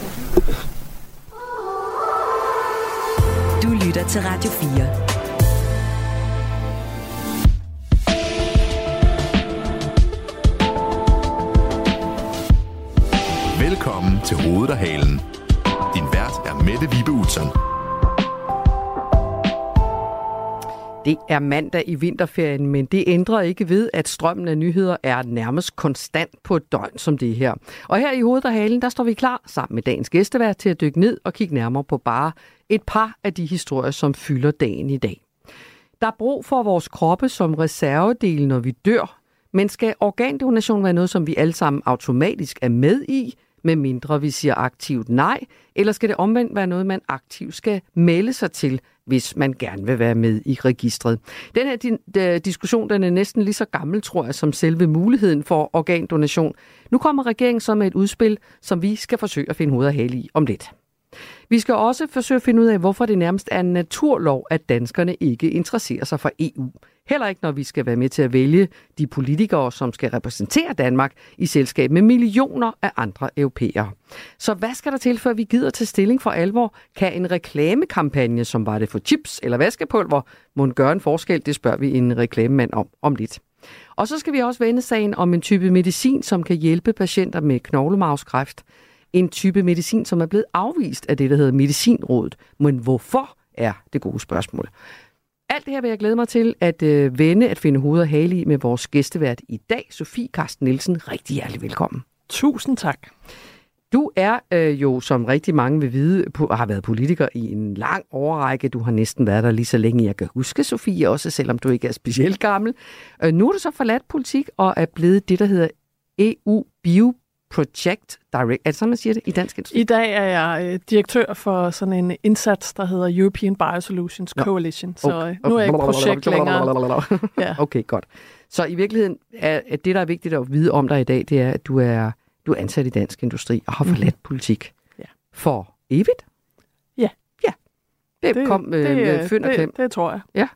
Du lytter til Radio 4. Velkommen til Hovedet og Halen. Din vært er Mette Vibe Utzon. Det er mandag i vinterferien, men det ændrer ikke ved, at strømmen af nyheder er nærmest konstant på et døgn som det her. Og her i Hovedet og Halen, der står vi klar sammen med dagens gæstevært til at dykke ned og kigge nærmere på bare et par af de historier, som fylder dagen i dag. Der er brug for vores kroppe som reservedel, når vi dør, men skal organdonation være noget, som vi alle sammen automatisk er med i, medmindre vi siger aktivt nej, eller skal det omvendt være noget, man aktivt skal melde sig til, hvis man gerne vil være med i registret. Den her diskussion, den er næsten lige så gammel, tror jeg, som selve muligheden for organdonation. Nu kommer regeringen så med et udspil, som vi skal forsøge at finde hoved og hale i om lidt. Vi skal også forsøge at finde ud af, hvorfor det nærmest er en naturlov, at danskerne ikke interesserer sig for EU. Heller ikke, når vi skal være med til at vælge de politikere, som skal repræsentere Danmark i selskab med millioner af andre europæere. Så hvad skal der til, før vi gider til stilling for alvor? Kan en reklamekampagne, som var det for chips eller vaskepulver, må gøre en forskel? Det spørger vi en reklamemand om lidt. Og så skal vi også vende sagen om en type medicin, som kan hjælpe patienter med knoglemarvskræft. En type medicin, som er blevet afvist af det, der hedder Medicinrådet. Men hvorfor er det gode spørgsmål? Alt det her vil jeg glæde mig til at finde hoved og hale i med vores gæstevært i dag, Sofie Carsten Nielsen. Rigtig hjertelig velkommen. Tusind tak. Du er jo, som rigtig mange vil vide, har været politiker i en lang årrække. Du har næsten været der lige så længe, jeg kan huske, Sofie, også selvom du ikke er specielt gammel. Nu er du så forladt politik og er blevet det, der hedder EU Bioproject Direct. Er det sådan, man siger det i dansk industri? I dag er jeg direktør for sådan en indsats, der hedder European Biosolutions Coalition. Så nu er jeg ikke projekt længere. Ja. Okay, godt. Så i virkeligheden er det, der er vigtigt at vide om dig i dag, det er, at du er ansat i dansk industri og har forladt politik for evigt? Ja. Ja. Det kom med fynd og klem. Det tror jeg. Ja.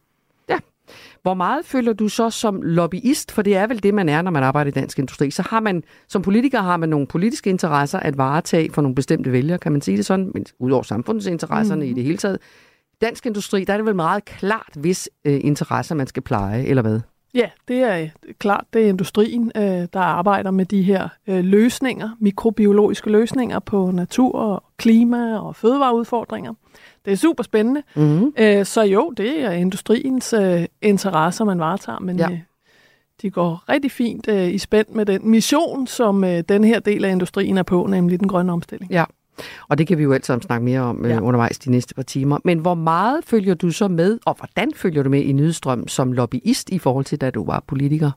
Hvor meget føler du så som lobbyist, for det er vel det, man er, når man arbejder i dansk industri, så har man, som politiker har man nogle politiske interesser at varetage for nogle bestemte vælgere, kan man sige det sådan, men udover samfundsinteresserne i det hele taget. Dansk industri, der er det vel meget klart, hvis interesser man skal pleje, eller hvad? Ja, det er klart, det er industrien, der arbejder med de her løsninger, mikrobiologiske løsninger på natur, klima og fødevareudfordringer. Det er super spændende. Mm-hmm. Så jo, det er industriens interesser, man varetager, men de går rigtig fint i spænd med den mission, som den her del af industrien er på, nemlig den grønne omstilling. Ja, og det kan vi jo altid snakke mere om undervejs de næste par timer. Men hvor meget følger du så med, og hvordan følger du med i nyhedsstrøm som lobbyist i forhold til, da du var politiker?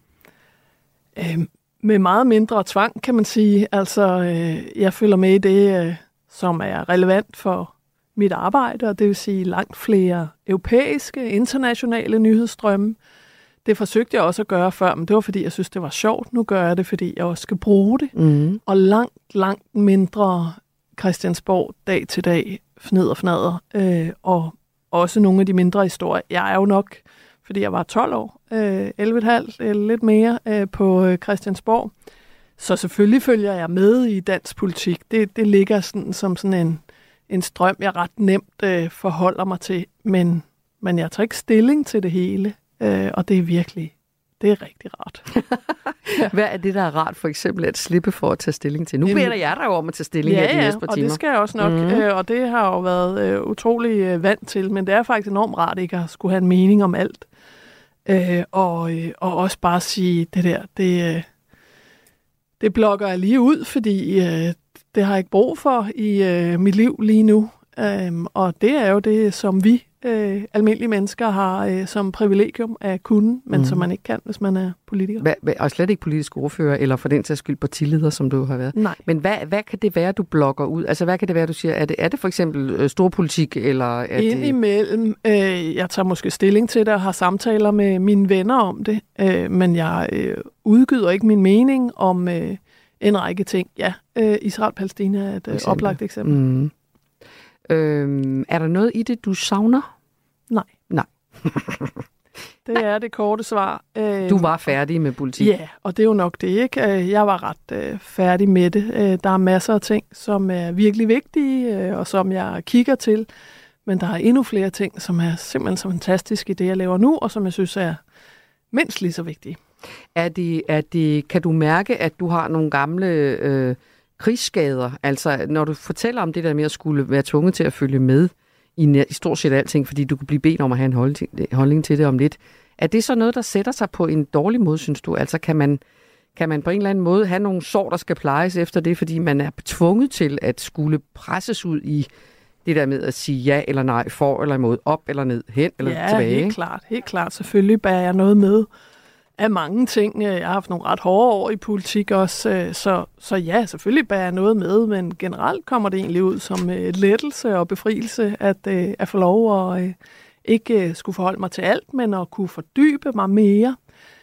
Med meget mindre tvang, kan man sige. Altså, jeg følger med i det, som er relevant for mit arbejde, og det vil sige langt flere europæiske, internationale nyhedsstrømme. Det forsøgte jeg også at gøre før, men det var fordi, jeg synes, det var sjovt. Nu gør jeg det, fordi jeg også skal bruge det. Mm. Og langt mindre Christiansborg dag til dag, fnader, og også nogle af de mindre historier. Jeg er jo nok, fordi jeg var 12 år, 11,5 eller lidt mere på Christiansborg. Så selvfølgelig følger jeg med i dansk politik. Det ligger sådan, som sådan en strøm, jeg ret nemt forholder mig til, men jeg tager ikke stilling til det hele, og det er rigtig rart. Ja. Hvad er det, der er rart for eksempel at slippe for at tage stilling til? Nu beder jeg dig jo om at tage stilling her de næste par timer. Og det skal jeg også nok, og det har jo været utrolig vant til, men det er faktisk enormt rart ikke at skulle have en mening om alt. Og også bare sige, det blokker jeg lige ud, fordi det har jeg ikke brug for i mit liv lige nu. Og det er jo det, som vi almindelige mennesker har som privilegium at kunne, men som man ikke kan, hvis man er politiker. Og slet ikke politisk ordfører, eller for den sags skyld partileder, som du har været. Nej. Men hvad kan det være, du blokker ud? Altså, hvad kan det være, du siger? Er det for eksempel storpolitik, eller er Indimellem. Jeg tager måske stilling til det, og har samtaler med mine venner om det, men jeg udgyder ikke min mening om en række ting. Ja, Israel-Palæstina er et oplagt eksempel. Mm. Er der noget i det, du savner? Nej. Det er det korte svar. Du var færdig med politik? Ja, og det er jo nok det, ikke? Jeg var ret færdig med det. Der er masser af ting, som er virkelig vigtige, og som jeg kigger til. Men der er endnu flere ting, som er simpelthen så fantastiske i det, jeg laver nu, og som jeg synes er mindst lige så vigtige. Kan du mærke, at du har nogle gamle krigsskader? Altså, når du fortæller om det der med at skulle være tvunget til at følge med i stort set alting, fordi du kunne blive bedt om at have en holdning til det om lidt. Er det så noget, der sætter sig på en dårlig måde, synes du? Altså, kan man på en eller anden måde have nogle sår, der skal plejes efter det, fordi man er tvunget til at skulle presses ud i det der med at sige ja eller nej, for eller imod, op eller ned, hen eller tilbage? Ja, helt klart. Selvfølgelig bærer jeg noget med af mange ting. Jeg har haft nogle ret hårde år i politik også, så ja, selvfølgelig bærer jeg noget med, men generelt kommer det egentlig ud som lettelse og befrielse, at få lov at ikke skulle forholde mig til alt, men at kunne fordybe mig mere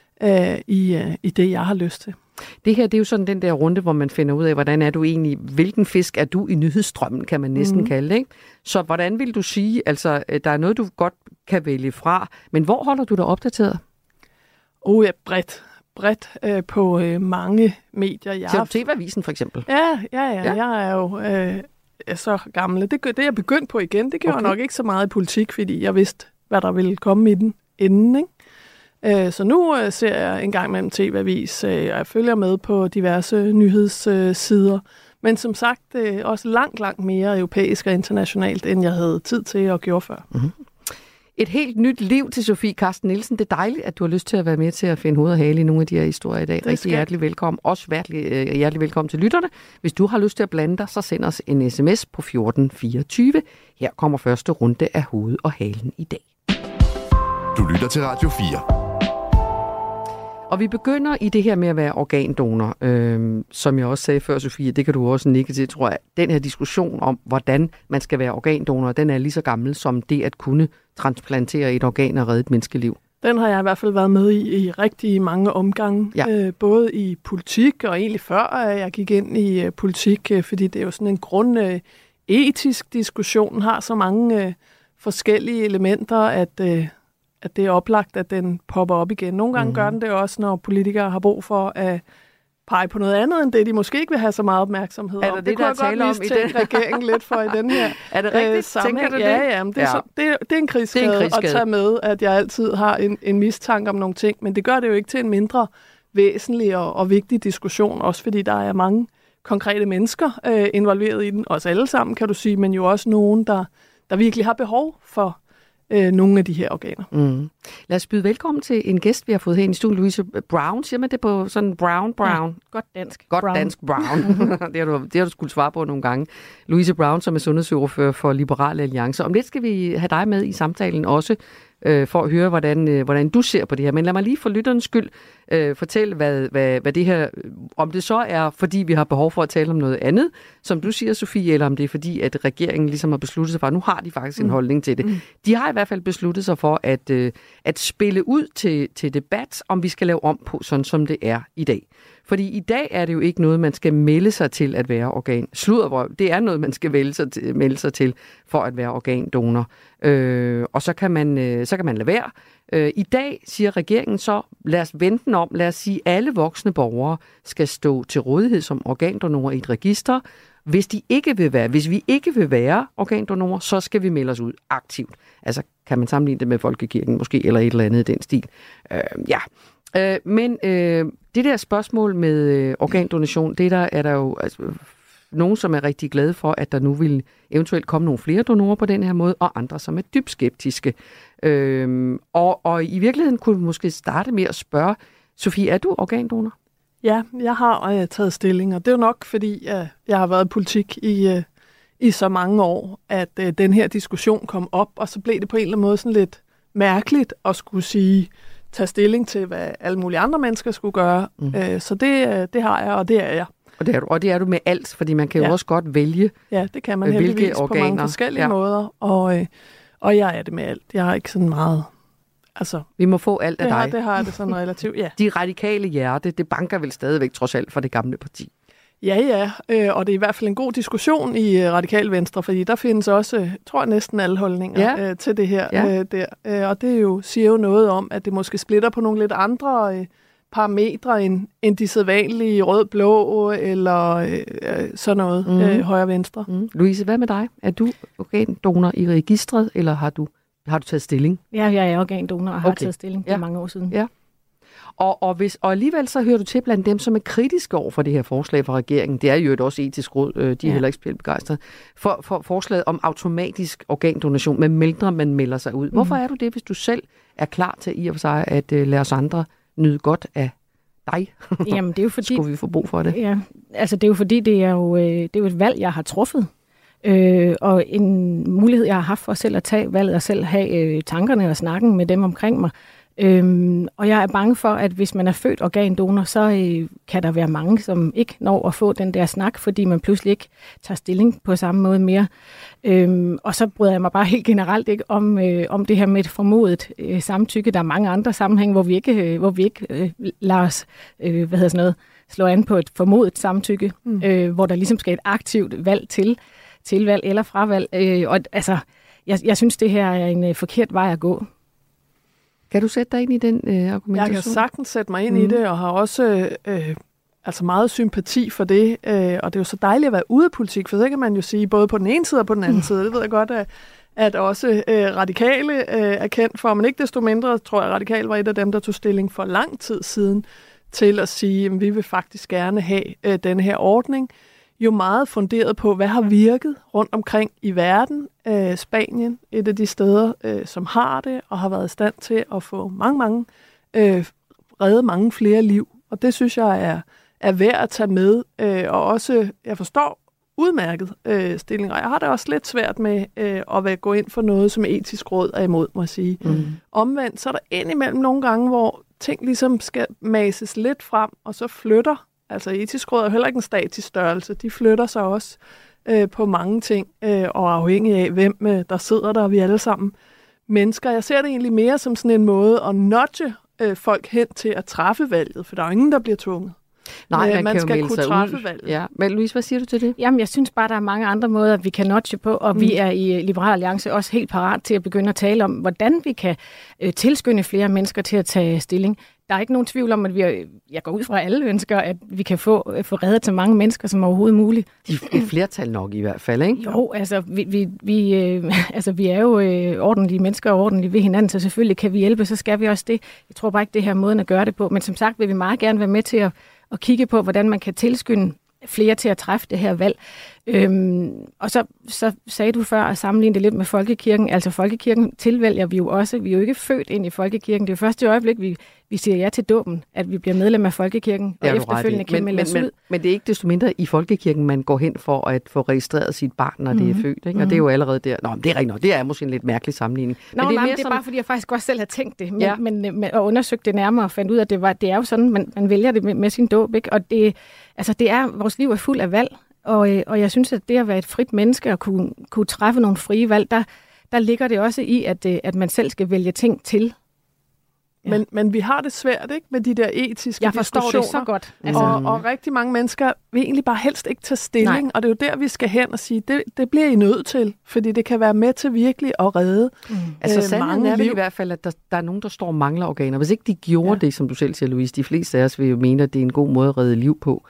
i det, jeg har lyst til. Det her, det er jo sådan den der runde, hvor man finder ud af, hvordan er du egentlig, hvilken fisk er du i nyhedsstrømmen, kan man næsten kalde det, ikke? Så hvordan vil du sige, altså, der er noget, du godt kan vælge fra, men hvor holder du dig opdateret? Ja, bredt på mange medier. Så TV-avisen for eksempel? Ja. Jeg er jo så gammel. Det er jeg begyndt på igen. Det gjorde nok ikke så meget i politik, fordi jeg vidste, hvad der ville komme i den inden, ikke? Så nu ser jeg en gang mellem TV-avis, og jeg følger med på diverse nyhedssider. Men som sagt, også langt mere europæisk og internationalt, end jeg havde tid til og gjorde før. Mm-hmm. Et helt nyt liv til Sofie Carsten Nielsen. Det er dejligt, at du har lyst til at være med til at finde hoved og hale i nogle af de her historier i dag. Rigtig hjertelig velkommen. Også hjertelig velkommen til lytterne. Hvis du har lyst til at blande dig, så send os en sms på 1424. Her kommer første runde af hoved og halen i dag. Du lytter til Radio 4. Og vi begynder i det her med at være organdonor, som jeg også sagde før, Sofie, det kan du også nikke til, tror jeg. Den her diskussion om, hvordan man skal være organdonor, den er lige så gammel som det at kunne transplantere et organ og redde et menneskeliv. Den har jeg i hvert fald været med i rigtig mange omgange, både i politik og egentlig før jeg gik ind i politik, fordi det er jo sådan en grundetisk diskussion, har så mange forskellige elementer, at det er oplagt, at den popper op igen. Nogle gange gør den det også, når politikere har brug for at pege på noget andet, end det de måske ikke vil have så meget opmærksomhed om. Det kunne jeg godt mistænke regeringen lidt for i den her Er det rigtigt? Tænker du det? Ja, men det er en krigsskade at tage med, at jeg altid har en mistanke om nogle ting, men det gør det jo ikke til en mindre væsentlig og vigtig diskussion, også fordi der er mange konkrete mennesker involveret i den, os alle sammen, kan du sige, men jo også nogen, der virkelig har behov for nogle af de her organer. Mm. Lad os byde velkommen til en gæst, vi har fået her i studiet, Louise Brown. Siger man det på sådan brown? Ja, godt dansk. Godt brown. Dansk brown. det har du skulle svare på nogle gange. Louise Brown, som er sundhedsordfører for Liberal Alliance. Om lidt skal vi have dig med i samtalen også, for at høre, hvordan du ser på det her. Men lad mig lige for lytterens skyld fortælle, hvad det her, om det så er, fordi vi har behov for at tale om noget andet, som du siger, Sofie, eller om det er fordi, at regeringen ligesom har besluttet sig for, at nu har de faktisk en holdning til det. De har i hvert fald besluttet sig for at spille ud til debat, om vi skal lave om på, sådan som det er i dag. Fordi i dag er det jo ikke noget, man skal melde sig til at være organ. Sluddervrøv, det er noget, man skal melde sig til for at være organdonor. Og så kan man lade være. I dag siger regeringen så, lad os vente den om, lad os sige, at alle voksne borgere skal stå til rådighed som organdonorer i et register. Hvis vi ikke vil være organdonorer, så skal vi melde os ud aktivt. Altså, kan man sammenligne det med folkekirken måske, eller et eller andet i den stil. Men det der spørgsmål med organdonation, er der jo nogen, som er rigtig glade for, at der nu vil eventuelt komme nogle flere donorer på den her måde, og andre, som er dybt skeptiske. Og i virkeligheden kunne vi måske starte med at spørge, Sofie, er du organdonor? Ja, jeg har taget stilling, og det er jo nok, fordi jeg har været i politik i så mange år, at den her diskussion kom op, og så blev det på en eller anden måde sådan lidt mærkeligt at skulle tage stilling til, hvad alle mulige andre mennesker skulle gøre. Så det har jeg, og det er jeg. Og det er du med alt, fordi man kan jo også godt vælge, ja, det kan man heldigvis på mange forskellige måder, og jeg er det med alt. Jeg har ikke sådan meget... Altså, vi må få alt af dig. Det har det sådan relativt, ja. De radikale hjerte, det banker vel stadigvæk trods alt for det gamle parti. Ja, og det er i hvert fald en god diskussion i Radikal Venstre, fordi der findes også, tror jeg, næsten alle holdninger til det her der. Og det siger jo noget om, at det måske splitter på nogle lidt andre parametre end de sædvanlige rød-blå eller sådan noget højre-venstre. Louise, hvad med dig? Er du organdonor i registret, eller har du taget stilling? Ja, jeg er organdonor og har taget stilling. Det er mange år siden. Ja. Og alligevel så hører du til blandt dem, som er kritiske over for det her forslag fra regeringen. Det er jo et også etisk råd, de er heller ikke spillet begejstrede, for forslaget om automatisk organdonation, med mindre man melder sig ud. Hvorfor er du det, hvis du selv er klar til i og for sig at lade os andre nyde godt af dig? Jamen, det er jo fordi... Skulle vi få brug for det? Ja, altså det er jo fordi, det er jo et valg, jeg har truffet. Og en mulighed, jeg har haft for selv at tage valget og selv have tankerne og snakken med dem omkring mig. Og jeg er bange for, at hvis man er født organdonor, så kan der være mange, som ikke når at få den der snak, fordi man pludselig ikke tager stilling på samme måde mere. Og så bryder jeg mig bare helt generelt ikke om det her med et formodet samtykke. Der er mange andre sammenhænge, hvor vi ikke lader os slå an på et formodet samtykke, hvor der ligesom skal et aktivt valg tilvalg eller fravalg. Og altså, jeg synes, det her er en forkert vej at gå. Kan du sætte dig ind i den argumentation? Jeg kan sagtens sætte mig ind i det, og har også meget sympati for det. Og det er jo så dejligt at være ude af politik, for så kan man jo sige, både på den ene side og på den anden side. Det ved jeg godt, at også radikale er kendt for, men ikke desto mindre, tror jeg, radikale var et af dem, der tog stilling for lang tid siden til at sige, at vi vil faktisk gerne have den her ordning. Jo meget funderet på, hvad har virket rundt omkring i verden. Spanien, et af de steder, som har det, og har været i stand til at få redde mange flere liv. Og det synes jeg er værd at tage med. Og også, jeg forstår udmærket stillinger. Jeg har det også lidt svært med at gå ind for noget, som etisk råd er imod, må jeg sige. Omvendt, så er der indimellem nogle gange, hvor ting ligesom skal mases lidt frem, og så flytter. Altså etisk råd er heller ikke en statisk størrelse. De flytter sig også på mange ting, og afhængig af, hvem der sidder der, og vi alle sammen mennesker. Jeg ser det egentlig mere som sådan en måde at nudge folk hen til at træffe valget, for der er jo ingen, der bliver tvunget. Nej, man skal kunne træffe ud. valget. Ja. Men Louise, hvad siger du til det? Jamen, jeg synes bare, der er mange andre måder, vi kan nudge på, og vi er i Liberal Alliance også helt parat til at begynde at tale om, hvordan vi kan tilskynde flere mennesker til at tage stilling. Der er ikke nogen tvivl om, at jeg går ud fra, alle ønsker, at vi kan få reddet så mange mennesker som overhovedet muligt. Et flertal nok i hvert fald, ikke? Jo, altså vi er jo ordentlige mennesker og ordentlige ved hinanden, så selvfølgelig kan vi hjælpe, så skal vi også det. Jeg tror bare ikke, det her måden at gøre det på. Men som sagt vil vi meget gerne være med til at kigge på, hvordan man kan tilskynde flere til at træffe det her valg. Og så sagde du før at sammenligne det lidt med folkekirken. Altså folkekirken tilvælger vi jo også. Vi er jo ikke født ind i folkekirken. Det er jo først i øjeblik, vi siger ja til dåben, at vi bliver medlem af folkekirken, og efterfølgende kan melde os ud. Men det er ikke desto mindre i folkekirken, man går hen for at få registreret sit barn, når det er født. Ikke? Og det er jo allerede der. Nå, men det er rigtigt nok. Det er måske en lidt mærkelig sammenligning. Men det er bare fordi, jeg faktisk også selv har tænkt det, men og undersøgt det nærmere og fandt ud af, at det er jo sådan, man vælger det med sin dåb. Ikke? Og det er, vores liv er fuld af valg. Og jeg synes, at det at være et frit menneske og kunne træffe nogle frie valg, der ligger det også i, at man selv skal vælge ting til. Ja. Men vi har det svært, ikke, med de der etiske diskussioner. Jeg forstår det så godt. Altså. Og rigtig mange mennesker vil egentlig bare helst ikke tage stilling, og det er jo der, vi skal hen og sige, det bliver I nødt til, fordi det kan være med til virkelig at redde altså sandheden er i hvert fald, at der er nogen, der står og mangler organer. Hvis ikke de gjorde det, som du selv siger, Louise, de fleste af os vil jo mene, at det er en god måde at redde liv på.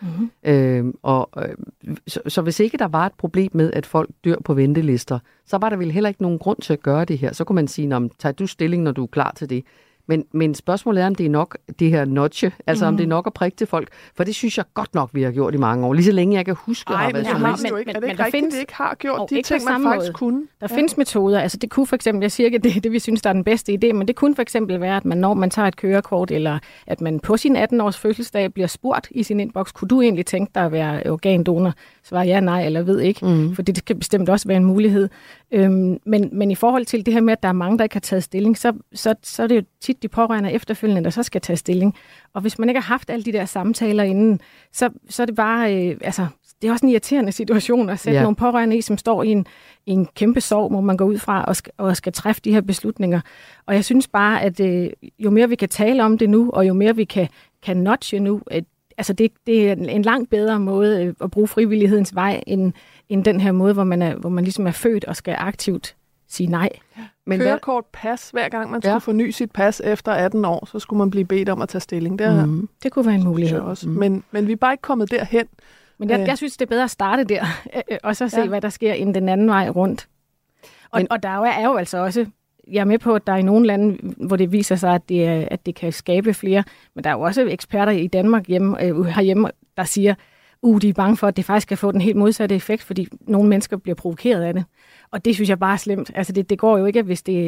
Så hvis ikke der var et problem med, at folk dør på ventelister, så var der vel heller ikke nogen grund til at gøre det her. Så kunne man sige, tager du stilling, når du er klar til det. Men spørgsmålet er, om det er nok det her notche, altså om det er nok at prikke til folk, for det synes jeg godt nok, vi har gjort i mange år. Lige så længe jeg kan huske, at det har været journalist. Er det ikke rigtigt, vi ikke har gjort de ting, man faktisk kunne? Der findes metoder, altså det kunne for eksempel, jeg siger ikke, at det vi synes, der er den bedste idé, men det kunne for eksempel være, at når man tager et kørekort, eller at man på sin 18-års fødselsdag bliver spurgt i sin inbox, kunne du egentlig tænke dig at være organdonor? Svarer ja, nej eller ved ikke, for det kan bestemt også være en mulighed. Men i forhold til det her med, at der er mange, der ikke har taget stilling, så er det jo tit de pårørende efterfølgende, der så skal tage stilling. Og hvis man ikke har haft alle de der samtaler inden, så er det bare, det er også en irriterende situation at sætte nogle pårørende i, som står i en kæmpe sorg, hvor man går ud fra og skal træffe de her beslutninger. Og jeg synes bare, at jo mere vi kan tale om det nu, og jo mere vi kan nudge nu, altså det er en langt bedre måde at bruge frivillighedens vej, end den her måde, hvor man ligesom er født og skal aktivt sige nej. Men kørekort, pas, hver gang man skulle forny sit pas efter 18 år, så skulle man blive bedt om at tage stilling. Det kunne være en mulighed. Også. Men vi er bare ikke kommet derhen. Men jeg synes, det er bedre at starte der, og så se, hvad der sker, end den anden vej rundt. Og der er jo altså også, jeg er med på, at der er i nogle lande, hvor det viser sig, at det kan skabe flere, men der er jo også eksperter i Danmark herhjemme, der siger, de er bange for, at det faktisk kan få den helt modsatte effekt, fordi nogle mennesker bliver provokeret af det. Og det synes jeg bare er slemt. Altså det går jo ikke,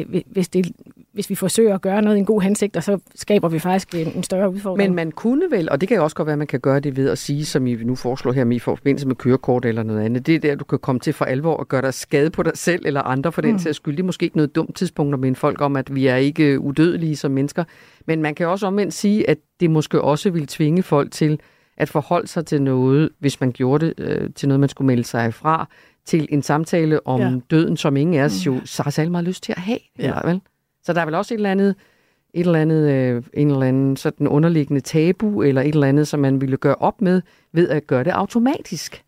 hvis vi forsøger at gøre noget i en god hensigt, og så skaber vi faktisk en større udfordring. Men man kunne vel, og det kan jo også godt være, at man kan gøre det ved at sige, som I nu foreslår her, i forbindelse med kørekort eller noget andet. Det er der, du kan komme til for alvor og gøre dig skade på dig selv eller andre for den sags skyld. Det er måske ikke noget dumt tidspunkt at minde folk om, at vi er ikke udødelige som mennesker. Men man kan også omvendt sige, at det måske også vil tvinge folk til at forholde sig til noget, hvis man gjorde det til noget, man skulle melde sig fra, til en samtale om døden, som ingen af os jo så har særlig meget lyst til at have. Eller, vel? Så der er vel også en eller anden sådan underliggende tabu, eller et eller andet, som man ville gøre op med, ved at gøre det automatisk.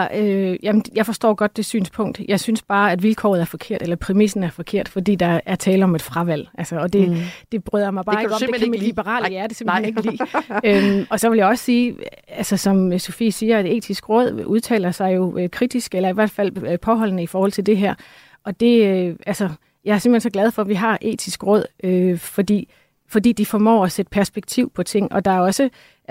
Jeg forstår godt det synspunkt. Jeg synes bare, at vilkåret er forkert, eller præmissen er forkert, fordi der er tale om et fravalg. Altså, og det bryder mig bare ikke om. Det kan mit liberale hjerte simpelthen ikke lide. Og så vil jeg også sige, altså som Sofie siger, at etisk råd udtaler sig jo kritisk, eller i hvert fald påholdende i forhold til det her. Og det, jeg er simpelthen så glad for, at vi har etisk råd, fordi de formår at sætte perspektiv på ting. Og der er også,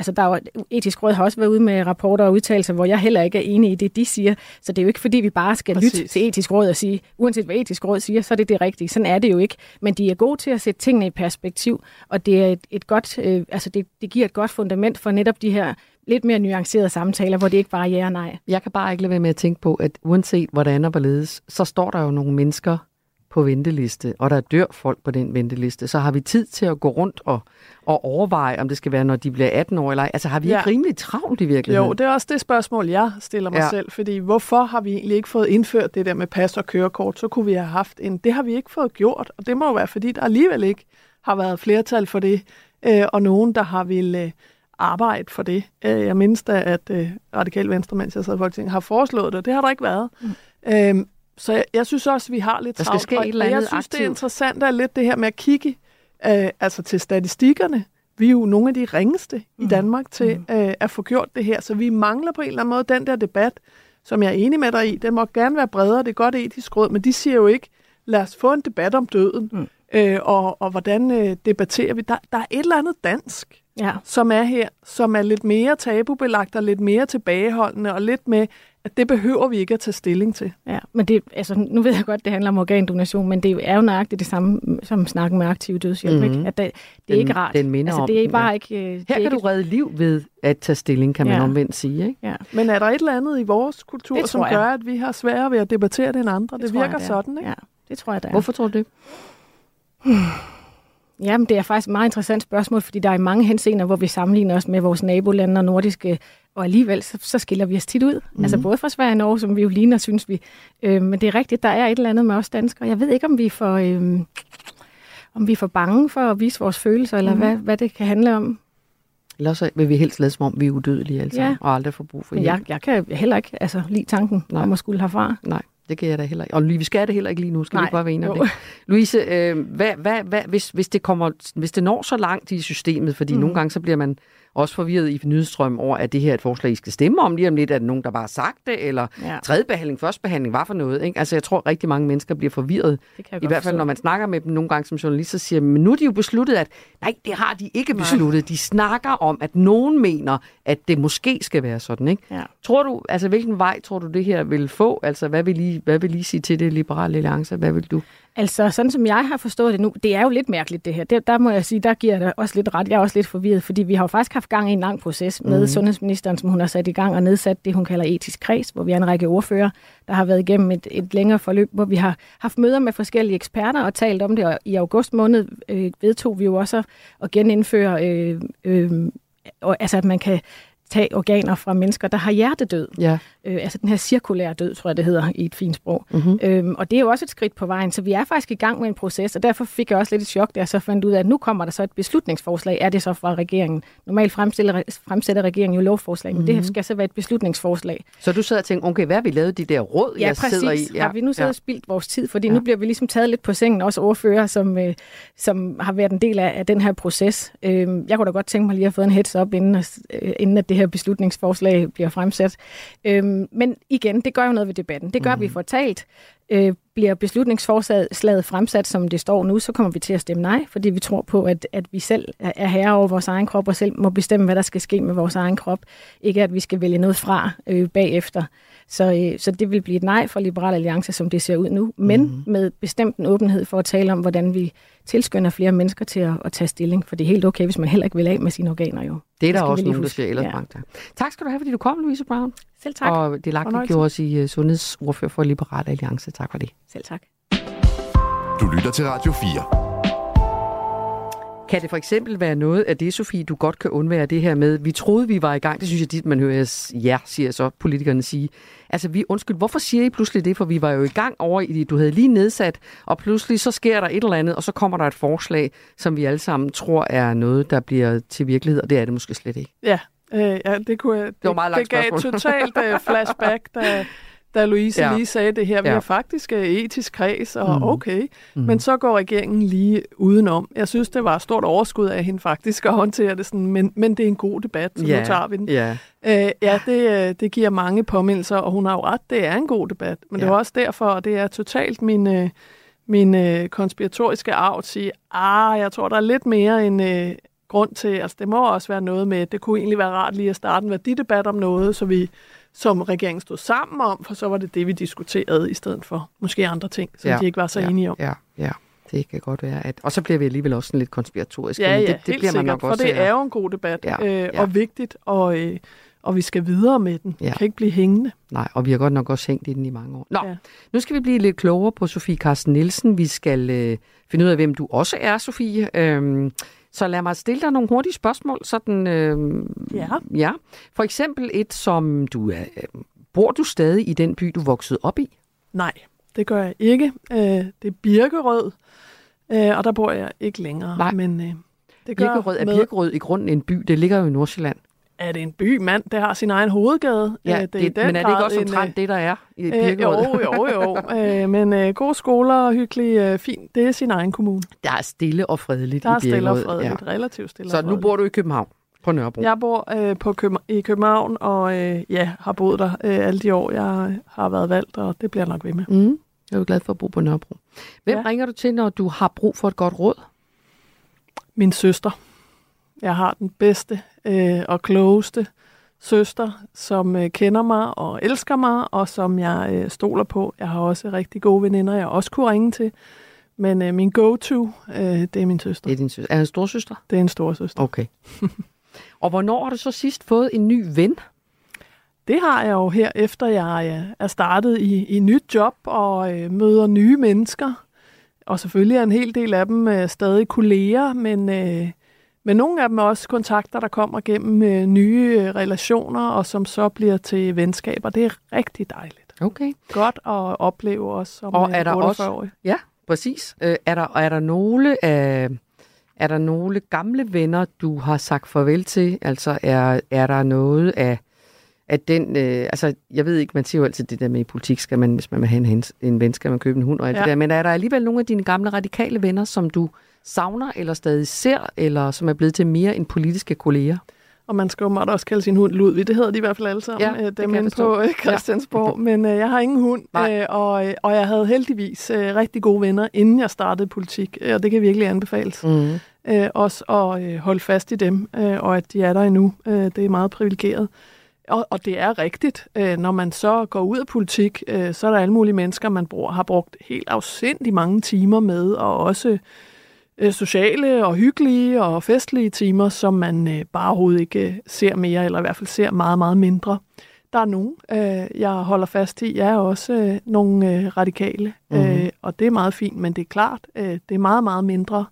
etisk råd har også været ude med rapporter og udtalelser, hvor jeg heller ikke er enig i det, de siger. Så det er jo ikke, fordi vi bare skal lytte til etisk råd og sige, uanset hvad etisk råd siger, så er det rigtige. Sådan er det jo ikke. Men de er gode til at sætte tingene i perspektiv, og det er et godt, det giver et godt fundament for netop de her lidt mere nuancerede samtaler, hvor det ikke bare er ja og nej. Jeg kan bare ikke lade være med at tænke på, at uanset hvordan og hvorledes, så står der jo nogle mennesker på venteliste, og der dør folk på den venteliste, så har vi tid til at gå rundt og overveje, om det skal være, når de bliver 18 år, eller altså har vi ikke rimelig travlt i virkeligheden? Jo, det er også det spørgsmål, jeg stiller mig selv, fordi hvorfor har vi egentlig ikke fået indført det der med pas og kørekort? Så kunne vi have haft det har vi ikke fået gjort, og det må jo være, fordi der alligevel ikke har været flertal for det, og nogen, der har ville arbejde for det. Jeg mindes da, at Radikale Venstre, mens jeg sad i Folketinget, har foreslået det, og det har der ikke været. Så jeg synes også, at vi har lidt travlt. Og jeg synes, det er interessant at lidt det her med at kigge til statistikkerne. Vi er jo nogle af de ringeste i Danmark til at få gjort det her. Så vi mangler på en eller anden måde den der debat, som jeg er enig med dig i. Det må gerne være bredere, det er godt etisk råd, men de siger jo ikke, lad os få en debat om døden, og hvordan debatterer vi. Der er et eller andet dansk, som er her, som er lidt mere tabubelagt og lidt mere tilbageholdende, og lidt med, at det behøver vi ikke at tage stilling til. Ja, men det, nu ved jeg godt, det handler om organdonation, men det er jo nøjagtigt det samme som snakken med aktiv dødshjælp. Ikke? At det er ikke rart. Den minder om. Det er bare ikke. Her kan du redde liv ved at tage stilling, kan man omvendt sige. Ikke? Ja. Men er der et eller andet i vores kultur, som gør, at vi har sværere ved at debattere det end andre? Det virker sådan, ikke? Ja, det tror jeg, det er. Hvorfor tror du det? Jamen, det er faktisk et meget interessant spørgsmål, fordi der er mange henseender, hvor vi sammenligner os med vores nabolande og nordiske, og alligevel så skiller vi os tit ud. Altså både fra Sverige og Norge, som vi jo ligner, synes vi. Men det er rigtigt, der er et eller andet med os danskere. Jeg ved ikke, om vi er for bange for at vise vores følelser, eller hvad det kan handle om. Eller så vil vi helst lade som om, vi er udødelige altså, og aldrig få brug for hjælp. Jeg kan heller ikke lide tanken om at skulle herfra. Nej. Det kan jeg da heller ikke. Og vi skal det heller ikke lige nu. Skal vi bare være enige om det? Louise, hvis det når så langt i systemet, fordi nogle gange så bliver man også forvirret i nyhedsstrøm over, at det her er et forslag, I skal stemme om lige om lidt. Er det nogen, der bare har sagt det? Eller tredje behandling, første behandling, hvad for noget? Ikke? Altså jeg tror, rigtig mange mennesker bliver forvirret. I hvert fald, når man snakker med dem nogle gange som journalist, så siger men nu er de jo besluttet, at nej, det har de ikke besluttet. De snakker om, at nogen mener, at det måske skal være sådan. Ikke? Ja. Tror du, altså hvilken vej tror du, det her vil få? Altså hvad vil I sige til det, Liberale Alliance? Hvad vil du? Altså, sådan som jeg har forstået det nu, det er jo lidt mærkeligt det her. Der må jeg sige, der giver jeg også lidt ret. Jeg er også lidt forvirret, fordi vi har jo faktisk haft gang i en lang proces med sundhedsministeren, som hun har sat i gang og nedsat det, hun kalder etisk kreds, hvor vi er en række ordfører, der har været igennem et længere forløb, hvor vi har haft møder med forskellige eksperter og talt om det, og i august måned vedtog vi jo også at genindføre, at man kan tage organer fra mennesker, der har hjertedød. Ja. Altså den her cirkulære død, tror jeg, det hedder i et fint sprog. Mm-hmm. Og det er jo også et skridt på vejen, så vi er faktisk i gang med en proces, og derfor fik jeg også lidt et chok, da jeg så fandt ud af, at nu kommer der så et beslutningsforslag. Er det så fra regeringen? Normalt fremsætter regeringen jo lovforslag, men det skal så være et beslutningsforslag. Så du sidder og tænker, okay, hvad har vi lavet de der råd, jeg sidder i? Ja, har vi nu siddet og spildt vores tid, fordi nu bliver vi ligesom taget lidt på sengen, også ordfører, som har været en del af den her proces. Jeg kunne da godt tænke mig lige at få en heads up, inden at det her beslutningsforslag bliver fremsat. Men igen, det gør jo noget ved debatten. Det gør, vi får talt. Bliver beslutningsforslaget fremsat, som det står nu, så kommer vi til at stemme nej, fordi vi tror på, at vi selv er herre over vores egen krop, og selv må bestemme, hvad der skal ske med vores egen krop. Ikke at vi skal vælge noget fra bagefter. Så det vil blive et nej fra Liberal Alliance, som det ser ud nu, men med bestemt en åbenhed for at tale om, hvordan vi tilskynder flere mennesker til at tage stilling, for det er helt okay, hvis man heller ikke vil af med sine organer jo. Det er der også nogen, der siger ellers mange tak. Tak skal du have, fordi du kom, Louise Brown. Selv tak. Og det lagt gjorde os i sundhedsordfører for Liberal Alliance. Tak for det. Selv tak. Du lytter til Radio 4. Kan det for eksempel være noget af det, Sofie, du godt kan undvære det her med, vi troede, vi var i gang, det synes jeg tit, man hører siger så politikerne sige. Altså, hvorfor siger I pludselig det, for vi var jo i gang over i det, du havde lige nedsat, og pludselig så sker der et eller andet, og så kommer der et forslag, som vi alle sammen tror er noget, der bliver til virkelighed, og det er det måske slet ikke. Ja, det var meget langt spørgsmål. Det gav totalt flashback, da Louise lige sagde det her. Vi er faktisk etisk kreds, og okay. Men så går regeringen lige udenom. Jeg synes, det var et stort overskud af hende faktisk at håndtere det sådan, men det er en god debat, så nu tager vi den. Det giver mange påmindelser, og hun har jo ret, det er en god debat. Men det er også derfor, og det er totalt min konspiratoriske arv at sige, jeg tror, der er lidt mere end grund til, altså det må også være noget med, det kunne egentlig være rart lige at starte en værdidebat om noget, så vi som regeringen stod sammen om, for så var det, vi diskuterede, i stedet for måske andre ting, som de ikke var så enige om. Ja, det kan godt være. Og så bliver vi alligevel også sådan lidt konspiratoriske. Ja, det helt bliver man sikkert, nok for også, det er jo en god debat, og vigtigt, og vi skal videre med den. Vi kan ikke blive hængende. Nej, og vi har godt nok også hængt i den i mange år. Nu skal vi blive lidt klogere på Sofie Carsten Nielsen. Vi skal finde ud af, hvem du også er, Sofie. Så lad mig stille dig nogle hurtige spørgsmål. Sådan, ja. For eksempel et, som du er... Bor du stadig i den by, du voksede op i? Nej, det gør jeg ikke. Det er Birkerød, og der bor jeg ikke længere. Nej, men det gør Birkerød i grunden en by? Det ligger jo i Nordsjælland. Er det en by, mand? Det har sin egen hovedgade. Ja, men er det ikke også omtrent det, der er i Birkerød? Jo. Men gode skoler og hyggelig, fint. Det er sin egen kommune. Der er stille og fredeligt i Birkerød. Der er stille og fredeligt, relativt stille og fredeligt. Så nu bor du i København, på Nørrebro? Jeg bor i København, og har boet der alle de år, jeg har været valgt, og det bliver nok ved med. Jeg er jo glad for at bo på Nørrebro. Hvem ringer du til, når du har brug for et godt råd? Min søster. Jeg har den bedste og klogeste søster, som kender mig og elsker mig, og som jeg stoler på. Jeg har også rigtig gode veninder, jeg også kunne ringe til. Men min go-to, det er min søster. Det er din søster. Er det en storsøster? Det er en storsøster. Okay. Og hvornår har du så sidst fået en ny ven? Det har jeg jo her, efter jeg er startet i nyt job og møder nye mennesker. Og selvfølgelig er en hel del af dem stadig kolleger, men nogle af dem er også kontakter, der kommer gennem nye relationer, og som så bliver til venskaber. Det er rigtig dejligt. Okay. Godt at opleve også som 48-årig. Ja, præcis. Er der nogle gamle venner, du har sagt farvel til? Altså er der noget af den... altså, jeg ved ikke, man siger jo altid det der med i politik, hvis man vil have en ven, skal man købe en hund og alt det der. Men er der alligevel nogle af dine gamle radikale venner, som du savner eller stadig ser, eller som er blevet til mere end politiske kolleger? Og man skal jo meget også kalde sin hund Ludvig. Det hedder de i hvert fald alle sammen, dem inde på Christiansborg. Men jeg har ingen hund, og jeg havde heldigvis rigtig gode venner, inden jeg startede politik, og det kan virkelig anbefales. Også at holde fast i dem, og at de er der endnu. Det er meget privilegeret. Og det er rigtigt. Når man så går ud af politik, så er der alle mulige mennesker, man har brugt helt afsindigt mange timer med, og også sociale og hyggelige og festlige timer, som man bare overhovedet ikke ser mere, eller i hvert fald ser meget, meget mindre. Der er nogen, jeg holder fast i. Jeg er også nogle radikale, og det er meget fint, men det er klart, det er meget, meget mindre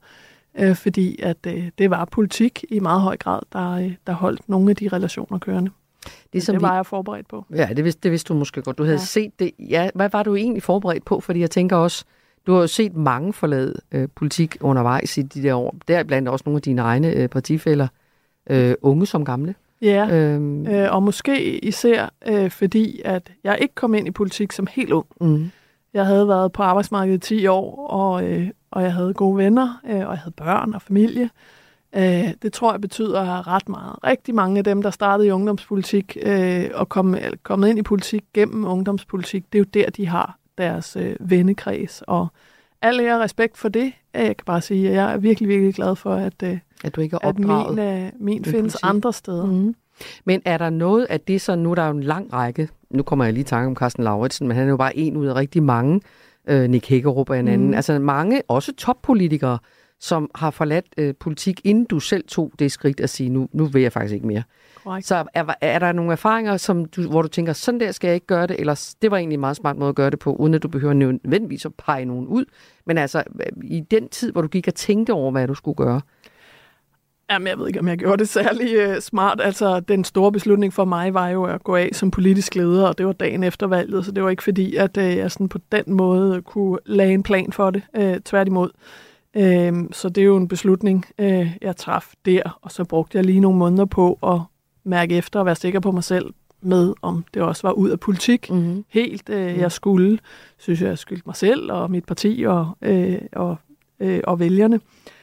fordi at det var politik i meget høj grad, der holdt nogle af de relationer kørende. Det var jeg forberedt på. Ja, det vidste du måske godt. Du havde set det. Ja, hvad var du egentlig forberedt på? Fordi jeg tænker også, du har jo set mange forlade politik undervejs i de der år. Deriblandt også nogle af dine egne partifæller, unge som gamle. Ja, og måske især fordi, at jeg ikke kom ind i politik som helt ung. Mm. Jeg havde været på arbejdsmarkedet i 10 år, og jeg havde gode venner, og jeg havde børn og familie. Det tror jeg betyder ret meget. Rigtig mange af dem, der startede i ungdomspolitik og kommet ind i politik gennem ungdomspolitik, det er jo der, de har deres vennekreds. Og al ære respekt for det. Jeg kan bare sige, at jeg er virkelig, virkelig glad for, at du ikke er opdraget at min findes andre steder. Mm. Men er der noget af det, så nu er der jo en lang række, nu kommer jeg lige i tanke om Carsten Lauritsen, men han er jo bare en ud af rigtig mange, Nick Hækkerup og en anden, altså mange, også toppolitikere, som har forladt politik, inden du selv tog det skridt at sige, nu vil jeg faktisk ikke mere. Correct. Så er der nogle erfaringer, hvor du tænker, sådan der skal jeg ikke gøre det, eller det var egentlig en meget smart måde at gøre det på, uden at du behøver nødvendigvis at pege nogen ud, men altså i den tid, hvor du gik og tænkte over, hvad du skulle gøre? Jamen, jeg ved ikke, om jeg gjorde det særlig smart. Altså, den store beslutning for mig var jo at gå af som politisk leder, og det var dagen efter valget, så det var ikke fordi, at jeg sådan på den måde kunne lage en plan for det. Tværtimod. Så det er jo en beslutning, jeg traf der, og så brugte jeg lige nogle måneder på at mærke efter og være sikker på mig selv med, om det også var ud af politik. Mm-hmm. Helt, jeg synes jeg skyldte mig selv og mit parti og vælgerne.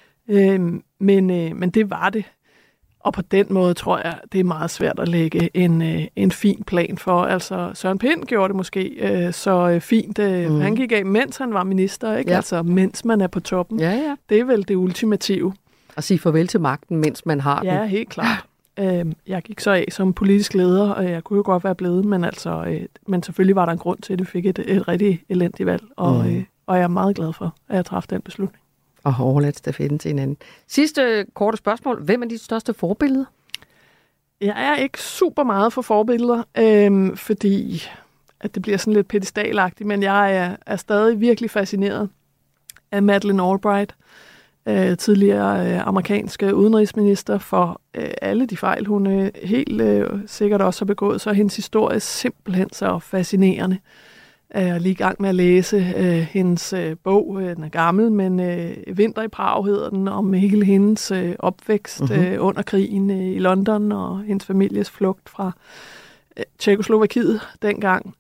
Men det var det. Og på den måde tror jeg, det er meget svært at lægge en fin plan for. Altså Søren Pind gjorde det måske så fint. Han gik af, mens han var minister, ikke? Ja. Altså mens man er på toppen. Ja, ja. Det er vel det ultimative. At sige farvel til magten, mens man har den. Ja, helt klart. Jeg gik så af som politisk leder, og jeg kunne jo godt være blevet, men selvfølgelig var der en grund til, at det fik et rigtig elendigt valg. Og jeg er meget glad for, at jeg træffede den beslutning. Og overladt stafetten til hinanden. Sidste korte spørgsmål. Hvem er dit største forbillede? Jeg er ikke super meget for forbilleder, fordi at det bliver sådan lidt pedestalagtigt, men jeg er stadig virkelig fascineret af Madeleine Albright, tidligere amerikanske udenrigsminister, for alle de fejl, hun helt sikkert også har begået, så er hendes historie simpelthen så fascinerende. Jeg er lige i gang med at læse hendes bog. Den er gammel, men Vinter i Prag hedder den, om hele hendes opvækst under krigen i London og hendes families flugt fra Tjekkoslovakiet dengang.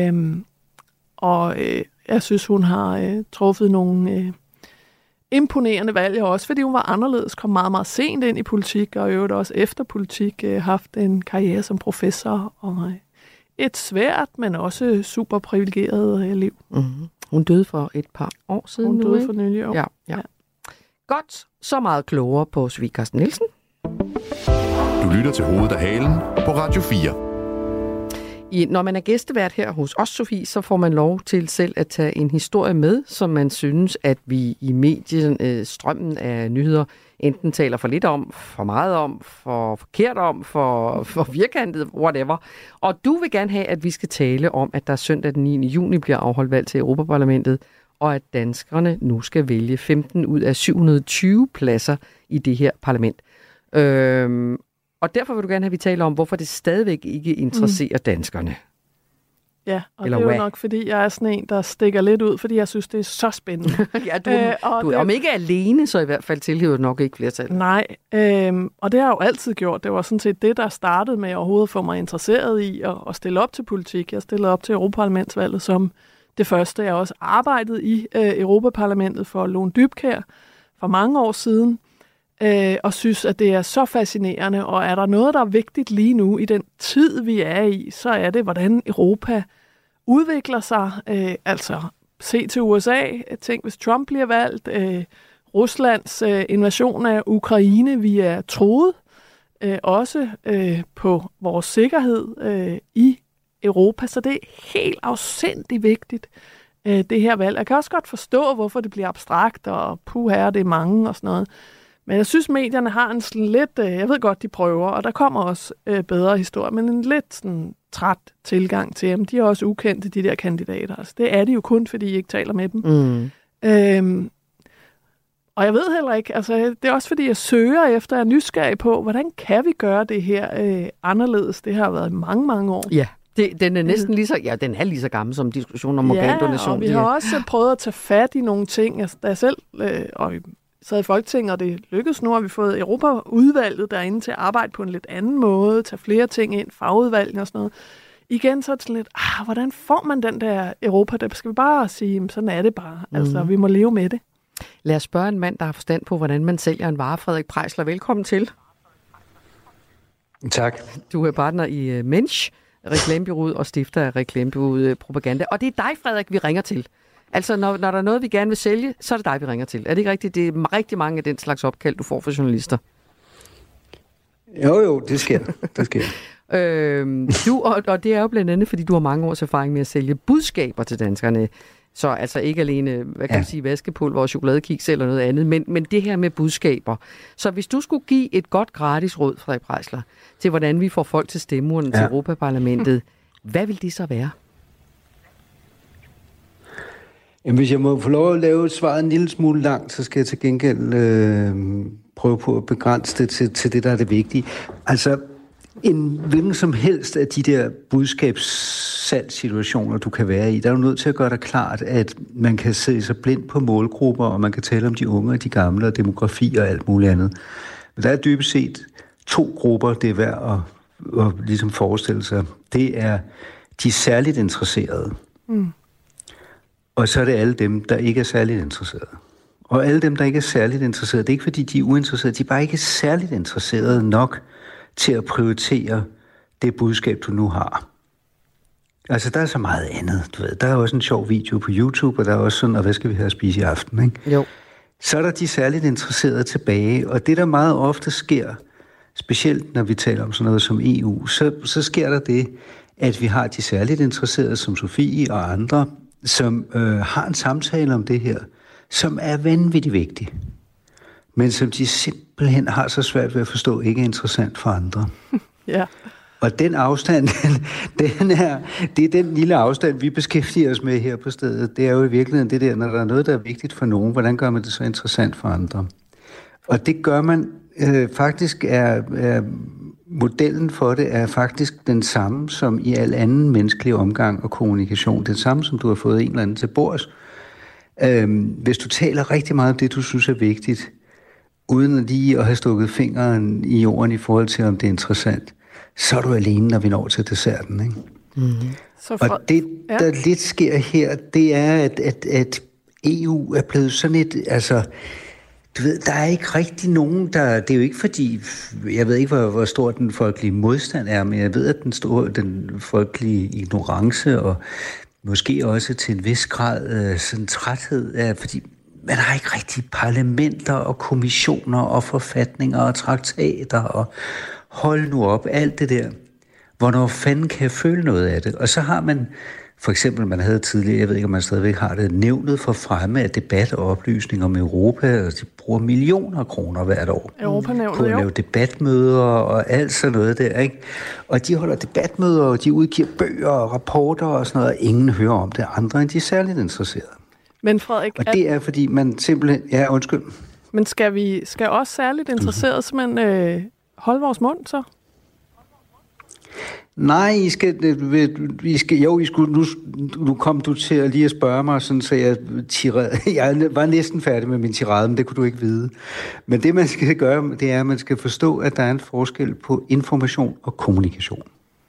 Jeg synes, hun har truffet nogle imponerende valg også, fordi hun var anderledes, kom meget, meget sent ind i politik, og i øvrigt også efter politik haft en karriere som professor og et svært, men også super privilegeret liv. Mm-hmm. Hun døde for et par år siden. Hun døde for nylig år. Ja. Godt, så meget klogere på Sofie Carsten Nielsen. Du lytter til Hovedet af Halen på Radio 4. Når man er gæstevært her hos os, Sofie, så får man lov til selv at tage en historie med, som man synes, at vi i medien, strømmen af nyheder, enten taler for lidt om, for meget om, for forkert om, for firkantet, whatever. Og du vil gerne have, at vi skal tale om, at der søndag den 9. juni bliver afholdt valg til Europaparlamentet, og at danskerne nu skal vælge 15 ud af 720 pladser i det her parlament. Og derfor vil du gerne have, at vi taler om, hvorfor det stadigvæk ikke interesserer danskerne. Ja, og eller det er jo nok, fordi jeg er sådan en, der stikker lidt ud, fordi jeg synes, det er så spændende. Ja, du er om ikke alene, så i hvert fald tilhører du nok ikke flertal. Nej, og det har jeg jo altid gjort. Det var sådan set det, der startede med overhovedet at få mig interesseret i at stille op til politik. Jeg stillede op til Europaparlamentsvalget som det første. Jeg også arbejdede i Europaparlamentet for Lone Dybkjær for mange år siden, og synes, at det er så fascinerende, og er der noget, der er vigtigt lige nu i den tid, vi er i, så er det, hvordan Europa udvikler sig. Altså, se til USA, tænk hvis Trump bliver valgt, Ruslands invasion af Ukraine, vi er truet, også på vores sikkerhed i Europa, så det er helt afsindigt vigtigt, det her valg. Jeg kan også godt forstå, hvorfor det bliver abstrakt, og puha, det er mange og sådan noget. Men jeg synes, medierne har en sådan lidt, jeg ved godt, de prøver, og der kommer også bedre historier, men en lidt sådan træt tilgang til dem. De er også ukendte, de der kandidater. Altså, det er de jo kun, fordi I ikke taler med dem. Og Og jeg ved heller ikke, altså det er også fordi, jeg søger efter, jeg er nysgerrig på, hvordan kan vi gøre det her anderledes? Det har været mange, mange år. Ja, den er næsten lige så, den er lige så gammel som diskussionen om organdonation. Ja, og vi har også prøvet at tage fat i nogle ting. Altså, da jeg selv og sad i Folketinget, og det lykkedes nu, at vi fået Europaudvalget derinde til at arbejde på en lidt anden måde, tage flere ting ind, fagudvalgene og sådan noget. Igen så er det sådan lidt, hvordan får man den der Europa? Der skal vi bare sige, sådan er det bare. Altså, vi må leve med det. Lad os spørge en mand, der har forstand på, hvordan man sælger en vare. Frederik Preisler, velkommen til. Tak. Du er partner i Mensch, reklamebureauet, og stifter af reklamebureauet Propaganda. Og det er dig, Frederik, vi ringer til. Altså, når der er noget, vi gerne vil sælge, så er det dig, vi ringer til. Er det ikke rigtigt? Det er rigtig mange af den slags opkald, du får fra journalister. Jo, det sker. Det sker. Og det er jo blandt andet, fordi du har mange års erfaring med at sælge budskaber til danskerne. Så altså ikke alene, hvad kan man sige, vaskepulver og chokoladekiks eller noget andet, men det her med budskaber. Så hvis du skulle give et godt gratis råd, Frederik Preisler, til hvordan vi får folk til stemmeurnen til Europaparlamentet, hvad vil det så være? Jamen, hvis jeg må få lov at lave svaret en lille smule langt, så skal jeg til gengæld prøve på at begrænse det til det, der er det vigtige. Altså, hvilken som helst af de der budskabssalgssituationer, du kan være i, der er du nødt til at gøre dig klart, at man kan se sig blind på målgrupper, og man kan tale om de unge og de gamle, og demografi og alt muligt andet. Men der er dybest set 2 grupper, det er værd at ligesom forestille sig. Det er de særligt interesserede. Og så er det alle dem, der ikke er særligt interesserede. Og alle dem, der ikke er særligt interesserede, det er ikke fordi, de er uinteresserede, de er bare ikke særligt interesserede nok til at prioritere det budskab, du nu har. Altså, der er så meget andet, du ved. Der er også en sjov video på YouTube, og der er også sådan, og hvad skal vi have at spise i aften, ikke? Jo. Så er der de særligt interesserede tilbage, og det, der meget ofte sker, specielt når vi taler om sådan noget som EU, så sker der det, at vi har de særligt interesserede, som Sofie og andre, som har en samtale om det her, som er vanvittigt vigtig, men som de simpelthen har så svært ved at forstå, ikke er interessant for andre. Ja. Og den afstand, det er den lille afstand, vi beskæftiger os med her på stedet. Det er jo i virkeligheden det der, når der er noget, der er vigtigt for nogen, hvordan gør man det så interessant for andre? Og det gør man faktisk modellen for det er faktisk den samme som i al anden menneskelig omgang og kommunikation. Den samme, som du har fået en eller anden til bords. Hvis du taler rigtig meget om det, du synes er vigtigt, uden lige at have stukket fingeren i jorden i forhold til, om det er interessant, så er du alene, når vi når til desserten, ikke? Mm-hmm. Og det, der lidt sker her, det er, at EU er blevet sådan et, altså, du ved, der er ikke rigtig nogen, det er jo ikke fordi, jeg ved ikke, hvor stor den folkelige modstand er, men jeg ved, at den folkelige ignorance og måske også til en vis grad sådan træthed er, fordi man har ikke rigtig parlamenter og kommissioner og forfatninger og traktater og hold nu op, alt det der. Hvornår fanden kan jeg føle noget af det? Og så har man, for eksempel man havde tidligere, jeg ved ikke om man stadigvæk har det, nævnet for fremme af debat og oplysning om Europa, og de bruger millioner af kroner hvert år på at lave debatmøder og alt sådan noget der, ikke? Og de holder debatmøder, og de udgiver bøger og rapporter og sådan noget, og ingen hører om det andre, end de er særligt interesserede. Men Frederik, og det er fordi man simpelthen, ja undskyld. Men skal også særligt interesserede simpelthen holde vores mund så? Nej, nu kom du til at lige at spørge mig, sådan, så jeg var næsten færdig med min tirade, men det kunne du ikke vide. Men det, man skal gøre, det er, at man skal forstå, at der er en forskel på information og kommunikation.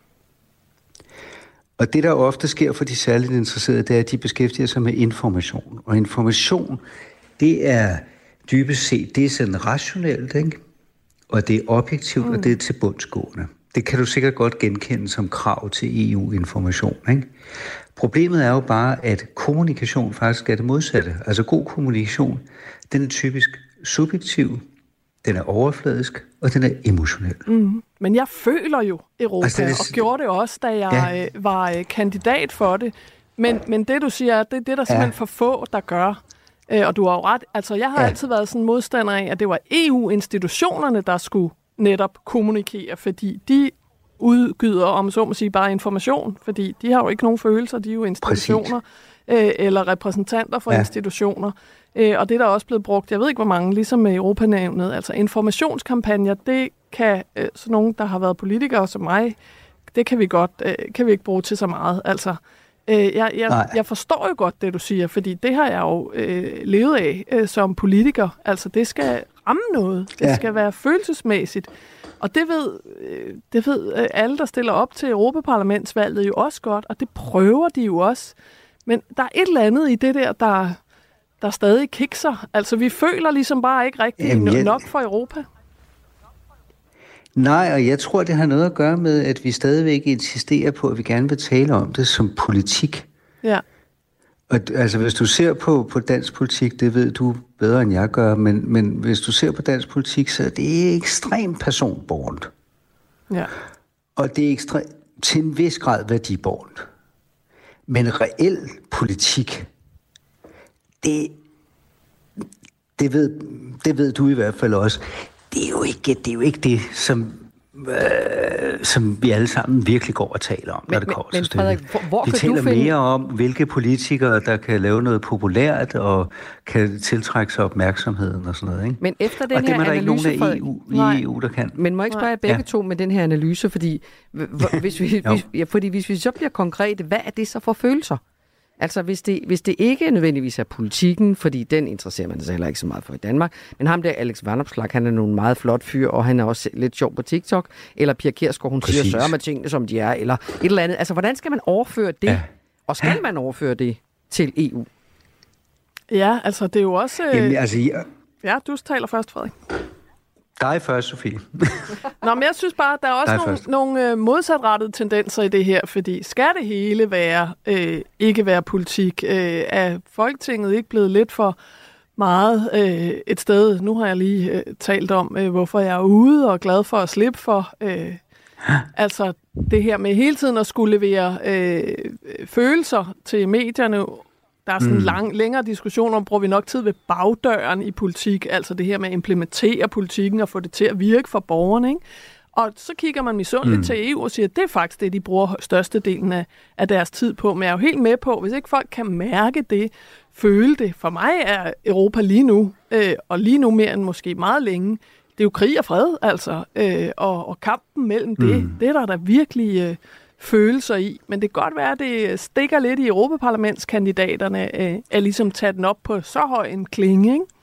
Og det, der ofte sker for de særligt interesserede, det er, at de beskæftiger sig med information. Og information, det er dybest set, det er sådan rationelt, ikke? Og det er objektivt, og det er tilbundsgående. Det kan du sikkert godt genkende som krav til EU-information, ikke? Problemet er jo bare, at kommunikation faktisk er det modsatte. Altså god kommunikation, den er typisk subjektiv, den er overfladisk, og den er emotionel. Mm. Men jeg føler jo Europa, og gjorde det også, da jeg var kandidat for det. Men det, du siger, det er det, der simpelthen for få, der gør. Og du har jo ret. Altså, jeg har altid været sådan en modstander af, at det var EU-institutionerne, der skulle netop kommunikere, fordi de udgyder, om så må sige, bare information, fordi de har jo ikke nogen følelser, de er jo institutioner. eller repræsentanter for institutioner. Og det er der også blevet brugt, jeg ved ikke hvor mange, ligesom med Europanævnet, altså informationskampagner, det kan sådan nogen, der har været politikere som mig, det kan vi ikke bruge til så meget. Altså, jeg forstår jo godt det, du siger, fordi det har jeg jo levet af som politiker. Altså, det skal ramme noget. Det skal være følelsesmæssigt. Og det ved alle, der stiller op til Europaparlamentsvalget jo også godt, og det prøver de jo også. Men der er et eller andet i det der stadig kikser. Altså, vi føler ligesom bare ikke rigtig nok for Europa. Nej, og jeg tror, det har noget at gøre med, at vi stadigvæk insisterer på, at vi gerne vil tale om det som politik. Ja. Og, altså, hvis du ser på dansk politik, det ved du bedre, end jeg gør, men hvis du ser på dansk politik, så er det ekstremt personbårent. Ja. Og det er til en vis grad værdibårent. Men reel politik, det ved du i hvert fald også. Det er jo ikke det, som vi alle sammen virkelig går og taler om, når det kommer til stykket. Vi taler mere om, hvilke politikere, der kan lave noget populært og kan tiltrække sig opmærksomheden og sådan noget. Ikke? Men efter den her analyse, der er ikke nogen af EU, der kan. Men må jeg ikke spørge begge to med den her analyse, fordi hvis vi så bliver konkrete, hvad er det så for følelser? Altså, hvis det ikke nødvendigvis er politikken, fordi den interesserer man sig heller ikke så meget for i Danmark, men ham der, Alex Vanopslagh, han er nogle meget flot fyr, og han er også lidt sjov på TikTok, eller Pia Kjærsgaard, hun siger, sørger med tingene, som de er, eller et eller andet. Altså, hvordan skal man overføre det? Og skal man overføre det til EU? Ja, altså, det er jo også... Jamen, altså, Ja, du taler først, Frederik. Dig først, Sofie. Nå, men jeg synes bare, at der er også nogle modsatrettede tendenser i det her, fordi skal det hele ikke være politik? Er Folketinget ikke blevet lidt for meget et sted? Nu har jeg lige talt om, hvorfor jeg er ude og glad for at slippe for. Altså det her med hele tiden at skulle levere følelser til medierne. Der er sådan en længere diskussion om, bruger vi nok tid ved bagdøren i politik, altså det her med at implementere politikken og få det til at virke for borgerne, ikke? Og så kigger man misundeligt til EU og siger, at det er faktisk det, de bruger størstedelen af deres tid på. Men jeg er jo helt med på, hvis ikke folk kan mærke det, føle det. For mig er Europa lige nu, og lige nu mere end måske meget længe, det er jo krig og fred, altså, og kampen mellem det er der virkelig... følelser i, men det kan godt være, at det stikker lidt i Europaparlamentskandidaterne at ligesom tage den op på så høj en klinge, ikke?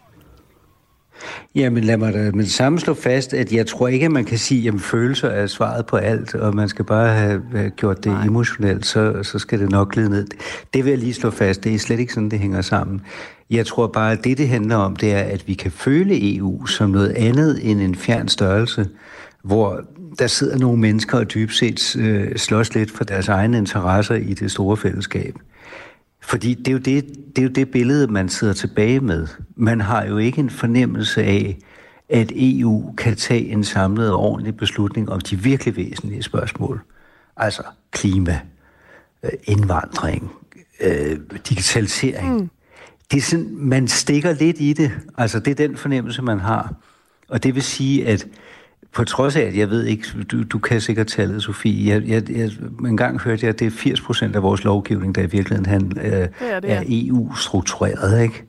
Jamen lad mig da med det samme slå fast, at jeg tror ikke, at man kan sige, at følelser er svaret på alt, og man skal bare have gjort det emotionelt, så skal det nok glide ned. Det vil jeg lige slå fast, det er slet ikke sådan, det hænger sammen. Jeg tror bare, at det handler om, det er, at vi kan føle EU som noget andet end en fjern størrelse, hvor der sidder nogle mennesker og dybt set slås lidt for deres egne interesser i det store fællesskab. Fordi det er jo det billede, man sidder tilbage med. Man har jo ikke en fornemmelse af, at EU kan tage en samlet og ordentlig beslutning om de virkelig væsentlige spørgsmål. Altså klima, indvandring, digitalisering. Det er sådan, man stikker lidt i det. Altså det er den fornemmelse, man har. Og det vil sige, at på trods af, at jeg ved ikke, du kan sikkert tallet, Sofie. En gang hørte jeg, at det er 80% af vores lovgivning, der i virkeligheden er EU-struktureret, ikke?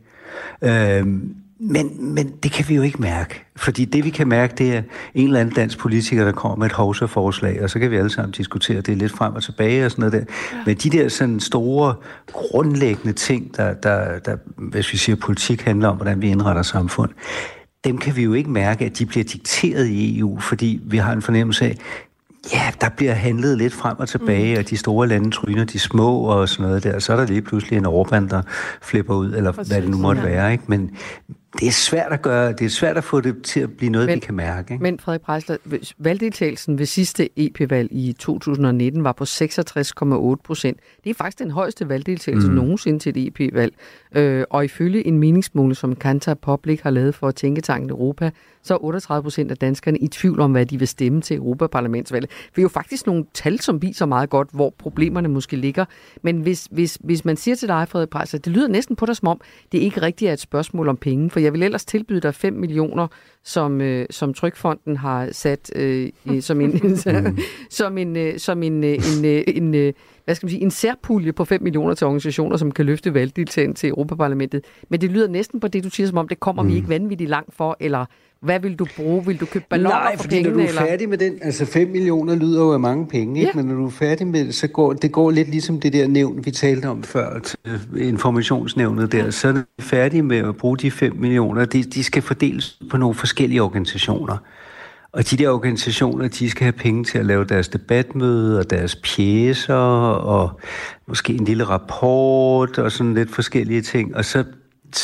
Men det kan vi jo ikke mærke. Fordi det, vi kan mærke, det er en eller anden dansk politiker, der kommer med et hovsaforslag, og så kan vi alle sammen diskutere det lidt frem og tilbage og sådan noget der. Ja. Men de der sådan store, grundlæggende ting, der, hvis vi siger, politik handler om, hvordan vi indretter samfund, dem kan vi jo ikke mærke, at de bliver dikteret i EU, fordi vi har en fornemmelse af, ja, der bliver handlet lidt frem og tilbage, og de store lande tryner de små og sådan noget der. Så er der lige pludselig en Orbán, der flipper ud, eller hvad det nu måtte være, ikke? Men det er svært at gøre, det er svært at få det til at blive noget, vi kan mærke, ikke? Men Frederik Preisler, valgdeltagelsen ved sidste EP-valg i 2019 var på 66,8%. Det er faktisk den højeste valgdeltagelse nogensinde til et EP-valg. Og ifølge en meningsmåling, som Kantar Public har lavet for Tænketanken Europa, så er 38% af danskerne i tvivl om, hvad de vil stemme til Europaparlamentsvalget. Det er jo faktisk nogle tal, som viser meget godt, hvor problemerne måske ligger. Men hvis man siger til dig, Frederik Preisler, det lyder næsten på dig som om, det ikke rigtig er et spørgsmål om penge, for jeg vil ellers tilbyde dig 5 millioner, som Trygfonden har sat som en en særpulje på 5 millioner til organisationer, som kan løfte valgdeltagelsen til Europaparlamentet. Men det lyder næsten på det, du siger, som om det kommer vi ikke vanvittigt langt for, eller hvad vil du bruge? Vil du købe balloner for pengene? Nej, fordi når du er færdig med den, altså 5 millioner lyder jo af mange penge, ikke? Men når du er færdig med det, så går lidt ligesom det der nævn, vi talte om før, informationsnævnet der, så er det færdige med at bruge de 5 millioner. De skal fordeles på nogle forskellige organisationer. Og de der organisationer, de skal have penge til at lave deres debatmøde og deres pjecer og måske en lille rapport og sådan lidt forskellige ting. Og så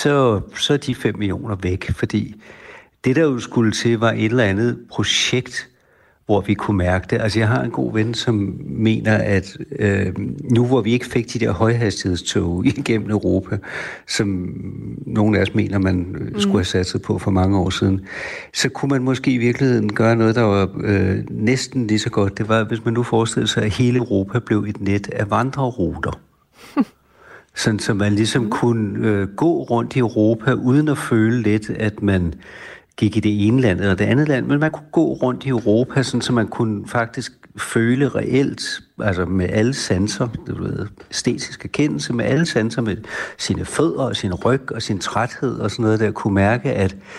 er de 5 millioner væk, fordi det, der jo skulle til, var et eller andet projekt, hvor vi kunne mærke det. Altså, jeg har en god ven, som mener, at nu hvor vi ikke fik de der højhastighedstog igennem Europa, som nogle af os mener, man skulle have satset på for mange år siden, så kunne man måske i virkeligheden gøre noget, der var næsten lige så godt. Det var, hvis man nu forestillede sig, at hele Europa blev et net af vandreruter. Sådan, så man ligesom kunne gå rundt i Europa, uden at føle lidt, at man gik i det ene land eller det andet land, men man kunne gå rundt i Europa, sådan, så man kunne faktisk føle reelt, altså med alle sanser, æstetisk erkendelse, med alle sanser, med sine fødder og sin ryg og sin træthed og sådan noget, der kunne mærke,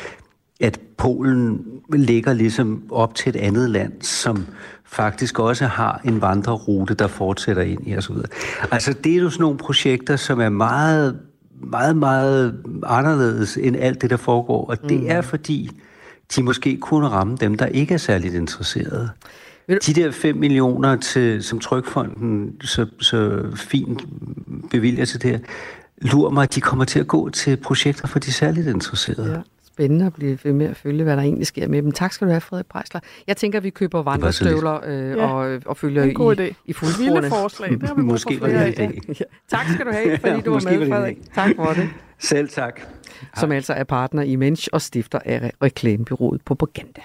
at Polen ligger ligesom op til et andet land, som faktisk også har en vandrerute, der fortsætter ind i osv. Altså det er jo sådan nogle projekter, som er meget, meget, meget anderledes end alt det, der foregår. Og det er fordi, de måske kunne ramme dem, der ikke er særligt interesserede. De der 5 millioner, som Trygfonden så fint bevilger til det her, lurer mig, at de kommer til at gå til projekter for de særligt interesserede. Ja. Spændende at blive ved med at følge, hvad der egentlig sker med dem. Tak skal du have, Frederik Preisler. Jeg tænker, at vi køber vandrestøvler og følger i fuldsporene. Vilde forslag, det har vi måske var det en idé. Tak skal du have, fordi du var med, Frederik. Tak for det. Selv tak. Som altså er partner i Mensch og stifter af reklamebyrået Propaganda.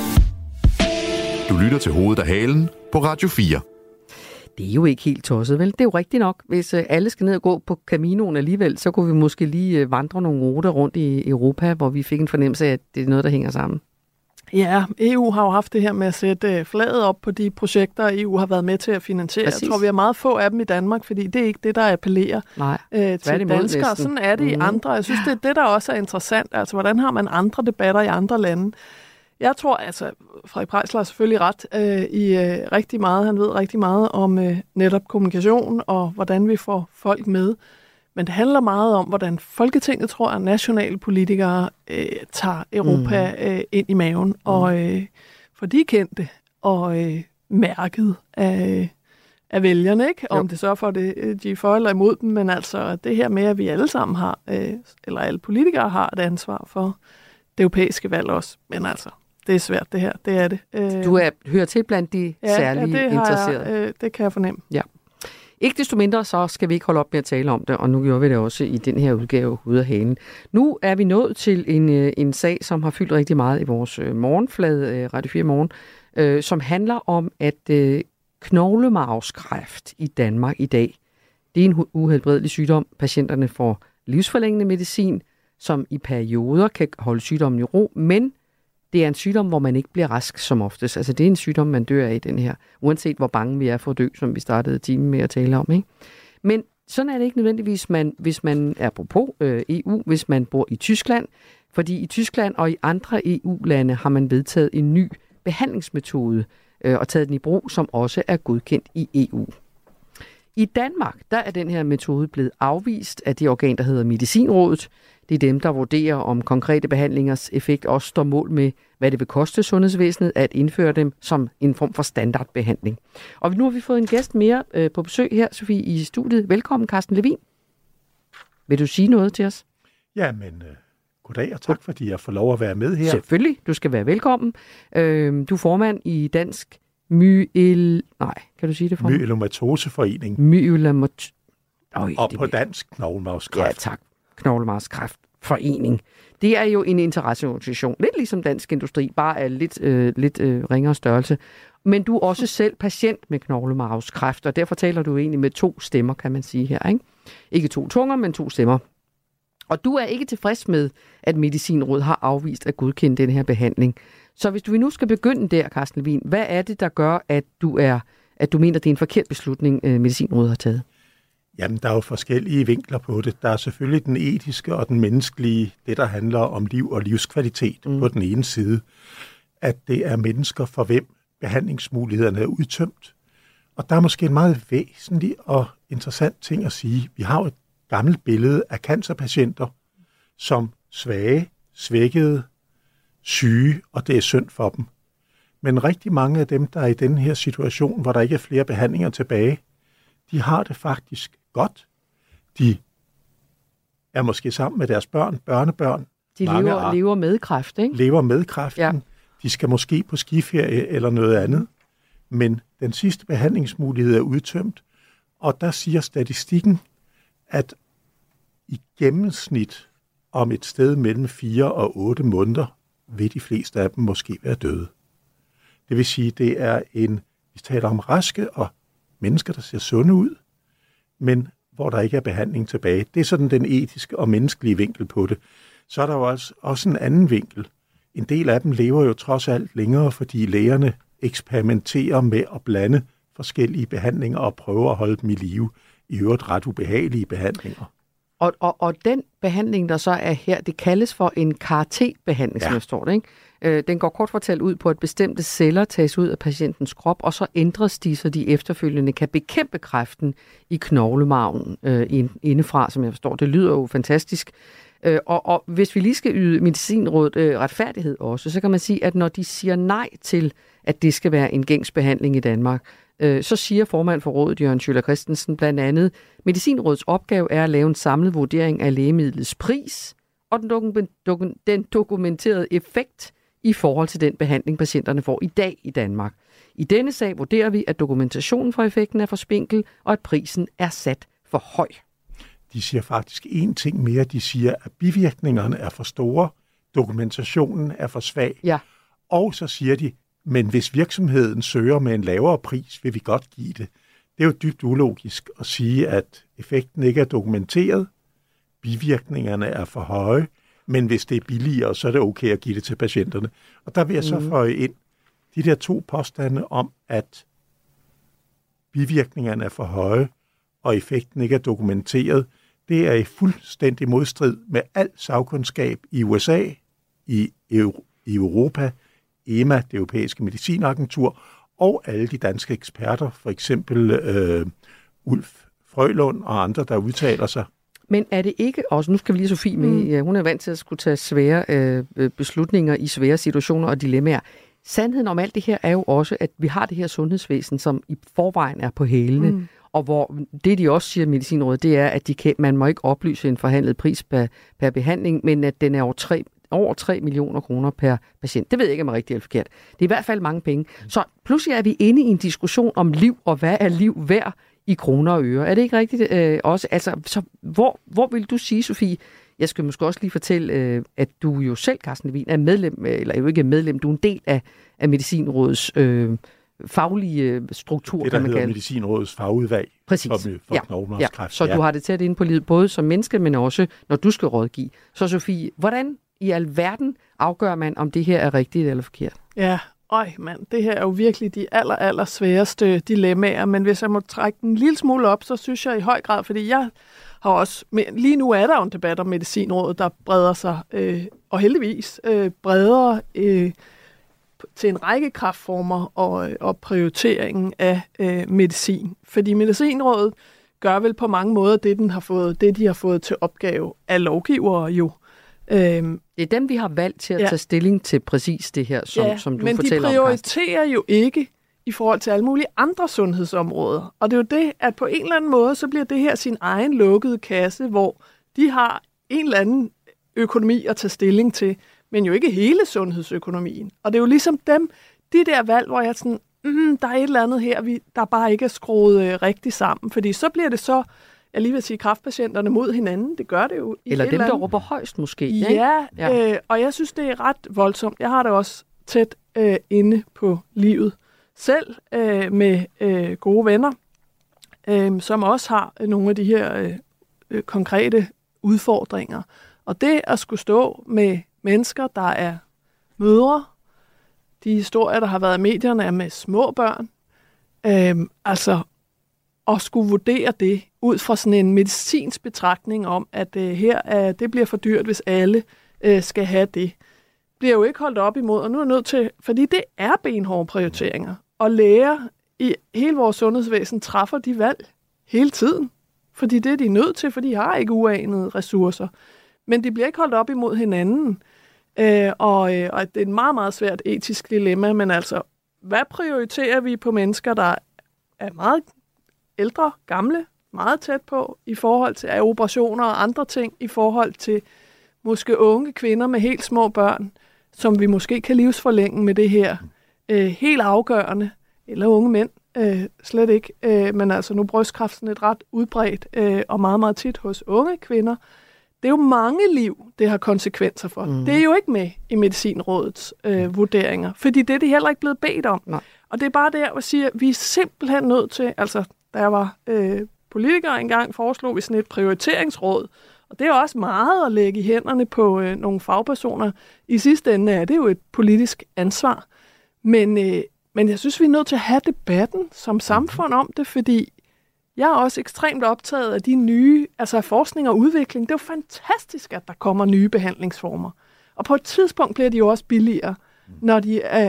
Du lytter til Hovedet og Halen på Radio 4. Det er jo ikke helt tosset, vel? Det er jo rigtigt nok. Hvis alle skal ned og gå på Caminoen alligevel, så kunne vi måske lige vandre nogle ruter rundt i Europa, hvor vi fik en fornemmelse af, at det er noget, der hænger sammen. Ja, EU har jo haft det her med at sætte flaget op på de projekter, EU har været med til at finansiere. Præcis. Jeg tror, vi har meget få af dem i Danmark, fordi det er ikke det, der appellerer til danskere. Sådan er det i andre. Jeg synes, det er det, der også er interessant. Altså, hvordan har man andre debatter i andre lande? Jeg tror, altså, Frederik Preisler har selvfølgelig ret i rigtig meget. Han ved rigtig meget om netop kommunikation og hvordan vi får folk med. Men det handler meget om, hvordan Folketinget, tror jeg, nationale politikere tager Europa ind i maven. Og for de er kendte og mærket af vælgerne, ikke? Om det så for det, de er for eller imod dem. Men altså det her med, at vi alle sammen har, eller alle politikere har et ansvar for det europæiske valg også. Men altså, det er svært det her, det er det. Du hører til blandt de særlige interesserede. Det kan jeg fornemme. Ja. Ikke desto mindre, så skal vi ikke holde op med at tale om det, og nu gjorde vi det også i den her udgave Hovedet og Halen. Nu er vi nået til en sag, som har fyldt rigtig meget i vores morgenflade, Radio 4 Morgen, som handler om, at knoglemarvskræft i Danmark i dag, det er en uhelbredelig sygdom. Patienterne får livsforlængende medicin, som i perioder kan holde sygdommen i ro, men det er en sygdom, hvor man ikke bliver rask som oftest. Altså det er en sygdom, man dør af i den her, uanset hvor bange vi er for at dø, som vi startede timen med at tale om. Ikke? Men sådan er det ikke nødvendigvis, hvis man er på EU, hvis man bor i Tyskland. Fordi i Tyskland og i andre EU-lande har man vedtaget en ny behandlingsmetode og taget den i brug, som også er godkendt i EU. I Danmark, der er den her metode blevet afvist af det organ, der hedder Medicinrådet. Det er dem, der vurderer, om konkrete behandlingers effekt også står mål med, hvad det vil koste sundhedsvæsenet at indføre dem som en form for standardbehandling. Og nu har vi fået en gæst mere på besøg her, Sofie, i studiet. Velkommen, Carsten Levin. Vil du sige noget til os? Ja, men goddag og tak, fordi jeg får lov at være med her. Selvfølgelig, du skal være velkommen. Du er formand i Dansk kan du sige det for mig? Myelomatoseforening. Og på dansk knoglemarvskræft. Ja, tak. Knoglemarvskræftforening. Det er jo en interesseorganisation, lidt ligesom Dansk Industri, bare af lidt ringere størrelse. Men du er også selv patient med knoglemarvskræft, og derfor taler du egentlig med 2 stemmer, kan man sige her. Ikke 2 tunger, men 2 stemmer. Og du er ikke tilfreds med, at Medicinrådet har afvist at godkende den her behandling. Så hvis du nu skal begynde der, Carsten Levin, hvad er det, der gør, at du er at du mener, det er en forkert beslutning, Medicinrådet har taget? Jamen, der er jo forskellige vinkler på det. Der er selvfølgelig den etiske og den menneskelige, det der handler om liv og livskvalitet på den ene side. At det er mennesker, for hvem behandlingsmulighederne er udtømt. Og der er måske en meget væsentlig og interessant ting at sige. Vi har jo et gammelt billede af cancerpatienter som svage, svækkede, syge, og det er synd for dem. Men rigtig mange af dem, der er i den her situation, hvor der ikke er flere behandlinger tilbage, de har det faktisk godt. De er måske sammen med deres børn, børnebørn. De lever med kræft, ikke? Lever med kræften. Ja. De skal måske på skiferie eller noget andet. Men den sidste behandlingsmulighed er udtømt, og der siger statistikken, at i gennemsnit om et sted mellem 4 og 8 måneder vil de fleste af dem måske være døde. Det vil sige, det er vi taler om raske og mennesker, der ser sunde ud, men hvor der ikke er behandling tilbage. Det er sådan den etiske og menneskelige vinkel på det. Så er der jo også en anden vinkel. En del af dem lever jo trods alt længere, fordi lægerne eksperimenterer med at blande forskellige behandlinger og prøver at holde dem i live. I øvrigt ret ubehagelige behandlinger. Og den behandling, der så er her, det kaldes for en CAR-T-behandling, som jeg står det, ikke? Den går kort fortalt ud på, at bestemte celler tages ud af patientens krop, og så ændres de, så de efterfølgende kan bekæmpe kræften i knoglemarven indefra, som jeg forstår. Det lyder jo fantastisk. Og hvis vi lige skal yde Medicinrådet retfærdighed også, så kan man sige, at når de siger nej til, at det skal være en gængs behandling i Danmark, så siger formand for rådet, Jørgen Schøller Christensen, blandt andet, Medicinrådets opgave er at lave en samlet vurdering af lægemidlets pris og den dokumenterede effekt i forhold til den behandling, patienterne får i dag i Danmark. I denne sag vurderer vi, at dokumentationen for effekten er for spinkel, og at prisen er sat for høj. De siger faktisk en ting mere. De siger, at bivirkningerne er for store, dokumentationen er for svag. Ja. Og så siger de, men hvis virksomheden søger med en lavere pris, vil vi godt give det. Det er jo dybt ulogisk at sige, at effekten ikke er dokumenteret, bivirkningerne er for høje, men hvis det er billigere, så er det okay at give det til patienterne. Og der vil jeg så føje ind de der 2 påstande om, at bivirkningerne er for høje, og effekten ikke er dokumenteret. Det er i fuldstændig modstrid med al sagkundskab i USA, i Europa, EMA, det europæiske medicinagentur, og alle de danske eksperter, for eksempel Ulf Frølund og andre, der udtaler sig. Men er det ikke også, nu skal vi lige Sofie med, hun er vant til at skulle tage svære beslutninger i svære situationer og dilemmaer. Sandheden om alt det her er jo også, at vi har det her sundhedsvæsen, som i forvejen er på hælene, og hvor det, de også siger i Medicinrådet, det er, at man må ikke oplyse en forhandlet pris per behandling, men at den er over 3 millioner kroner per patient. Det ved jeg ikke, om det er rigtigt eller forkert. Det er i hvert fald mange penge. Så pludselig er vi inde i en diskussion om liv, og hvad er liv værd i kroner og øre. Er det ikke rigtigt også? Altså, så hvor vil du sige, Sofie, jeg skal måske også lige fortælle, at du jo selv, Carsten Levin, er medlem, eller jo ikke medlem, du er en del af Medicinrådets faglige struktur, det, der kan man hedder kalde. Medicinrådets fagudvalg for knoglemarvskræft. Så du har det tæt inde på livet, både som menneske, men også når du skal rådgive. Så Sofie, hvordan i alverden afgør man, om det her er rigtigt eller forkert? Ja, mand, det her er jo virkelig de aller sværeste dilemmaer, men hvis jeg må trække en lille smule op, så synes jeg i høj grad, fordi jeg har også, lige nu er der jo en debat om Medicinrådet, der breder sig, og heldigvis bredere til en række kræftformer og prioriteringen af medicin. Fordi Medicinrådet gør vel på mange måder det, de har fået til opgave af lovgivere jo. Det er dem, vi har valgt til at tage stilling til præcis det her, som du fortæller om. Men de prioriterer jo ikke i forhold til alle mulige andre sundhedsområder. Og det er jo det, at på en eller anden måde, så bliver det her sin egen lukkede kasse, hvor de har en eller anden økonomi at tage stilling til, men jo ikke hele sundhedsøkonomien. Og det er jo ligesom de der valg, hvor jeg sådan, der er et eller andet her, der bare ikke er skruet rigtigt sammen. Fordi så bliver det så, jeg lige vil sige, kræftpatienterne mod hinanden. Det gør det jo. Eller dem, der råber højst måske. Ja. Og jeg synes, det er ret voldsomt. Jeg har det også tæt inde på livet selv med gode venner, som også har nogle af de her konkrete udfordringer. Og det at skulle stå med mennesker, der er mødre, de historier, der har været i medierne, er med små børn, Altså at skulle vurdere det ud fra sådan en medicinsk betragtning om, at det bliver for dyrt, hvis alle skal have det, bliver jo ikke holdt op imod, og nu er jeg nødt til, fordi det er benhårde prioriteringer, og læger i hele vores sundhedsvæsen træffer de valg hele tiden, fordi det er de nødt til, for de har ikke uanede ressourcer. Men de bliver ikke holdt op imod hinanden, og det er et meget, meget svært etisk dilemma, men altså, hvad prioriterer vi på mennesker, der er meget ældre, gamle, meget tæt på, i forhold til operationer og andre ting, i forhold til måske unge kvinder med helt små børn, som vi måske kan livsforlænge med det her helt afgørende, eller unge mænd, slet ikke, men altså nu brystkræften er ret udbredt, og meget, meget tit hos unge kvinder. Det er jo mange liv, det har konsekvenser for. Det er jo ikke med i Medicinrådets vurderinger, fordi det er de heller ikke blevet bedt om. Nej. Og det er bare der, hvor jeg siger, at vi er simpelthen nødt til, altså da jeg var politiker engang, foreslog vi sådan et prioriteringsråd, og det er også meget at lægge i hænderne på nogle fagpersoner. I sidste ende er det jo et politisk ansvar. Men jeg synes, vi er nødt til at have debatten som samfund om det, fordi jeg er også ekstremt optaget af de nye, altså forskning og udvikling. Det er jo fantastisk, at der kommer nye behandlingsformer. Og på et tidspunkt bliver de jo også billigere, når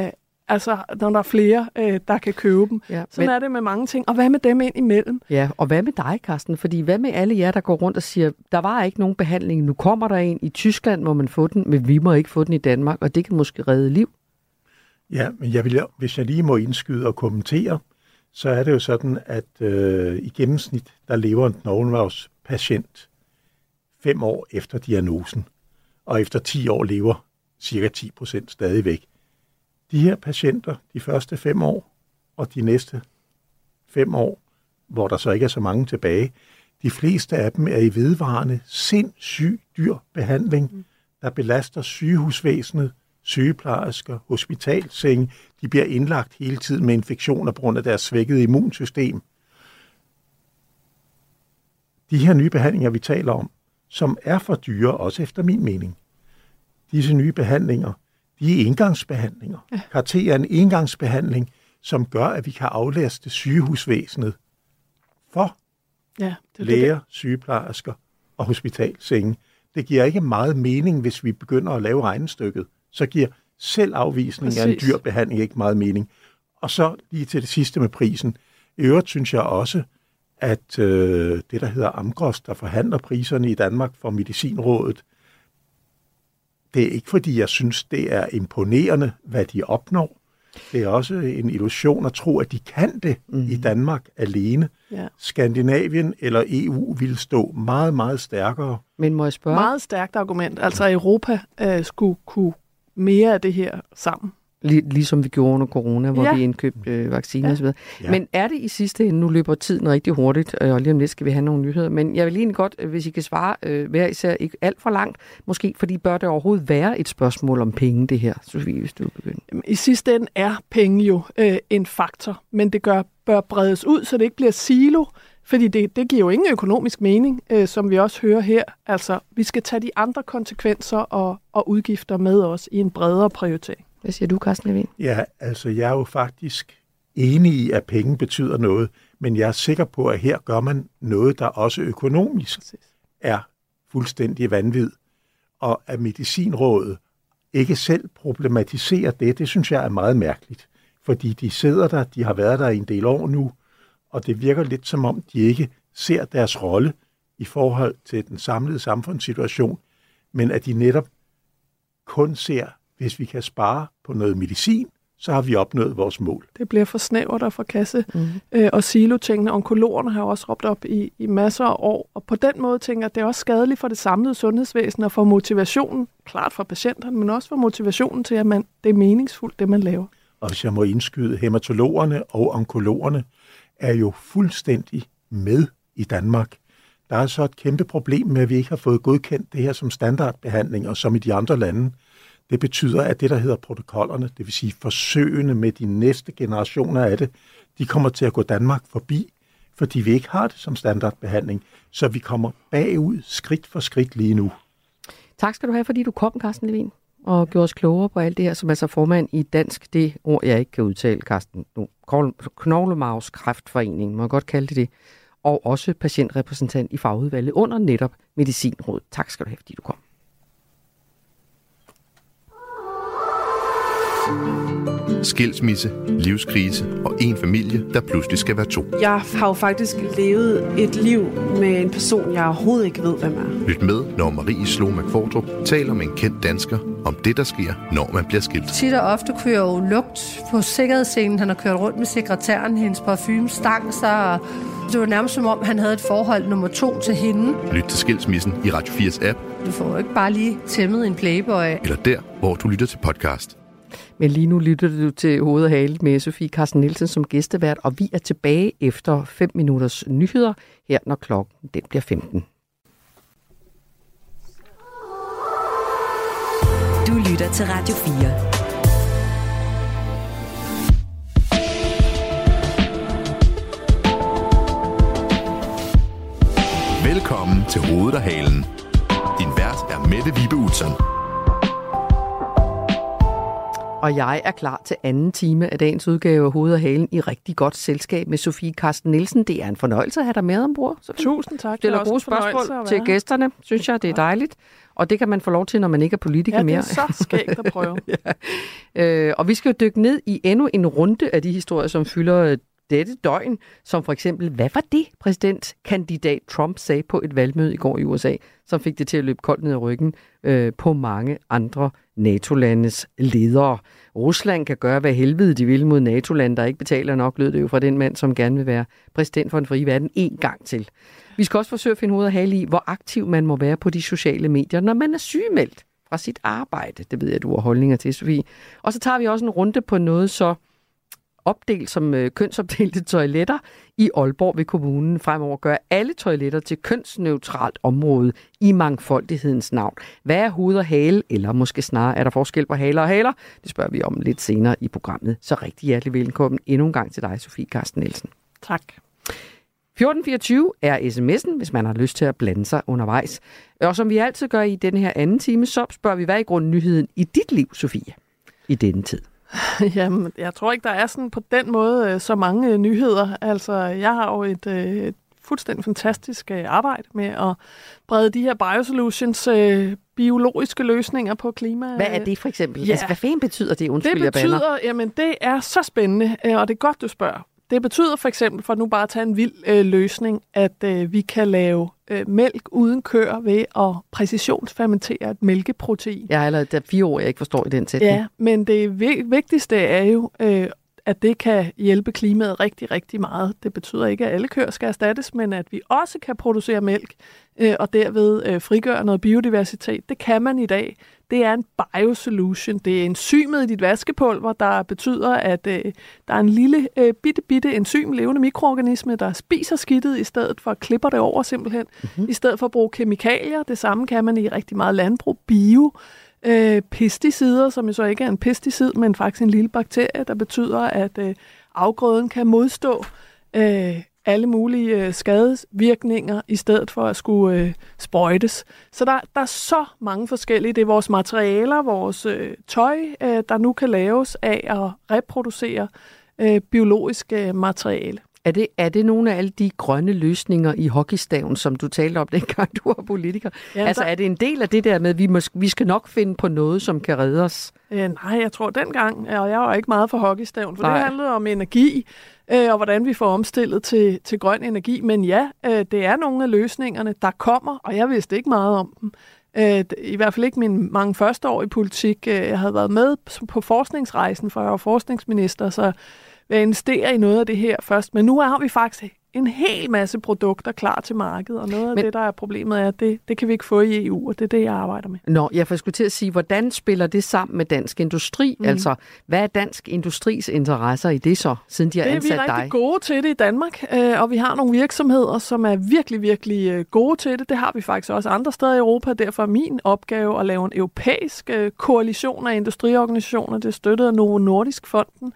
når der er flere, der kan købe dem. Ja, sådan er det med mange ting. Og hvad med dem ind imellem? Ja, og hvad med dig, Carsten? Fordi hvad med alle jer, der går rundt og siger, der var ikke nogen behandling, nu kommer der en. I Tyskland må man få den, men vi må ikke få den i Danmark, og det kan måske redde liv. Ja, men hvis jeg lige må indskyde og kommentere, så er det jo sådan, at i gennemsnit, der lever en knoglemarvspatient 5 år efter diagnosen, og efter 10 år lever cirka 10% stadigvæk. De her patienter, de første 5 år, og de næste 5 år, hvor der så ikke er så mange tilbage, de fleste af dem er i vedvarende sindssygt dyr behandling, der belaster sygehusvæsenet, sygeplejersker, hospitalsenge. De bliver indlagt hele tiden med infektioner på grund af deres svækkede immunsystem. De her nye behandlinger, vi taler om, som er for dyre, også efter min mening, disse nye behandlinger, de er engangsbehandlinger. Ja. CAR-T er en engangsbehandling, som gør, at vi kan aflaste sygehusvæsenet for læger, sygeplejersker og hospitalsenge. Det giver ikke meget mening, hvis vi begynder at lave regnestykket. Så giver selv afvisning af en dyr behandling ikke meget mening. Og så lige til det sidste med prisen. I øvrigt synes jeg også, at det, der hedder Amgros, der forhandler priserne i Danmark for Medicinrådet, det er ikke fordi, jeg synes, det er imponerende, hvad de opnår. Det er også en illusion at tro, at de kan det i Danmark alene. Ja. Skandinavien eller EU vil stå meget, meget stærkere. Men må jeg spørge? Meget stærkt argument. Altså Europa skulle kunne mere af det her sammen. Ligesom vi gjorde under corona, hvor vi indkøbte vacciner osv. Ja. Men er det i sidste ende, nu løber tiden rigtig hurtigt, og lige om lidt skal vi have nogle nyheder, men jeg vil egentlig godt, hvis I kan svare hver især ikke alt for langt, måske, fordi bør det overhovedet være et spørgsmål om penge, det her, Sofie, hvis du begynder? I sidste ende er penge jo en faktor, men det bør bredes ud, så det ikke bliver silo, fordi det giver jo ingen økonomisk mening, som vi også hører her. Altså, vi skal tage de andre konsekvenser og udgifter med os i en bredere prioritering. Hvad siger du, Carsten Levin? Ja, altså jeg er jo faktisk enig i, at penge betyder noget, men jeg er sikker på, at her gør man noget, der også økonomisk er fuldstændig vanvid. Og at Medicinrådet ikke selv problematiserer det synes jeg er meget mærkeligt. Fordi de sidder der, de har været der i en del år nu, og det virker lidt som om, de ikke ser deres rolle i forhold til den samlede samfundssituation, men at de netop kun ser, hvis vi kan spare på noget medicin, så har vi opnået vores mål. Det bliver for snævert og for kasse og silo-tingene. Onkologerne har også råbt op i masser af år, og på den måde tænker jeg, at det er også skadeligt for det samlede sundhedsvæsen og for motivationen, klart for patienterne, men også for motivationen til, at det er meningsfuldt, det man laver. Og hvis jeg må indskyde, hematologerne og onkologerne er jo fuldstændig med i Danmark. Der er så et kæmpe problem med, at vi ikke har fået godkendt det her som standardbehandlinger, som i de andre lande. Det betyder, at det, der hedder protokollerne, det vil sige forsøgene med de næste generationer af det, de kommer til at gå Danmark forbi, fordi vi ikke har det som standardbehandling. Så vi kommer bagud skridt for skridt lige nu. Tak skal du have, fordi du kom, Carsten Levin. og gjorde os klogere på alt det her, som altså formand i Dansk, det ord, jeg ikke kan udtale, Carsten, Knoglemarvskræftforeningen, må jeg godt kalde det, og også patientrepræsentant i fagudvalget under netop Medicinrådet. Tak skal du have, fordi du kom. Skilsmisse, livskrise og en familie, der pludselig skal være to. Jeg har jo faktisk levet et liv med en person, jeg overhovedet ikke ved, hvem er. Lyt med, når Marie Slomak Kvartrup taler med en kendt dansker om det, der sker, når man bliver skilt. Tit og ofte kunne jeg jo lugt på sikkerhedsscenen. Han har kørt rundt med sekretæren, hendes parfume stank sig, og det var nærmest som om, han havde et forhold nummer 2 til hende. Lyt til Skilsmissen i Radio 4's app. Du får jo ikke bare lige tæmmet en playboy. Eller der, hvor du lytter til podcast. Men lige nu lytter du til Hoved og Hale med Sofie Carsten Nielsen som gæstevært, og vi er tilbage efter 5 minutters nyheder her, når klokken den bliver 15. Du lytter til Radio 4. Velkommen til Hovedet og Halen. Din vært er Mette Vibe Utzon. Og jeg er klar til anden time af dagens udgave af Hovedet og Halen i rigtig godt selskab med Sofie Carsten Nielsen. Det er en fornøjelse at have dig med ombord. Tusind tak. Stiller gode spørgsmål til gæsterne, synes jeg, det er dejligt. Og det kan man få lov til, når man ikke er politiker mere. Ja, det er så skægt at prøve. Og vi skal jo dykke ned i endnu en runde af de historier, som fylder dette døgn, som for eksempel, hvad var det, præsidentkandidat Trump sagde på et valgmøde i går i USA, som fik det til at løbe koldt ned ad ryggen på mange andre NATO-landes ledere. Rusland kan gøre, hvad helvede de vil mod NATO-lande, der ikke betaler nok, lød det jo fra den mand, som gerne vil være præsident for den frie verden en gang til. Vi skal også forsøge at finde ud af hale i, hvor aktiv man må være på de sociale medier, når man er sygemeldt fra sit arbejde. Det ved jeg, du har holdninger til, Sofie. Og så tager vi også en runde på noget så opdelt som kønsopdelte toiletter. I Aalborg vil kommunen fremover gøre alle toiletter til kønsneutralt område i mangfoldighedens navn. Hvad er hoved og hale, eller måske snarere er der forskel på haler og haler? Det spørger vi om lidt senere i programmet. Så rigtig hjertelig velkommen endnu en gang til dig, Sofie Carsten Nielsen. Tak. 1424 er sms'en, hvis man har lyst til at blande sig undervejs. Og som vi altid gør i denne her anden time, så spørger vi, hvad er i grunden nyheden i dit liv, Sofie, i denne tid? Jamen, jeg tror ikke, der er sådan på den måde så mange nyheder. Altså, jeg har jo et fuldstændig fantastisk arbejde med at brede de her biosolutions, biologiske løsninger på klima. Hvad er det for eksempel? Ja. Altså, hvad fanden betyder det? Undskyld, det betyder, jamen, det er så spændende, og det er godt, du spørger. Det betyder for eksempel, for nu bare at tage en vild løsning, at vi kan lave mælk uden køer ved at præcisionsfermentere et mælkeprotein. Jeg har allerede 4 år, jeg ikke forstår i den sætning. Ja, men det vigtigste er jo, at det kan hjælpe klimaet rigtig, rigtig meget. Det betyder ikke, at alle køer skal erstattes, men at vi også kan producere mælk og derved frigøre noget biodiversitet. Det kan man i dag. Det er en biosolution. Det er enzymet i dit vaskepulver, der betyder, at der er en lille bitte enzym, levende mikroorganisme, der spiser skidtet i stedet for at klipper det over simpelthen. I stedet for at bruge kemikalier. Det samme kan man i rigtig meget landbrug. Pesticider, som jo så ikke er en pesticid, men faktisk en lille bakterie, der betyder, at afgrøden kan modstå alle mulige skadesvirkninger, i stedet for at skulle sprøjtes. Så der er så mange forskellige. Det er vores materialer, vores tøj, der nu kan laves af at reproducere biologisk materiale. Er det nogle af alle de grønne løsninger i hockeystaven, som du talte om dengang du var politiker? Ja, altså er det en del af det der med, at vi skal nok finde på noget, som kan redde os? Nej, jeg tror dengang, og jeg var ikke meget for hockeystaven, for det handlede om energi, og hvordan vi får omstillet til grøn energi. Men ja, det er nogle af løsningerne, der kommer, og jeg vidste ikke meget om dem. I hvert fald ikke mine mange første år i politik. Jeg havde været med på forskningsrejsen, for jeg var forskningsminister, så jeg investerer i noget af det her først. Men nu har vi faktisk en hel masse produkter klar til markedet, og noget af det, der er problemet, er, at det kan vi ikke få i EU, og det er det, jeg arbejder med. Nå, jeg skulle til at sige, hvordan spiller det sammen med dansk industri? Altså, hvad er dansk industris interesser i det så, siden de har ansat dig? Vi er rigtig gode til det i Danmark, og vi har nogle virksomheder, som er virkelig, virkelig gode til det. Det har vi faktisk også andre steder i Europa, derfor er min opgave at lave en europæisk koalition af industriorganisationer. Det støttede Novo Nordisk Fonden,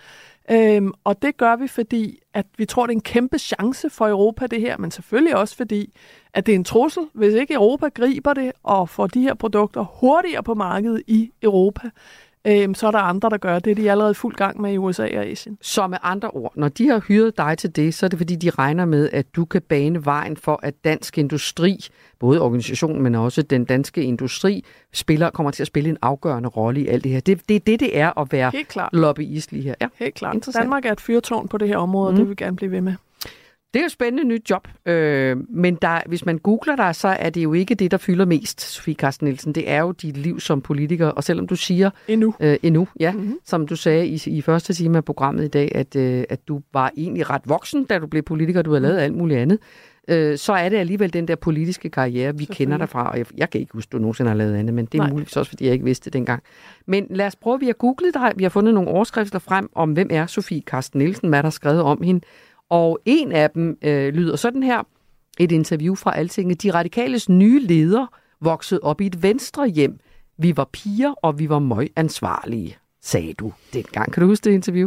Og det gør vi, fordi at vi tror, det er en kæmpe chance for Europa, det her, men selvfølgelig også fordi, at det er en trussel, hvis ikke Europa griber det og får de her produkter hurtigere på markedet i Europa. Så er der andre, der gør det. De er allerede fuld gang med i USA og Asien. Så med andre ord, når de har hyret dig til det, så er det fordi, de regner med, at du kan bane vejen for, at dansk industri, både organisationen, men også den danske industri, kommer til at spille en afgørende rolle i alt det her. Det er at være lobbyist lige her. Ja, helt klart. Danmark er et fyrtårn på det her område, og det vil vi gerne blive ved med. Det er jo et spændende nyt job, men hvis man googler dig, så er det jo ikke det, der fylder mest, Sofie Carsten Nielsen. Det er jo dit liv som politiker, og selvom du siger... Endnu, ja. Som du sagde i første time af programmet i dag, at du var egentlig ret voksen, da du blev politiker, du havde lavet alt muligt andet, så er det alligevel den der politiske karriere, vi kender dig fra, og jeg kan ikke huske, at du nogensinde har lavet andet, men det er muligvis også, fordi jeg ikke vidste det dengang. Men lad os prøve, vi har googlet dig, vi har fundet nogle overskrifter frem om, hvem er Sofie Carsten Nielsen, hvad der er skrevet om hende. Og en af dem lyder sådan her, et interview fra Altinget. De radikales nye leder voksede op i et venstre hjem. Vi var piger, og vi var møgansvarlige, sagde du dengang. Kan du huske det interview?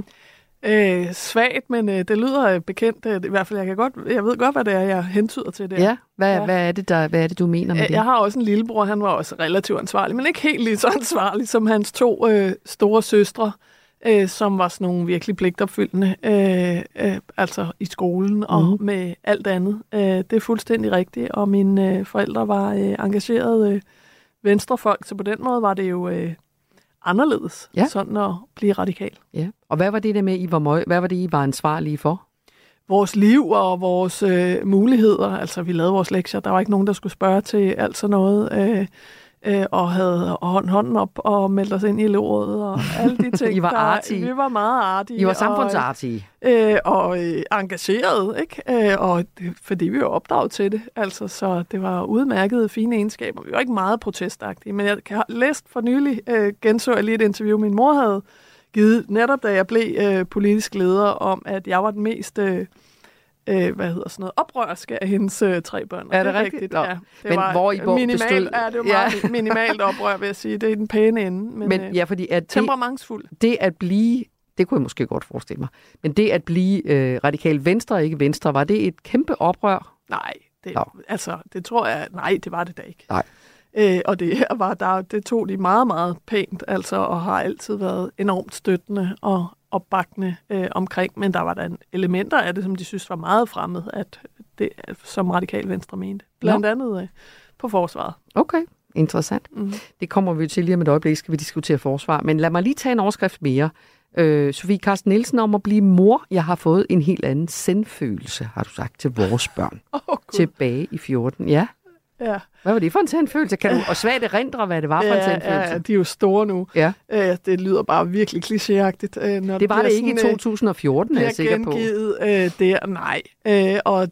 Svagt, men det lyder bekendt. I hvert fald, jeg ved godt, hvad det er, jeg hentyder til det. Ja, hvad er det, du mener med det? Jeg har også en lillebror, han var også relativt ansvarlig, men ikke helt lige så ansvarlig som hans to store søstre, som var sådan nogle virkelig pligtopfyldende, altså i skolen og med alt andet. Det er fuldstændig rigtigt, og mine forældre var engagerede venstrefolk, så på den måde var det jo anderledes, sådan at blive radikal. Ja. Og hvad var det der med, hvad var det, I var ansvarlige for? Vores liv og vores muligheder. Altså, vi lavede vores lektier. Der var ikke nogen, der skulle spørge til alt sådan noget. Og havde hånden op og meldt os ind i elevrådet og alle de ting. I var artige. Vi var meget artige. I var samfundsartige. Og engagerede, ikke? Og fordi vi var opdraget til det. Altså, så det var udmærkede, fine egenskaber. Vi var ikke meget protestagtige, men jeg har læst for nylig, genså jeg lige et interview, min mor havde givet, netop da jeg blev politisk leder, om at jeg var den mest... oprørske af hendes 3 børn. Er det rigtigt? Ja, det men var hvor I minimalt, det var meget minimalt oprør, vil jeg sige. Det er den pæne ende. Men ja, fordi at temperamentsfuld. Det at blive, det kunne jeg måske godt forestille mig, men det at blive radikal venstre, ikke venstre, var det et kæmpe oprør? Nej, det tror jeg, det var det da ikke. Nej. Og det her var det tog de meget, meget pænt, altså, og har altid været enormt støttende og opbakkende omkring, men der var der elementer af det, som de synes var meget fremmed, at det, som radikal venstre mente. Blandt andet på forsvaret. Okay, interessant. Det kommer vi til lige om et øjeblik, skal vi diskutere forsvar. Men lad mig lige tage en overskrift mere. Sofie Carsten Nielsen om at blive mor. Jeg har fået en helt anden sendfølelse, har du sagt, til vores børn. Tilbage i 14. Ja. Ja. Hvad var det for en sendfølelse? Kan du og svagt erindre, hvad det var for en sendfølelse? Ja, de er jo store nu. Ja. Det lyder bare virkelig klichéagtigt. Det var det ikke i 2014, er jeg sikker på. Der, nej. Og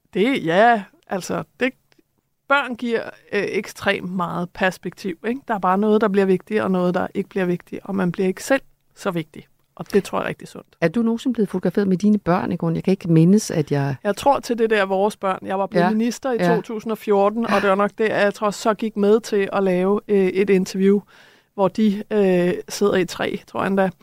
børn giver ekstremt meget perspektiv. Ikke? Der er bare noget, der bliver vigtigt, og noget, der ikke bliver vigtigt, og man bliver ikke selv så vigtig. Og det tror jeg er rigtig sundt. Er du nogensinde blevet fotograferet med dine børn, Egon? Jeg kan ikke mindes, at jeg... Jeg tror til det der vores børn. Jeg var blevet minister i 2014, og det var nok det, jeg tror så gik med til at lave et interview, hvor de sidder i 3, tror jeg endda.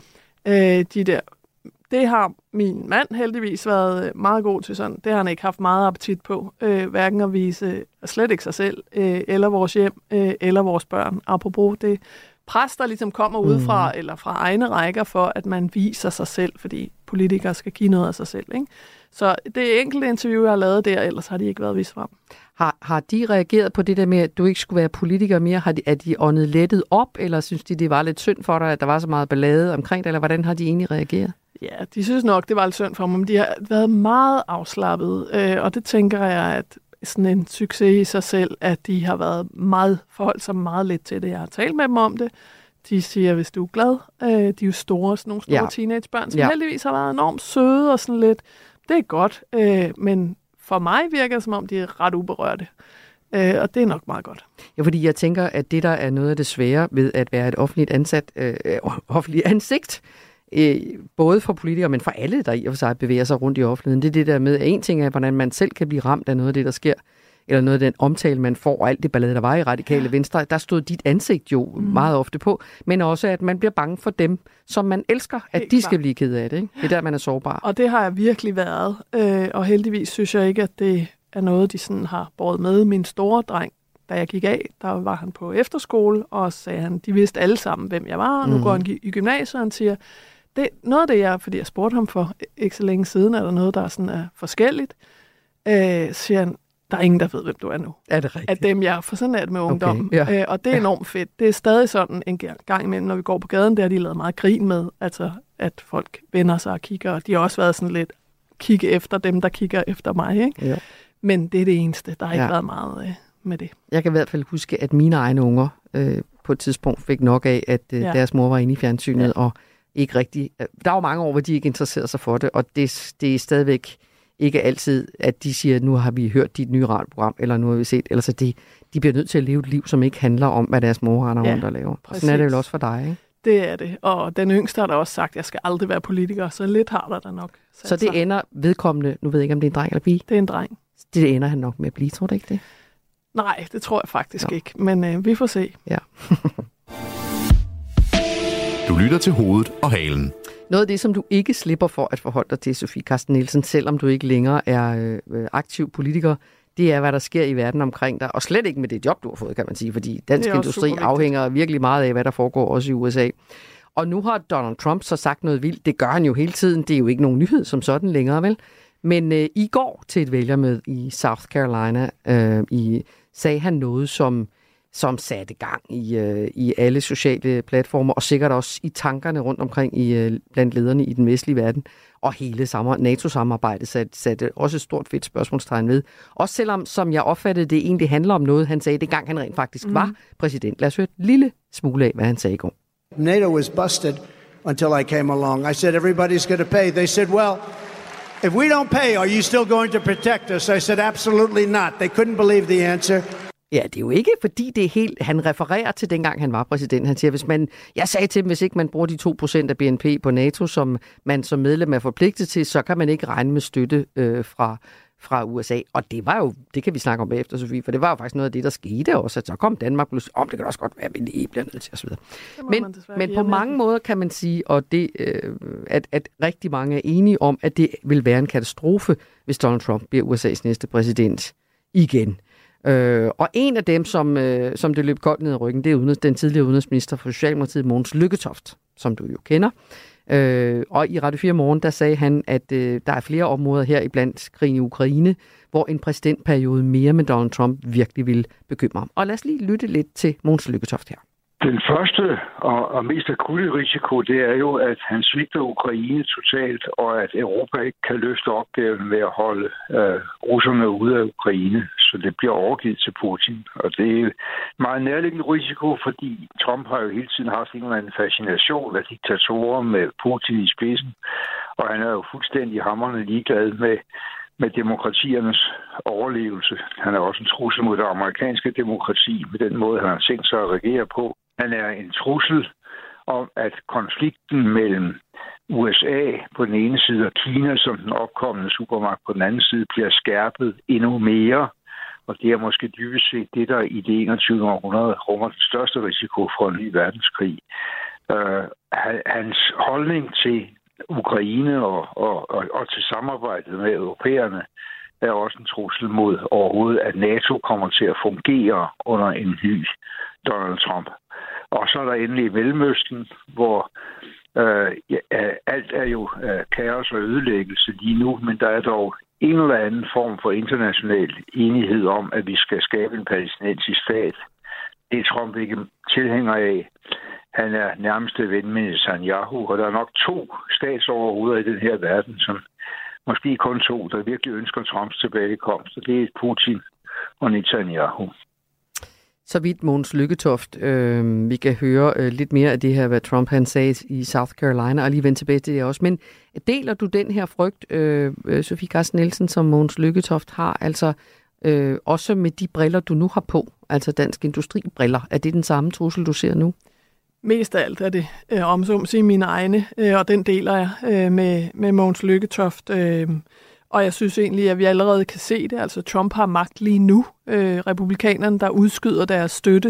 Det har min mand heldigvis været meget god til sådan. Det har han ikke haft meget appetit på. Hverken at vise slet ikke sig selv, eller vores hjem, eller vores børn. Apropos det pres, der ligesom kommer udefra, eller fra egne rækker, for at man viser sig selv, fordi politikere skal give noget af sig selv. Ikke? Så det enkelte interview, jeg har lavet der, ellers har de ikke været vist frem. Har de reageret på det der med, at du ikke skulle være politiker mere? Er de åndet lettet op, eller synes de, det var lidt synd for dig, at der var så meget ballade omkring det, eller hvordan har de egentlig reageret? Ja, de synes nok, det var lidt synd for mig, men de har været meget afslappet, og det tænker jeg, at sådan en succes i sig selv, at de har været forholdt sig meget lidt til det. Jeg har talt med dem om det. De siger, hvis du er glad, de er jo store, sådan nogle store teenagebørn, som heldigvis har været enormt søde og sådan lidt. Det er godt, men for mig virker det, som om de er ret uberørte. Og det er nok meget godt. Ja, fordi jeg tænker, at det der er noget af det svære ved at være et offentligt ansigt, både for politikere, men for alle, der i og for sig bevæger sig rundt i offentligheden. Det er det der med, at en ting er, hvordan man selv kan blive ramt af noget af det, der sker. eller noget af den omtale, man får, og alt det ballade, der var i Radikale Venstre, der stod dit ansigt jo meget ofte på, men også, at man bliver bange for dem, som man elsker, at de skal blive ked af det. Ikke? Det er der, man er sårbar. Og det har jeg virkelig været, og heldigvis synes jeg ikke, at det er noget, de sådan har båret med. Min store dreng, da jeg gik af, der var han på efterskole, og sagde han, de vidste alle sammen, hvem jeg var, og nu går han i gymnasiet, og han siger, noget af det, fordi jeg spurgte ham for ikke så længe siden, er der noget, der sådan er forskelligt, siger han, der er ingen, der ved, hvem du er nu. Er det rigtigt? At dem, jeg for sådan er det med ungdommen. Okay, ja. Og det er enormt fedt. Det er stadig sådan en gang imellem, når vi går på gaden, der har de lavet meget grin med, altså at folk vender sig og kigger, og de har også været sådan lidt kigge efter dem, der kigger efter mig. Ikke? Ja. Men det er det eneste. Der har ikke været meget med det. Jeg kan i hvert fald huske, at mine egne unger på et tidspunkt fik nok af, at deres mor var inde i fjernsynet, og ikke rigtig. Der var mange år, hvor de ikke interesserede sig for det, og det er stadigvæk ikke altid, at de siger, nu har vi hørt dit nye radioprogram, eller nu har vi set, ellers de bliver nødt til at leve et liv, som ikke handler om, hvad deres mor render rundt og laver. Sådan er det vel også for dig, ikke? Det er det, og den yngste har da også sagt, at jeg skal aldrig være politiker, så lidt har der nok. Så det ender vedkommende, nu ved jeg ikke, om det er en dreng eller pige? Det er en dreng. Det ender han nok med at blive, tror du ikke det? Nej, det tror jeg faktisk ikke, men vi får se. Ja. Du lytter til Hovedet og Halen. Noget af det, som du ikke slipper for at forholde dig til, Sofie Carsten Nielsen, selvom du ikke længere er aktiv politiker, det er, hvad der sker i verden omkring dig, og slet ikke med det job, du har fået, kan man sige, fordi dansk industri afhænger virkelig meget af, hvad der foregår også i USA. Og nu har Donald Trump så sagt noget vildt. Det gør han jo hele tiden. Det er jo ikke nogen nyhed som sådan længere, vel? Men i går til et vælgermøde i South Carolina, sagde han noget, som satte gang i alle sociale platformer, og sikkert også i tankerne rundt omkring blandt lederne i den vestlige verden. Og hele NATO-samarbejdet satte også et stort fedt spørgsmålstegn ved. Også selvom, som jeg opfattede, det egentlig handler om noget, han sagde, det gang han rent faktisk var præsident. Lad os høre et lille smule af, hvad han sagde i går. NATO was busted until I came along. I said, everybody's going to pay. They said, well, if we don't pay, are you still going to protect us? I said, absolutely not. They couldn't believe the answer. Ja, det er jo ikke, fordi det er helt. Han refererer til dengang, han var præsident. Han siger, jeg sagde til dem, hvis ikke man bruger de 2% af BNP på NATO, som man som medlem er forpligtet til, så kan man ikke regne med støtte fra USA. Og det var jo, det kan vi snakke om bagefter, Sofie, for det var jo faktisk noget af det, der skete også, at så kom Danmark pludselig, det kan også godt være, at vi lige bliver nødt til osv. Men på mange måder kan man sige, og det, at rigtig mange er enige om, at det vil være en katastrofe, hvis Donald Trump bliver USA's næste præsident igen. Og en af dem, som det løb koldt ned ad ryggen, det er den tidligere udenrigsminister for Socialdemokratiet, Mogens Lykketoft, som du jo kender. Og i Radio 4 Morgen, der sagde han, at der er flere områder her iblandt krigen i Ukraine, hvor en præsidentperiode mere med Donald Trump virkelig vil bekymre ham. Og lad os lige lytte lidt til Mogens Lykketoft her. Den første og mest akutte risiko, det er jo, at han svigter Ukraine totalt, og at Europa ikke kan løfte opgaven med at holde russerne ude af Ukraine, så det bliver overgivet til Putin. Og det er en meget nærliggende risiko, fordi Trump har jo hele tiden haft en eller anden fascination af diktatorer med Putin i spidsen, og han er jo fuldstændig hamrende ligeglad med demokratiernes overlevelse. Han er også en trussel mod det amerikanske demokrati med den måde, han har tænkt sig at regere på. Han er en trussel om, at konflikten mellem USA på den ene side og Kina som den opkommende supermagt på den anden side bliver skærpet endnu mere. Og det er måske dybest set det, der i det 21. århundrede rummer den største risiko for en ny verdenskrig. Hans holdning til Ukraine og til samarbejdet med europæerne er også en trussel mod overhovedet, at NATO kommer til at fungere under en ny Donald Trump. Og så er der endelig Mellemøsten, hvor alt er jo kaos og ødelæggelse lige nu, men der er dog en eller anden form for international enighed om, at vi skal skabe en palæstinensisk stat. Det er Trump ikke tilhænger af. Han er nærmeste ven med Netanyahu, og der er nok 2 statsoverhoveder i den her verden, som måske kun 2, der virkelig ønsker Trumps tilbagekomst, og det er Putin og Netanyahu. Så vidt Mogens Lykketoft. Vi kan høre lidt mere af det her, hvad Trump han sagde i South Carolina, og lige vende tilbage til det også. Men deler du den her frygt, Sofie Carsten Nielsen, som Mogens Lykketoft har, altså også med de briller, du nu har på, altså Dansk Industri-briller? Er det den samme trussel, du ser nu? Mest af alt er det om så at sige mine egne, og den deler jeg med Mogens Lykketoft. Og jeg synes egentlig, at vi allerede kan se det. Altså Trump har magt lige nu. Republikanerne, der udskyder deres støtte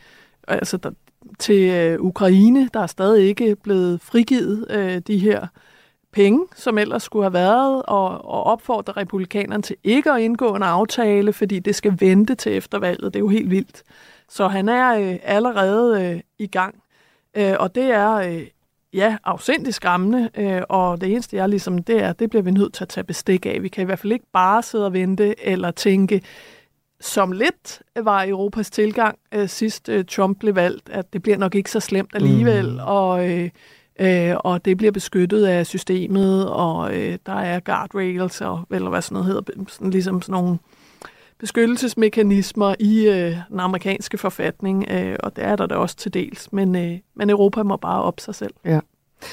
til Ukraine, der er stadig ikke blevet frigivet de her penge, som ellers skulle have været, og opfordrer republikanerne til ikke at indgå en aftale, fordi det skal vente til eftervalget. Det er jo helt vildt. Så han er allerede i gang. Og det er afsindigt skræmmende, og det eneste, det bliver vi nødt til at tage bestik af. Vi kan i hvert fald ikke bare sidde og vente, eller tænke, som lidt var Europas tilgang sidst Trump blev valgt, at det bliver nok ikke så slemt alligevel, og det bliver beskyttet af systemet, og der er guardrails, eller hvad sådan noget hedder, sådan nogle beskyttelsesmekanismer i den amerikanske forfatning, og det er der da også til dels, men Europa må bare op sig selv. Ja.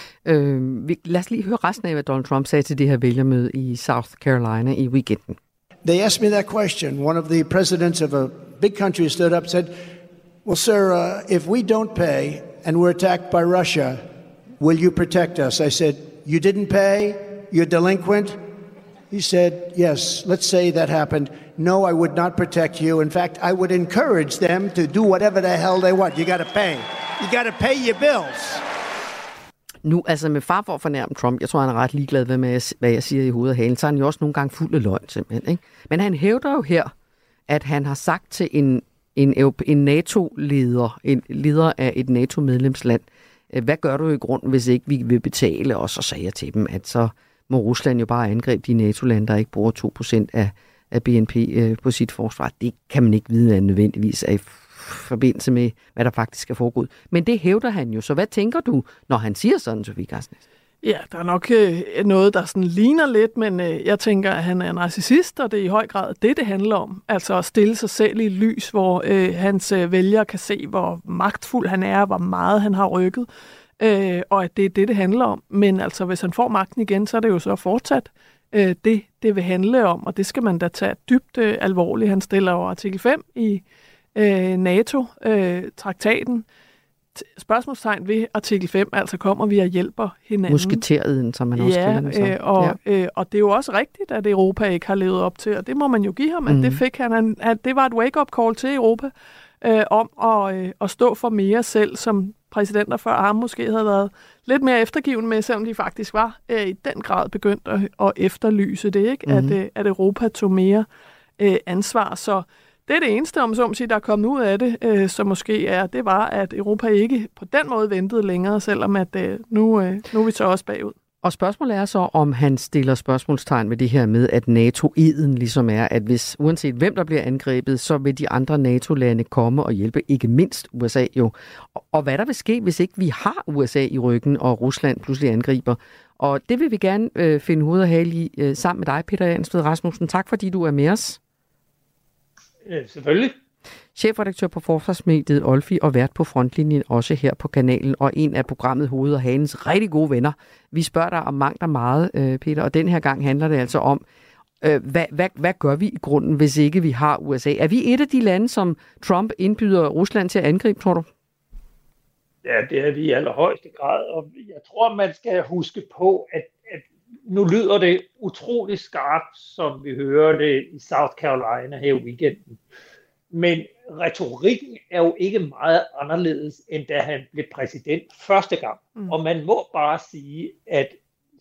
Lad os lige høre resten af, hvad Donald Trump sagde til det her vælgermøde i South Carolina i weekenden. They asked me that question. One of the presidents of a big country stood up and said, well, sir, if we don't pay and we're attacked by Russia, will you protect us? I said, you didn't pay? You're delinquent? He said, yes, let's say that happened. No, I would not protect you. In fact, I would encourage them to do whatever the hell they want. You got to pay. You got to pay your bills. Nu, altså med far for at fornærme Trump, jeg tror, han er ret ligeglad med, hvad jeg siger i hovedet af halen, så er han jo også nogle gange fuld af løgn, simpelthen. Ikke? Men han hævder jo her, at han har sagt til en NATO-leder, en leder af et NATO-medlemsland, hvad gør du i grunden, hvis ikke vi vil betale os? Og sagde jeg til dem, at så må Rusland jo bare angribe de NATO-lande, der ikke bruger 2% af BNP på sit forsvar. Det kan man ikke vide, at nødvendigvis er i forbindelse med, hvad der faktisk er foregået. Men det hævder han jo. Så hvad tænker du, når han siger sådan, Sofie Carsten? Ja, der er nok noget, der sådan ligner lidt, men jeg tænker, at han er narcissist, og det er i høj grad det handler om. Altså at stille sig selv i et lys, hvor hans vælgere kan se, hvor magtfuld han er, hvor meget han har rykket, og at det er det handler om. Men altså, hvis han får magten igen, så er det jo så fortsat det vil handle om, og det skal man da tage dybt alvorligt. Han stiller jo artikel 5 i NATO-traktaten. Spørgsmålstegn ved artikel 5, altså kommer vi og hjælper hinanden. Musketereden, som man også kalder det så. Og det er jo også rigtigt, at Europa ikke har levet op til, og det må man jo give ham, at det fik han. At det var et wake-up call til Europa om at stå for mere selv, som præsidenter før ham måske havde været lidt mere eftergivende med, selvom de faktisk var i den grad begyndt at efterlyse det, ikke? At Europa tog mere ansvar. Så det er det eneste, om så må sige, der er kommet ud af det, som måske det var, at Europa ikke på den måde ventede længere, selvom at nu er vi så også bagud. Og spørgsmålet er så, om han stiller spørgsmålstegn ved det her med, at NATO-eden ligesom er, at hvis uanset hvem der bliver angrebet, så vil de andre NATO-lande komme og hjælpe, ikke mindst USA jo. Og hvad der vil ske, hvis ikke vi har USA i ryggen, og Rusland pludselig angriber. Og det vil vi gerne finde hoved og hale i sammen med dig, Peter Jansved Rasmussen. Tak fordi du er med os. Selvfølgelig. Chefredaktør på Forsvarsmediet Olfi og vært på Frontlinjen også her på kanalen, og en af programmet Hoved og Halens rigtig gode venner. Vi spørger dig om mangt og meget, Peter, og den her gang handler det altså om, hvad gør vi i grunden, hvis ikke vi har USA? Er vi et af de lande, som Trump indbyder Rusland til at angribe, tror du? Ja, det er vi i allerhøjeste grad, og jeg tror, man skal huske på, at nu lyder det utrolig skarpt, som vi hører det i South Carolina her i weekenden. Men retorikken er jo ikke meget anderledes, end da han blev præsident første gang. Og man må bare sige, at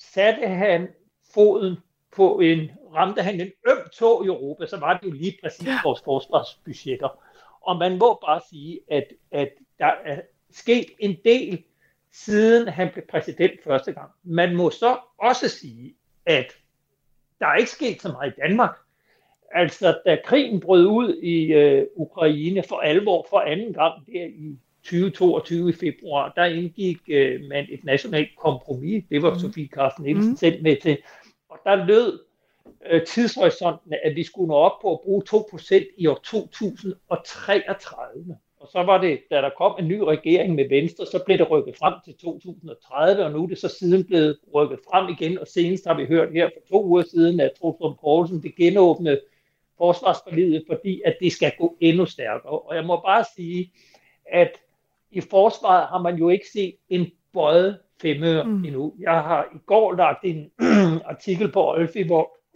ramte han en øm tå i Europa, så var det jo lige præcis vores forsvarsbudgetter. Og man må bare sige, at der er sket en del, siden han blev præsident første gang. Man må så også sige, at der er ikke sket så meget i Danmark. Altså, da krigen brød ud i Ukraine for alvor for anden gang der i 2022 i februar, der indgik man et nationalt kompromis. Det var Sofie Carsten Nielsen selv med til. Og der lød tidshorisonten, at vi skulle nå op på at bruge 2% i år 2033. Og så var det, da der kom en ny regering med Venstre, så blev det rykket frem til 2030, og nu er det så siden blevet rykket frem igen, og senest har vi hørt her for 2 uger siden, at Troels Lund Poulsen vil genåbne forsvarsforliget, fordi at det skal gå endnu stærkere. Og jeg må bare sige, at i forsvaret har man jo ikke set en bøjet femøre endnu. Jeg har i går lagt en artikel på Olfi, hvor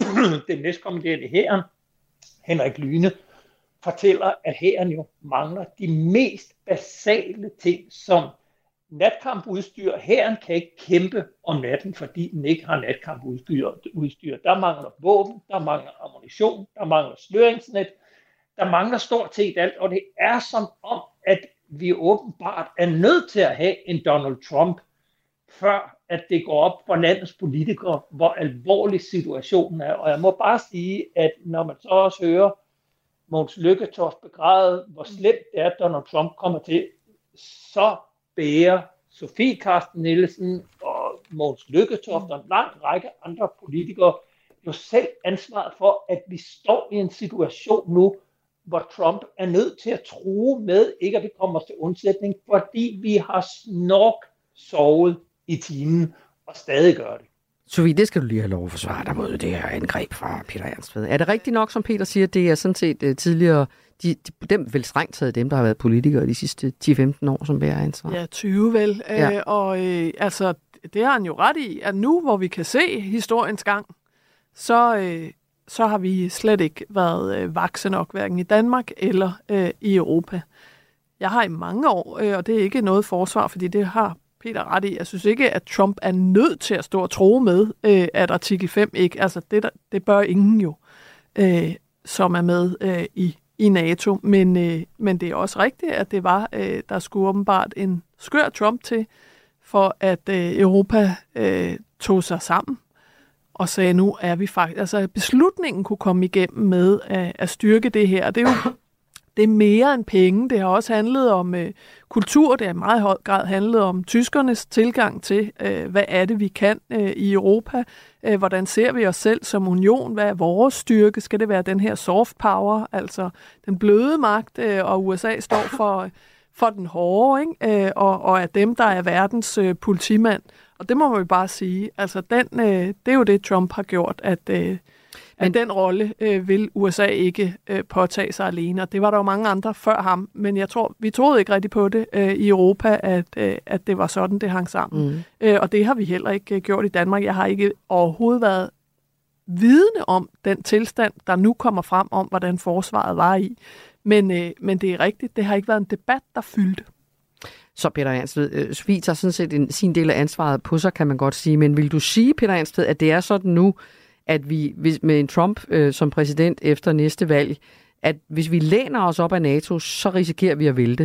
den næstkommanderende hæren, Henrik Lyne, fortæller, at hæren jo mangler de mest basale ting, som natkampudstyr. Hæren kan ikke kæmpe om natten, fordi den ikke har natkampudstyr. Der mangler våben, der mangler ammunition, der mangler sløringsnet, der mangler stort set alt, og det er som om, at vi åbenbart er nødt til at have en Donald Trump, før at det går op for landets politikere, hvor alvorlig situationen er. Og jeg må bare sige, at når man så også hører Mogens Lykketoft begræde, hvor slemt det er, at Donald Trump kommer til, så bærer Sofie Carsten Nielsen og Mogens Lykketoft og en lang række andre politikere jo selv ansvaret for, at vi står i en situation nu, hvor Trump er nødt til at true med, ikke at vi kommer til undsætning, fordi vi har sovet i timen og stadig gør det. Sofie, det skal du lige have lov at forsvare dig mod det her angreb fra Peter Ernst Ved. Er det rigtigt nok, som Peter siger, det er sådan set tidligere, dem vel strengt taget dem, der har været politikere de sidste 10-15 år, som bærer ansvar? Ja, 20 vel. Ja. Altså, det har han jo ret i, at nu, hvor vi kan se historiens gang, så har vi slet ikke været vakse nok, hverken i Danmark eller i Europa. Jeg har i mange år, og det er ikke noget forsvar, fordi det har Peter ret i. Jeg synes ikke, at Trump er nødt til at stå og true med, at artikel 5 ikke, altså det bør ingen jo, som er med i NATO. Men det er også rigtigt, at det var, der skulle åbenbart en skør Trump til, for at Europa tog sig sammen og sagde, nu er vi faktisk, altså beslutningen kunne komme igennem med at styrke det her. Det er jo det er mere end penge. Det har også handlet om kultur. Det har i meget høj grad handlet om tyskernes tilgang til, hvad er det, vi kan i Europa. Hvordan ser vi os selv som union? Hvad er vores styrke? Skal det være den her soft power, altså den bløde magt, og USA står for den hårde, ikke? Og er dem, der er verdens politimand. Og det må man jo bare sige. Altså det er jo det, Trump har gjort, at den rolle vil USA ikke påtage sig alene, og det var der jo mange andre før ham, men jeg tror, vi troede ikke rigtig på det i Europa, at det var sådan, det hang sammen. Og det har vi heller ikke gjort i Danmark. Jeg har ikke overhovedet været vidende om den tilstand, der nu kommer frem om, hvordan forsvaret var i. Men det er rigtigt, det har ikke været en debat, der fyldte. Så Peter Ernst Ved, Sofie tager sådan set sin del af ansvaret på sig, kan man godt sige, men vil du sige, Peter Ernst Ved, at det er sådan nu, at vi med en Trump som præsident efter næste valg, at hvis vi læner os op af NATO, så risikerer vi at vælte?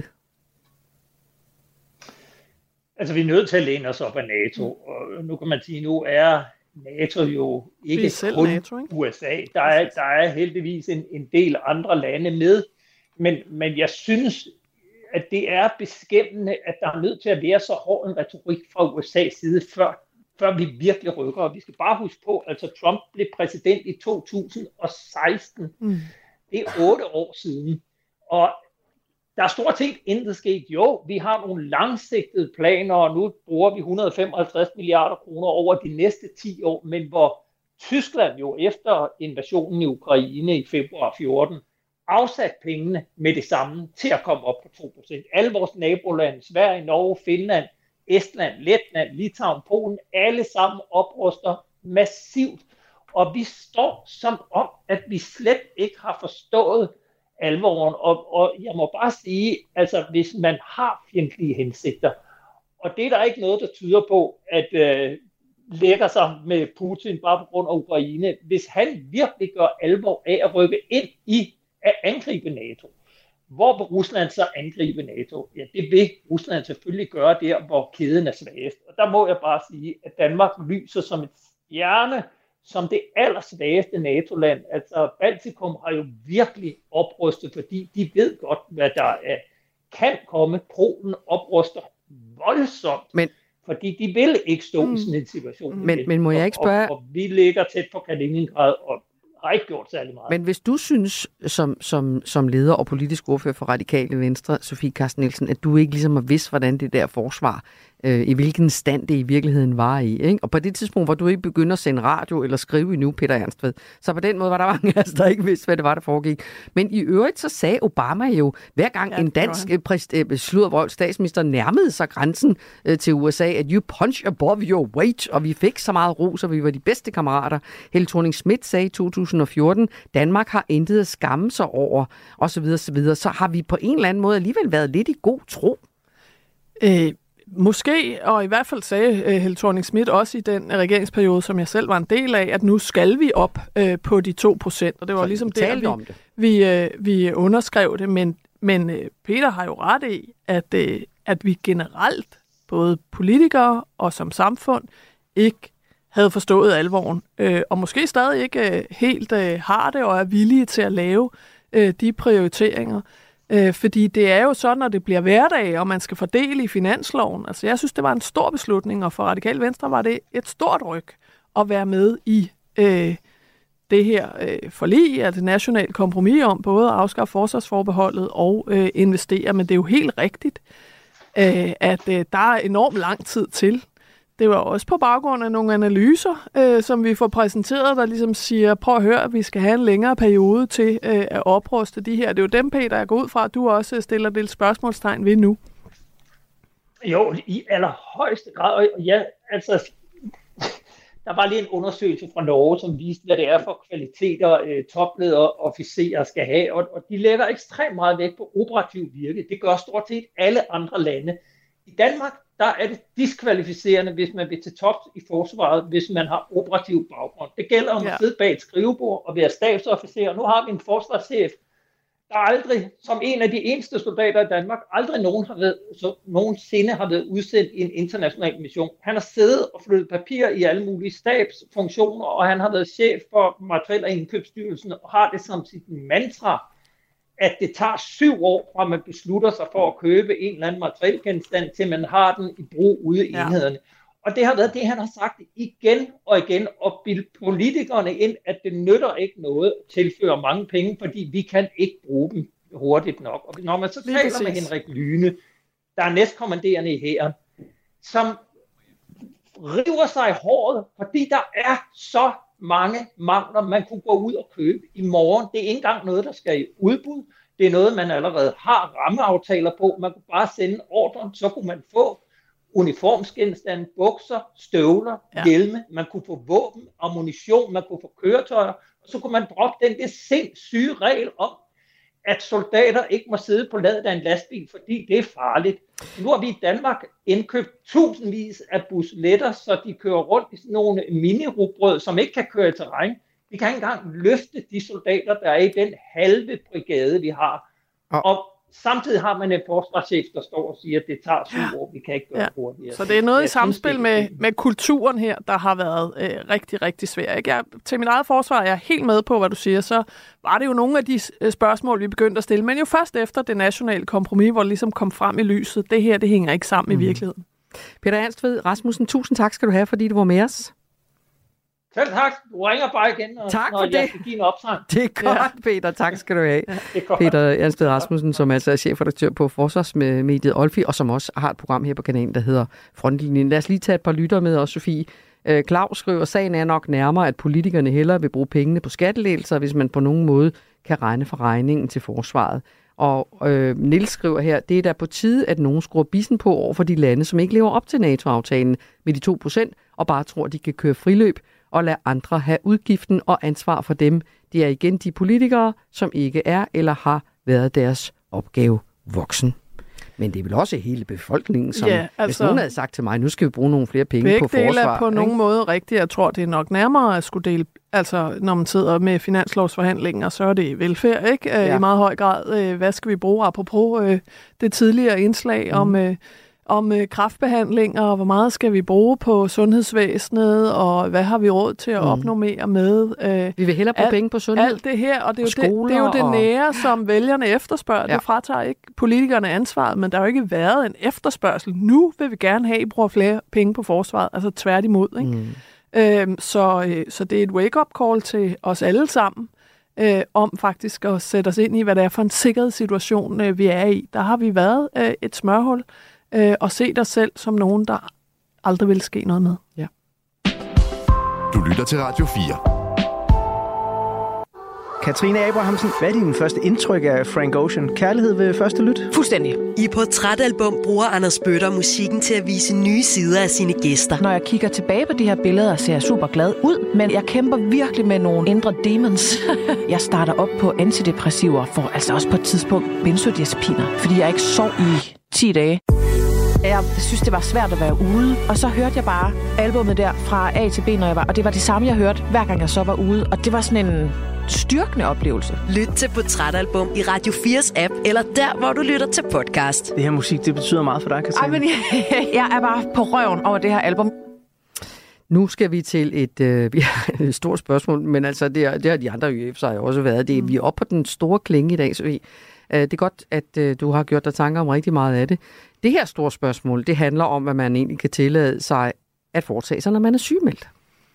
Altså, vi er nødt til at læne os op af NATO, og nu kan man sige, nu er NATO jo ikke kun NATO, ikke? USA. Der er heldigvis en del andre lande med, men jeg synes, at det er beskæmmende, at der er nødt til at være så hård en retorik fra USA's side, før vi virkelig rykker. Og vi skal bare huske på, altså Trump blev præsident i 2016. Det er 8 år siden. Og der er stort set intet sket. Jo, vi har nogle langsigtede planer, og nu bruger vi 155 milliarder kroner over de næste 10 år, men hvor Tyskland jo efter invasionen i Ukraine i februar 14 afsat pengene med det samme til at komme op på 2%. Alle vores nabolande, Sverige, Norge, Finland, Estland, Letland, Litauen, Polen, alle sammen opruster massivt. Og vi står som om, at vi slet ikke har forstået alvoren. Og jeg må bare sige, altså hvis man har fjendtlige hensigter, og det er der ikke noget, der tyder på, at lægger sig med Putin bare på grund af Ukraine, hvis han virkelig gør alvor af at rykke ind i at angribe NATO, hvor vil Rusland så angribe NATO? Ja, det vil Rusland selvfølgelig gøre der, hvor kæden er svagest. Og der må jeg bare sige, at Danmark lyser som et stjerne, som det allersvageste NATO-land. Altså Baltikum har jo virkelig oprustet, fordi de ved godt, hvad der kan komme. Polen opruster voldsomt, fordi de vil ikke stå i sådan en situation. Men må jeg ikke spørge... Og vi ligger tæt på Kaliningrad, og har ikke gjort særlig meget. Men hvis du synes, som leder og politisk ordfører for Radikale Venstre, Sofie Carsten Nielsen, at du ikke ligesom har vidst, hvordan det der forsvar i hvilken stand det i virkeligheden var i. Ikke? Og på det tidspunkt, hvor du ikke begyndte at sende radio eller skrive endnu, Peter Ernstved, så på den måde var der mange af os, der ikke vidste, hvad det var, der foregik. Men i øvrigt så sagde Obama jo, hver gang en dansk statsminister nærmede sig grænsen til USA, at you punch above your weight, og vi fik så meget ros, og vi var de bedste kammerater. Helle Thorning-Schmidt sagde i 2014, Danmark har intet at skamme sig over, osv. Så har vi på en eller anden måde alligevel været lidt i god tro. Måske, og i hvert fald sagde Helle Thorning-Schmidt også i den regeringsperiode, som jeg selv var en del af, at nu skal vi op på de 2%. Og det var ligesom det, vi underskrev det. Men Peter har jo ret i, at vi generelt, både politikere og som samfund, ikke havde forstået alvoren. Og måske stadig ikke helt har det og er villige til at lave de prioriteringer. Fordi det er jo sådan, når det bliver hverdag, og man skal fordele i finansloven. Altså jeg synes, det var en stor beslutning, og for Radikale Venstre var det et stort ryg at være med i det her forlig, altså det nationale kompromis om både at afskaffe forsvarsforbeholdet og investere. Men det er jo helt rigtigt, at der er enormt lang tid til. Det var også på baggrund af nogle analyser, som vi får præsenteret, der ligesom siger, prøv at høre, at vi skal have en længere periode til at opruste de her. Det er jo dem, Peter, jeg går ud fra, at du også stiller et spørgsmålstegn ved nu. Jo, i allerhøjeste grad. Og ja, altså, der var lige en undersøgelse fra Norge, som viste, hvad det er for kvaliteter topledere og officerer skal have. Og de lægger ekstremt meget vægt på operativ virke. Det gør stort set alle andre lande. I Danmark, der er det diskvalificerende, hvis man vil til tops i forsvaret, hvis man har operativ baggrund. Det gælder om at sidde bag et skrivebord og være stabsofficer. Nu har vi en forsvarschef, der aldrig, som en af de eneste soldater i Danmark, aldrig nogensinde har været udsendt i en international mission. Han har siddet og flyttet papir i alle mulige stabsfunktioner, og han har været chef for materiel- og indkøbsstyrelsen, og har det som sit mantra, at det tager 7 år, fra man beslutter sig for at købe en eller anden materielgenstand, til man har den i brug ude i enhederne. Og det har været det, han har sagt igen og igen, og bilde politikerne ind, at det nytter ikke noget at tilføre mange penge, fordi vi kan ikke bruge dem hurtigt nok. Og når man så taler med Henrik Lyne, der er næstkommanderende i hæren, som river sig i håret, fordi der er så mange mangler, man kunne gå ud og købe i morgen. Det er ikke engang noget, der skal i udbud. Det er noget, man allerede har rammeaftaler på. Man kunne bare sende ordren, så kunne man få uniformsgenstande, bukser, støvler, hjelme. Man kunne få våben, ammunition, man kunne få køretøjer. Og så kunne man droppe den der sindssyge regel om, at soldater ikke må sidde på ladet af en lastbil, fordi det er farligt. Nu har vi i Danmark indkøbt tusindvis af busletter, så de kører rundt i sådan nogle mini-rugbrød, som ikke kan køre i terræn. Vi kan ikke engang løfte de soldater, der er i den halve brigade, vi har. Og samtidig har man en forsvarschef, der står og siger, at det tager 7 år, vi kan ikke gøre det hurtigere. Så det er noget i samspil med kulturen her, der har været rigtig, rigtig svært. Ikke? Til mit eget forsvar er jeg helt med på, hvad du siger, så var det jo nogle af de spørgsmål, vi begyndte at stille, men jo først efter det nationale kompromis, hvor det ligesom kom frem i lyset, det her, det hænger ikke sammen i virkeligheden. Peter Ernstved Rasmussen, tusind tak skal du have, fordi du var med os. Selv tak. Du ringer bare igen, når jeg skal give en opsang. Det er godt, Peter. Tak skal du have. Peter Ernstved Rasmussen, som altså er chefredaktør på forsvarsmediet Olfi, og som også har et program her på kanalen, der hedder Frontlinjen. Lad os lige tage et par lytter med også, Sofie. Claus skriver, sagen er nok nærmere, at politikerne hellere vil bruge pengene på skattelettelser, hvis man på nogen måde kan regne for regningen til forsvaret. Og Niels skriver her, det er da på tide, at nogen skruer bissen på over for de lande, som ikke lever op til NATO-aftalen med de 2%, og bare tror, de kan køre friløb og lade andre have udgiften og ansvar for dem. Det er igen de politikere, som ikke er eller har været deres opgave voksen. Men det er vel også hele befolkningen, som hvis nogen havde sagt til mig, nu skal vi bruge nogle flere penge på forsvar. Begge dele er på nogen måde rigtigt. Jeg tror, det er nok nærmere at skulle dele, altså når man sidder med finanslovsforhandlinger, så er det velfærd, ikke? I meget høj grad. Hvad skal vi bruge? Apropos det tidligere indslag om kræftbehandlinger, og hvor meget skal vi bruge på sundhedsvæsenet, og hvad har vi råd til at opnå mere med? Vi vil hellere bruge penge på sundhed. Alt det her, og det er jo det nære, som vælgerne efterspørger. Det fratager ikke politikerne ansvaret, men der har jo ikke været en efterspørgsel. Nu vil vi gerne have, at I bruger flere penge på forsvaret, altså tværtimod. Ikke? Så det er et wake-up call til os alle sammen, om faktisk at sætte os ind i, hvad det er for en sikkerhedssituation, vi er i. Der har vi været et smørhul og se dig selv som nogen, der aldrig vil ske noget med. Ja. Du lytter til Radio 4. Katrine Abrahamsen, hvad er din første indtryk af Frank Ocean? Kærlighed ved første lyt? Fuldstændig. I Portrætalbum bruger Anders Bøtter musikken til at vise nye sider af sine gæster. Når jeg kigger tilbage på de her billeder, ser jeg super glad ud, men jeg kæmper virkelig med nogle indre demons. Jeg starter op på antidepressiver, for altså også på et tidspunkt benzodiazepiner, fordi jeg ikke sov i 10 dage. Jeg synes, det var svært at være ude, og så hørte jeg bare albumet der fra A til B, når jeg var, og det var det samme, jeg hørte, hver gang jeg så var ude, og det var sådan en styrkende oplevelse. Lyt til Portrætalbum i Radio 4's app, eller der, hvor du lytter til podcast. Det her musik, det betyder meget for dig, Katrine. Ej, men jeg er bare på røven over det her album. Nu skal vi til et stort spørgsmål, men altså det har de andre UF'er jo også været. Vi er oppe på den store klinge i dag, så det er godt, at du har gjort dig tanker om rigtig meget af det. Det her store spørgsmål, det handler om, hvad man egentlig kan tillade sig at foretage sig, når man er sygemeldt.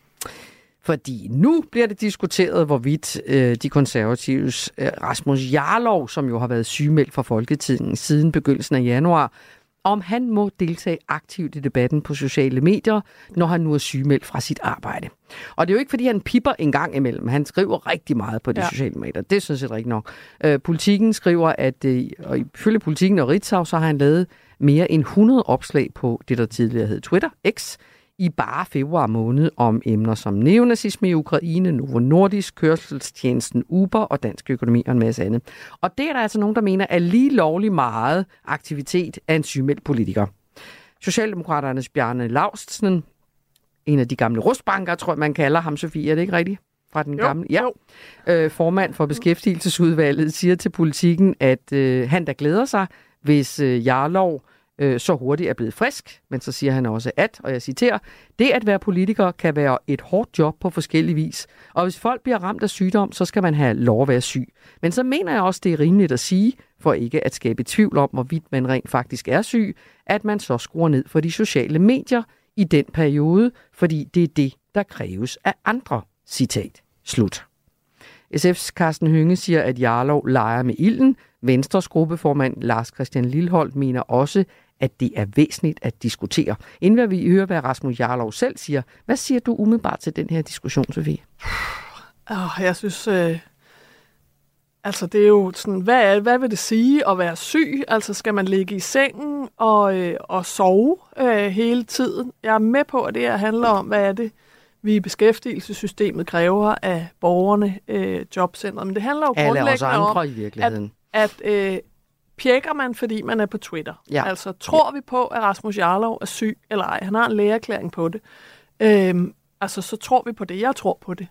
Fordi nu bliver det diskuteret, hvorvidt de konservatives Rasmus Jarlov, som jo har været sygemeldt fra Folketingen siden begyndelsen af januar, om han må deltage aktivt i debatten på sociale medier, når han nu er sygemeldt fra sit arbejde. Og det er jo ikke, fordi han pipper en gang imellem. Han skriver rigtig meget på de sociale medier. Det synes jeg rigtig nok. Politikken skriver, at og ifølge Politikken og Ritzau, så har han lavet mere end 100 opslag på det, der tidligere hed Twitter, X, i bare februar måned om emner som neonazisme i Ukraine, Novo Nordisk, kørselstjenesten Uber og dansk økonomi og en masse andet. Og det er der altså nogen, der mener er lige lovlig meget aktivitet af en sygemeldt politiker. Socialdemokraternes Bjarne Laustsen, en af de gamle rustbanker, tror jeg, man kalder ham, Sofie, er det ikke rigtigt? Fra den gamle? Ja. Formand for Beskæftigelsesudvalget siger til Politikken, at han der glæder sig, hvis Jarlov så hurtigt er blevet frisk, men så siger han også og jeg citerer, det at være politiker kan være et hårdt job på forskellig vis, og hvis folk bliver ramt af sygdom, så skal man have lov at være syg. Men så mener jeg også, det er rimeligt at sige, for ikke at skabe tvivl om, hvorvidt man rent faktisk er syg, at man så skruer ned for de sociale medier i den periode, fordi det er det, der kræves af andre. Citat. Slut. SF's Carsten Hønge siger, at Jarlov leger med ilden. Venstres gruppeformand Lars Christian Lilleholt mener også, at det er væsentligt at diskutere. Inden vi hører, hvad Rasmus Jarlov selv siger, hvad siger du umiddelbart til den her diskussion, Sofie? Jeg synes, altså det er jo sådan, hvad vil det sige at være syg? Altså skal man ligge i sengen og sove hele tiden? Jeg er med på, at det her handler om, hvad er det, vi i beskæftigelsessystemet kræver af borgerne, jobcentret. Men det handler jo grundlæggende om, i virkeligheden. at pjekker man, fordi man er på Twitter. Ja. Altså, tror vi på, at Rasmus Jarlov er syg eller ej? Han har en lægeerklæring på det. Så tror vi på det. Jeg tror på det.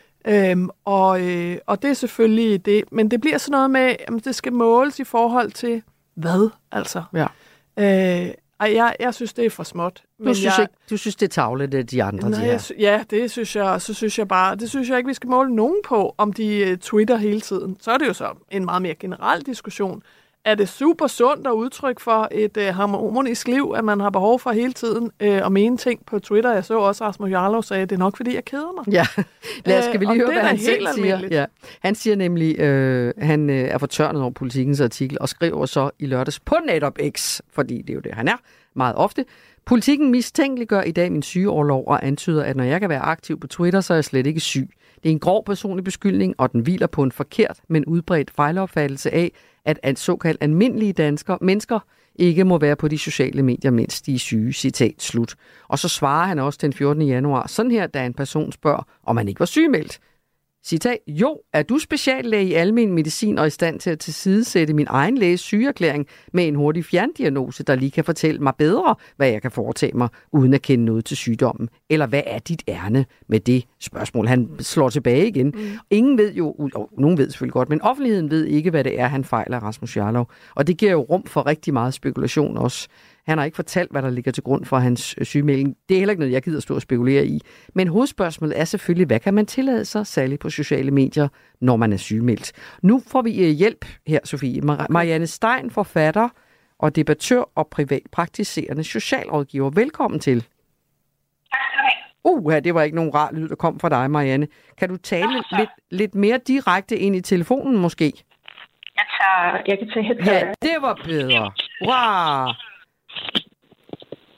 Og det er selvfølgelig det. Men det bliver sådan noget med, at det skal måles i forhold til hvad? Altså. Ja. Jeg synes, det er for småt. Men du synes, det er tavlet, det de andre, nej, de her? Ja, det synes jeg. Så synes jeg bare, det synes jeg ikke, vi skal måle nogen på, om de twitter hele tiden. Så er det jo så en meget mere generel diskussion. Er det super sundt og udtryk for et harmonisk liv, at man har behov for hele tiden at mene ting på Twitter? Jeg så også, Rasmus Jarlov sagde, at det er nok, fordi jeg keder mig. Ja, skal vi lige høre, hvad han selv siger. Ja. Han siger nemlig, han er fortørnet over Politikens artikel, og skriver så i lørdags på netop X, fordi det er jo det, han er meget ofte. Politikken mistænkeliggør i dag min sygeorlov og antyder, at når jeg kan være aktiv på Twitter, så er jeg slet ikke syg. Det er en grov personlig beskyldning, og den hviler på en forkert, men udbredt fejlopfattelse af, at såkaldt almindelige mennesker ikke må være på de sociale medier, mens de er syge. Citat slut. Og så svarer han også den 14. januar sådan her, da en person spørger, om han ikke var sygemeldt. Citat, jo, er du speciallæge i almen medicin og i stand til at tilsidesætte min egen læges sygeerklæring med en hurtig fjerndiagnose, der lige kan fortælle mig bedre, hvad jeg kan foretage mig, uden at kende noget til sygdommen? Eller hvad er dit ærne med det spørgsmål? Han slår tilbage igen. Ingen ved jo, nogen ved selvfølgelig godt, men offentligheden ved ikke, hvad det er, han fejler, Rasmus Jarlov. Og det giver jo rum for rigtig meget spekulation også. Han har ikke fortalt, hvad der ligger til grund for hans sygemelding. Det er heller ikke noget, jeg gider stå og spekulere i. Men hovedspørgsmålet er selvfølgelig, hvad kan man tillade sig, særligt på sociale medier, når man er sygemeldt? Nu får vi hjælp her, Sofie. Marianne Stein, forfatter og debattør og privatpraktiserende socialrådgiver. Velkommen til. Tak skal du have. Det var ikke nogen rar lyd, der kom fra dig, Marianne. Kan du tale lidt mere direkte ind i telefonen måske? Jeg kan tage headset. Ja, det var bedre. Wow.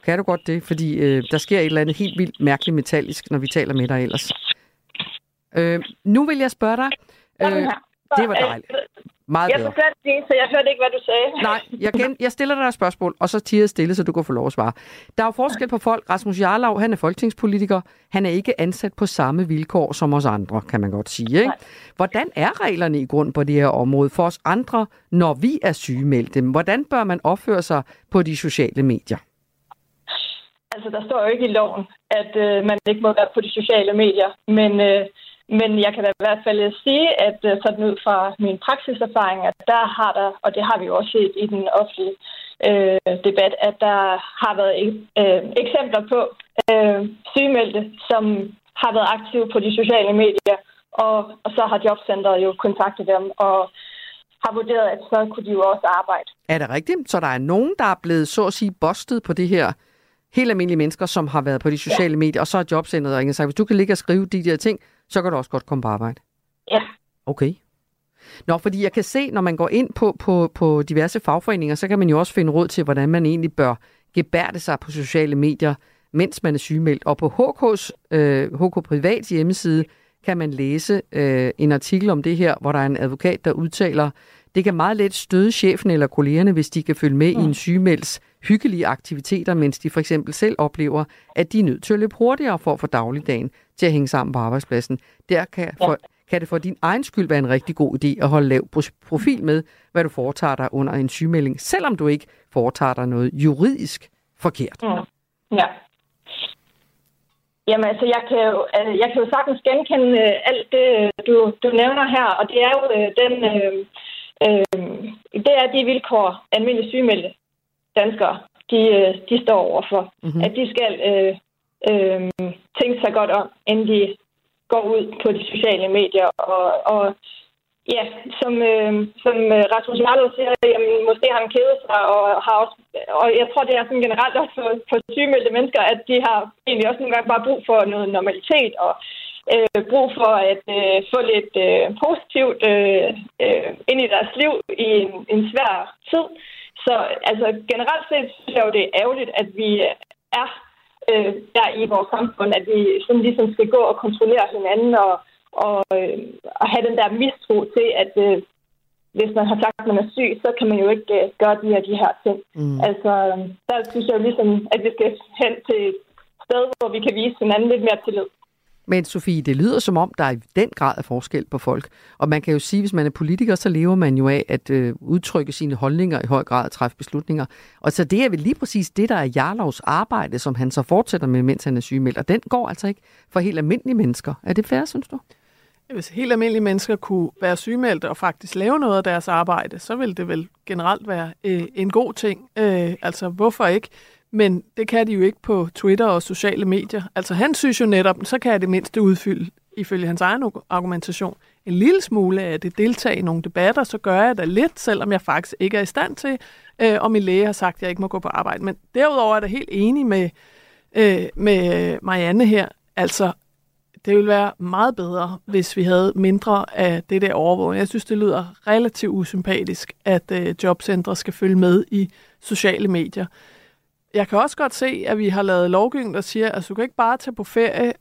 Kan du godt det? Fordi der sker et eller andet helt vildt mærkeligt metallisk, når vi taler med dig ellers. Nu vil jeg spørge dig. Det var dejligt. Meget bedre. Jeg forstår det, så jeg hørte ikke, hvad du sagde. Nej, jeg stiller dig et spørgsmål, og så tiger stille, så du kan få lov at svare. Der er jo forskel på folk. Rasmus Jarlov, han er folketingspolitiker. Han er ikke ansat på samme vilkår som os andre, kan man godt sige. Ikke? Hvordan er reglerne i grund på det her område for os andre, når vi er sygemeldte? Hvordan bør man opføre sig på de sociale medier? Altså, der står jo ikke i loven, at man ikke må være på de sociale medier, men jeg kan da i hvert fald sige, at sådan ud fra min praksiserfaring, at der har der, og det har vi jo også set i den offentlige debat, at der har været eksempler på sygemeldte, som har været aktive på de sociale medier, og så har jobcentret jo kontaktet dem og har vurderet, at så kunne de jo også arbejde. Er det rigtigt? Så der er nogen, der er blevet så at sige bustet på det her? Helt almindelige mennesker, som har været på de sociale medier, og så har jobcentret ringet sig. Hvis du kan ligge og skrive de der ting, så kan du også godt komme på arbejde. Ja. Okay. Nå, fordi jeg kan se, når man går ind på diverse fagforeninger, så kan man jo også finde råd til, hvordan man egentlig bør gebærde sig på sociale medier, mens man er sygemeldt. Og på HK Privats hjemmeside kan man læse en artikel om det her, hvor der er en advokat, der udtaler, det kan meget let støde chefen eller kollegerne, hvis de kan følge med i en sygemelds hyggelige aktiviteter, mens de for eksempel selv oplever, at de er nødt til at løbe hurtigere for at få dagligdagen til at hænge sammen på arbejdspladsen. Der kan det for din egen skyld være en rigtig god idé at holde lav profil med, hvad du foretager dig under en sygemelding, selvom du ikke foretager dig noget juridisk forkert. Ja. Jamen altså, jeg kan jo sagtens genkende alt det, du nævner her, og det er jo det er de vilkår, almindelige sygemeldte danskere, de står overfor. Mm-hmm. At de skal tænke sig godt om, inden de går ud på de sociale medier. Og ja, som Rasmus Jarlov siger, jamen, måske har han kædet sig, og jeg tror, det er sådan generelt også for sygemeldte mennesker, at de har egentlig også nogle gange bare brug for noget normalitet, og brug for at få lidt positivt ind i deres liv i en svær tid. Så altså, generelt set synes jeg jo, det er ærgerligt, at vi er der i vores samfund, at vi sådan ligesom skal gå og kontrollere hinanden og have den der mistro til, at hvis man har sagt, at man er syg, så kan man jo ikke gøre de her ting. Altså, der synes jeg jo ligesom, at vi skal hen til et sted, hvor vi kan vise hinanden lidt mere tillid. Men Sofie, det lyder som om, der er i den grad af forskel på folk. Og man kan jo sige, at hvis man er politiker, så lever man jo af at udtrykke sine holdninger i høj grad og træffe beslutninger. Og så det er vel lige præcis det, der er Jarlovs arbejde, som han så fortsætter med, mens han er sygemeldt. Og den går altså ikke for helt almindelige mennesker. Er det fair, synes du? Hvis helt almindelige mennesker kunne være sygemeldte og faktisk lave noget af deres arbejde, så ville det vel generelt være en god ting. Altså, hvorfor ikke? Men det kan de jo ikke på Twitter og sociale medier. Altså han synes jo netop, så kan jeg det mindste udfylde, ifølge hans egen argumentation, en lille smule af det deltage i nogle debatter, så gør jeg da lidt, selvom jeg faktisk ikke er i stand til, og min læge har sagt, at jeg ikke må gå på arbejde. Men derudover er jeg da helt enig med Marianne her. Altså, det ville være meget bedre, hvis vi havde mindre af det der overvågning. Jeg synes, det lyder relativt usympatisk, at jobcentre skal følge med i sociale medier. Jeg kan også godt se, at vi har lavet lovgivning, der siger, at du kan ikke bare tage på ferie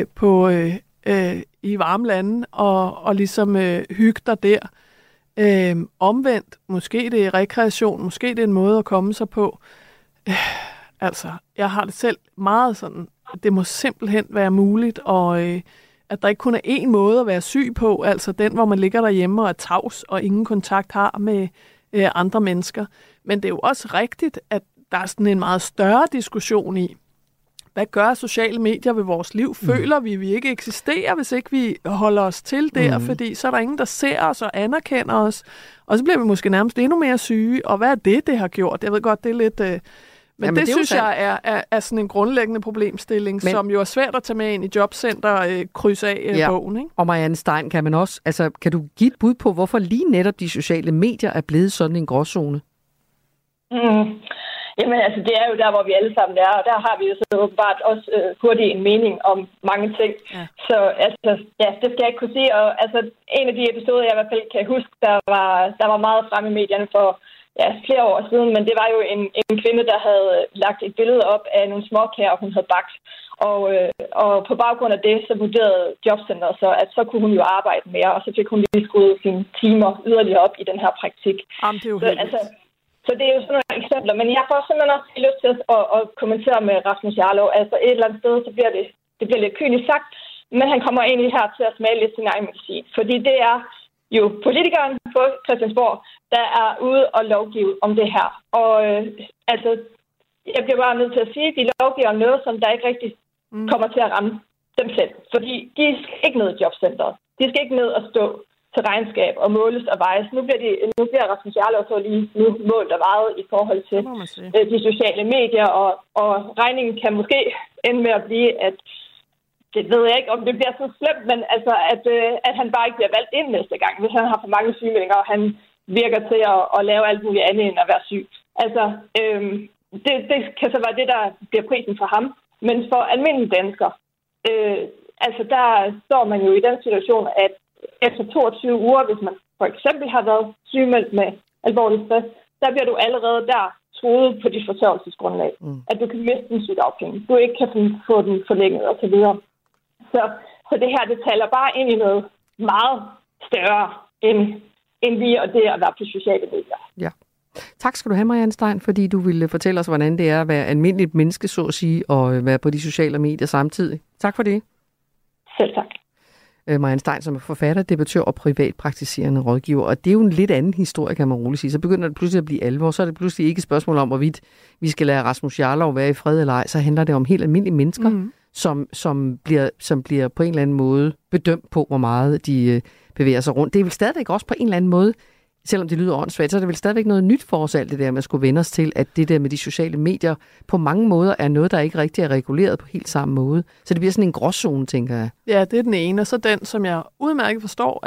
i varme lande og ligesom hygge dig der. Omvendt, måske det er rekreation, måske det er en måde at komme sig på. Altså, jeg har det selv meget sådan, at det må simpelthen være muligt, og at der ikke kun er én måde at være syg på, altså den, hvor man ligger derhjemme og er tavs og ingen kontakt har med andre mennesker. Men det er jo også rigtigt, at der er sådan en meget større diskussion i, hvad gør sociale medier ved vores liv? Føler vi ikke eksisterer, hvis ikke vi holder os til der? Fordi så er der ingen, der ser os og anerkender os. Og så bliver vi måske nærmest endnu mere syge. Og hvad er det har gjort? Jeg ved godt, det er lidt... Men det synes jeg er sådan en grundlæggende problemstilling, som jo er svært at tage med ind i jobcenter, kryds af bogen. Ikke? Og Marianne Stein, kan du give et bud på, hvorfor lige netop de sociale medier er blevet sådan en gråzone? Jamen altså, det er jo der, hvor vi alle sammen er, og der har vi jo så åbenbart også hurtigt en mening om mange ting. Ja. Så altså, ja, det skal jeg ikke kunne sige. Og altså, en af de episoder, jeg i hvert fald kan huske, der var meget fremme i medierne for flere år siden, men det var jo en kvinde, der havde lagt et billede op af nogle småkager, hun havde bagt. Og på baggrund af det, så vurderede jobcenteret så, at så kunne hun jo arbejde mere, og så fik hun lige skruet sine timer yderligere op i den her praktik. Jamen, det er jo så det er jo sådan nogle eksempler, men jeg får simpelthen også lyst til at kommentere med Rasmus Jarlov. Altså et eller andet sted, så bliver det bliver lidt kynisk sagt, men han kommer egentlig her til at smage lidt sin egen medicin. Fordi det er jo politikeren på Christiansborg, der er ude og lovgive om det her. Og jeg bliver bare nødt til at sige, at de lovgiver om noget, som der ikke rigtig kommer til at ramme dem selv. Fordi de skal ikke ned i jobcenteret. De skal ikke ned og stå til regnskab og måles og vejes. Nu bliver Rasmus Jarlov så lige nu målt og vejet i forhold til de sociale medier, og regningen kan måske ende med at blive, at det ved jeg ikke, om det bliver så slemt, men altså, at han bare ikke bliver valgt ind næste gang, hvis han har for mange sygemeldinger, og han virker til at lave alt muligt andet end at være syg. Altså, det kan så være det, der bliver prisen for ham. Men for almindelige danskere, der står man jo i den situation, at efter 22 uger, hvis man for eksempel har været sygemeldt med alvorlig stress, der bliver du allerede der troet på dit forsørgelsesgrundlag, at du kan miste din sygedagpenge, du ikke kan få den forlænget osv. Så det her, det taler bare ind i noget meget større end lige og det at være på sociale medier. Ja. Tak skal du have, Marianne Stein, fordi du ville fortælle os, hvordan det er at være almindeligt menneske, så at sige, og være på de sociale medier samtidig. Tak for det. Selv tak. Marianne Stein, som er forfatter, debattør og privatpraktiserende rådgiver. Og det er jo en lidt anden historie, kan man roligt sige. Så begynder det pludselig at blive alvor. Så er det pludselig ikke et spørgsmål om, hvorvidt vi skal lade Rasmus Jarlov være i fred eller ej. Så handler det om helt almindelige mennesker, som bliver på en eller anden måde bedømt på, hvor meget de bevæger sig rundt. Det er vel stadigvæk også på en eller anden måde, selvom det lyder åndssvagt, så er det vel stadigvæk noget nyt for os alt det der, man skulle vende os til, at det der med de sociale medier på mange måder er noget, der ikke rigtig er reguleret på helt samme måde. Så det bliver sådan en gråzone, tænker jeg. Ja, det er den ene, og så den, som jeg udmærket forstår,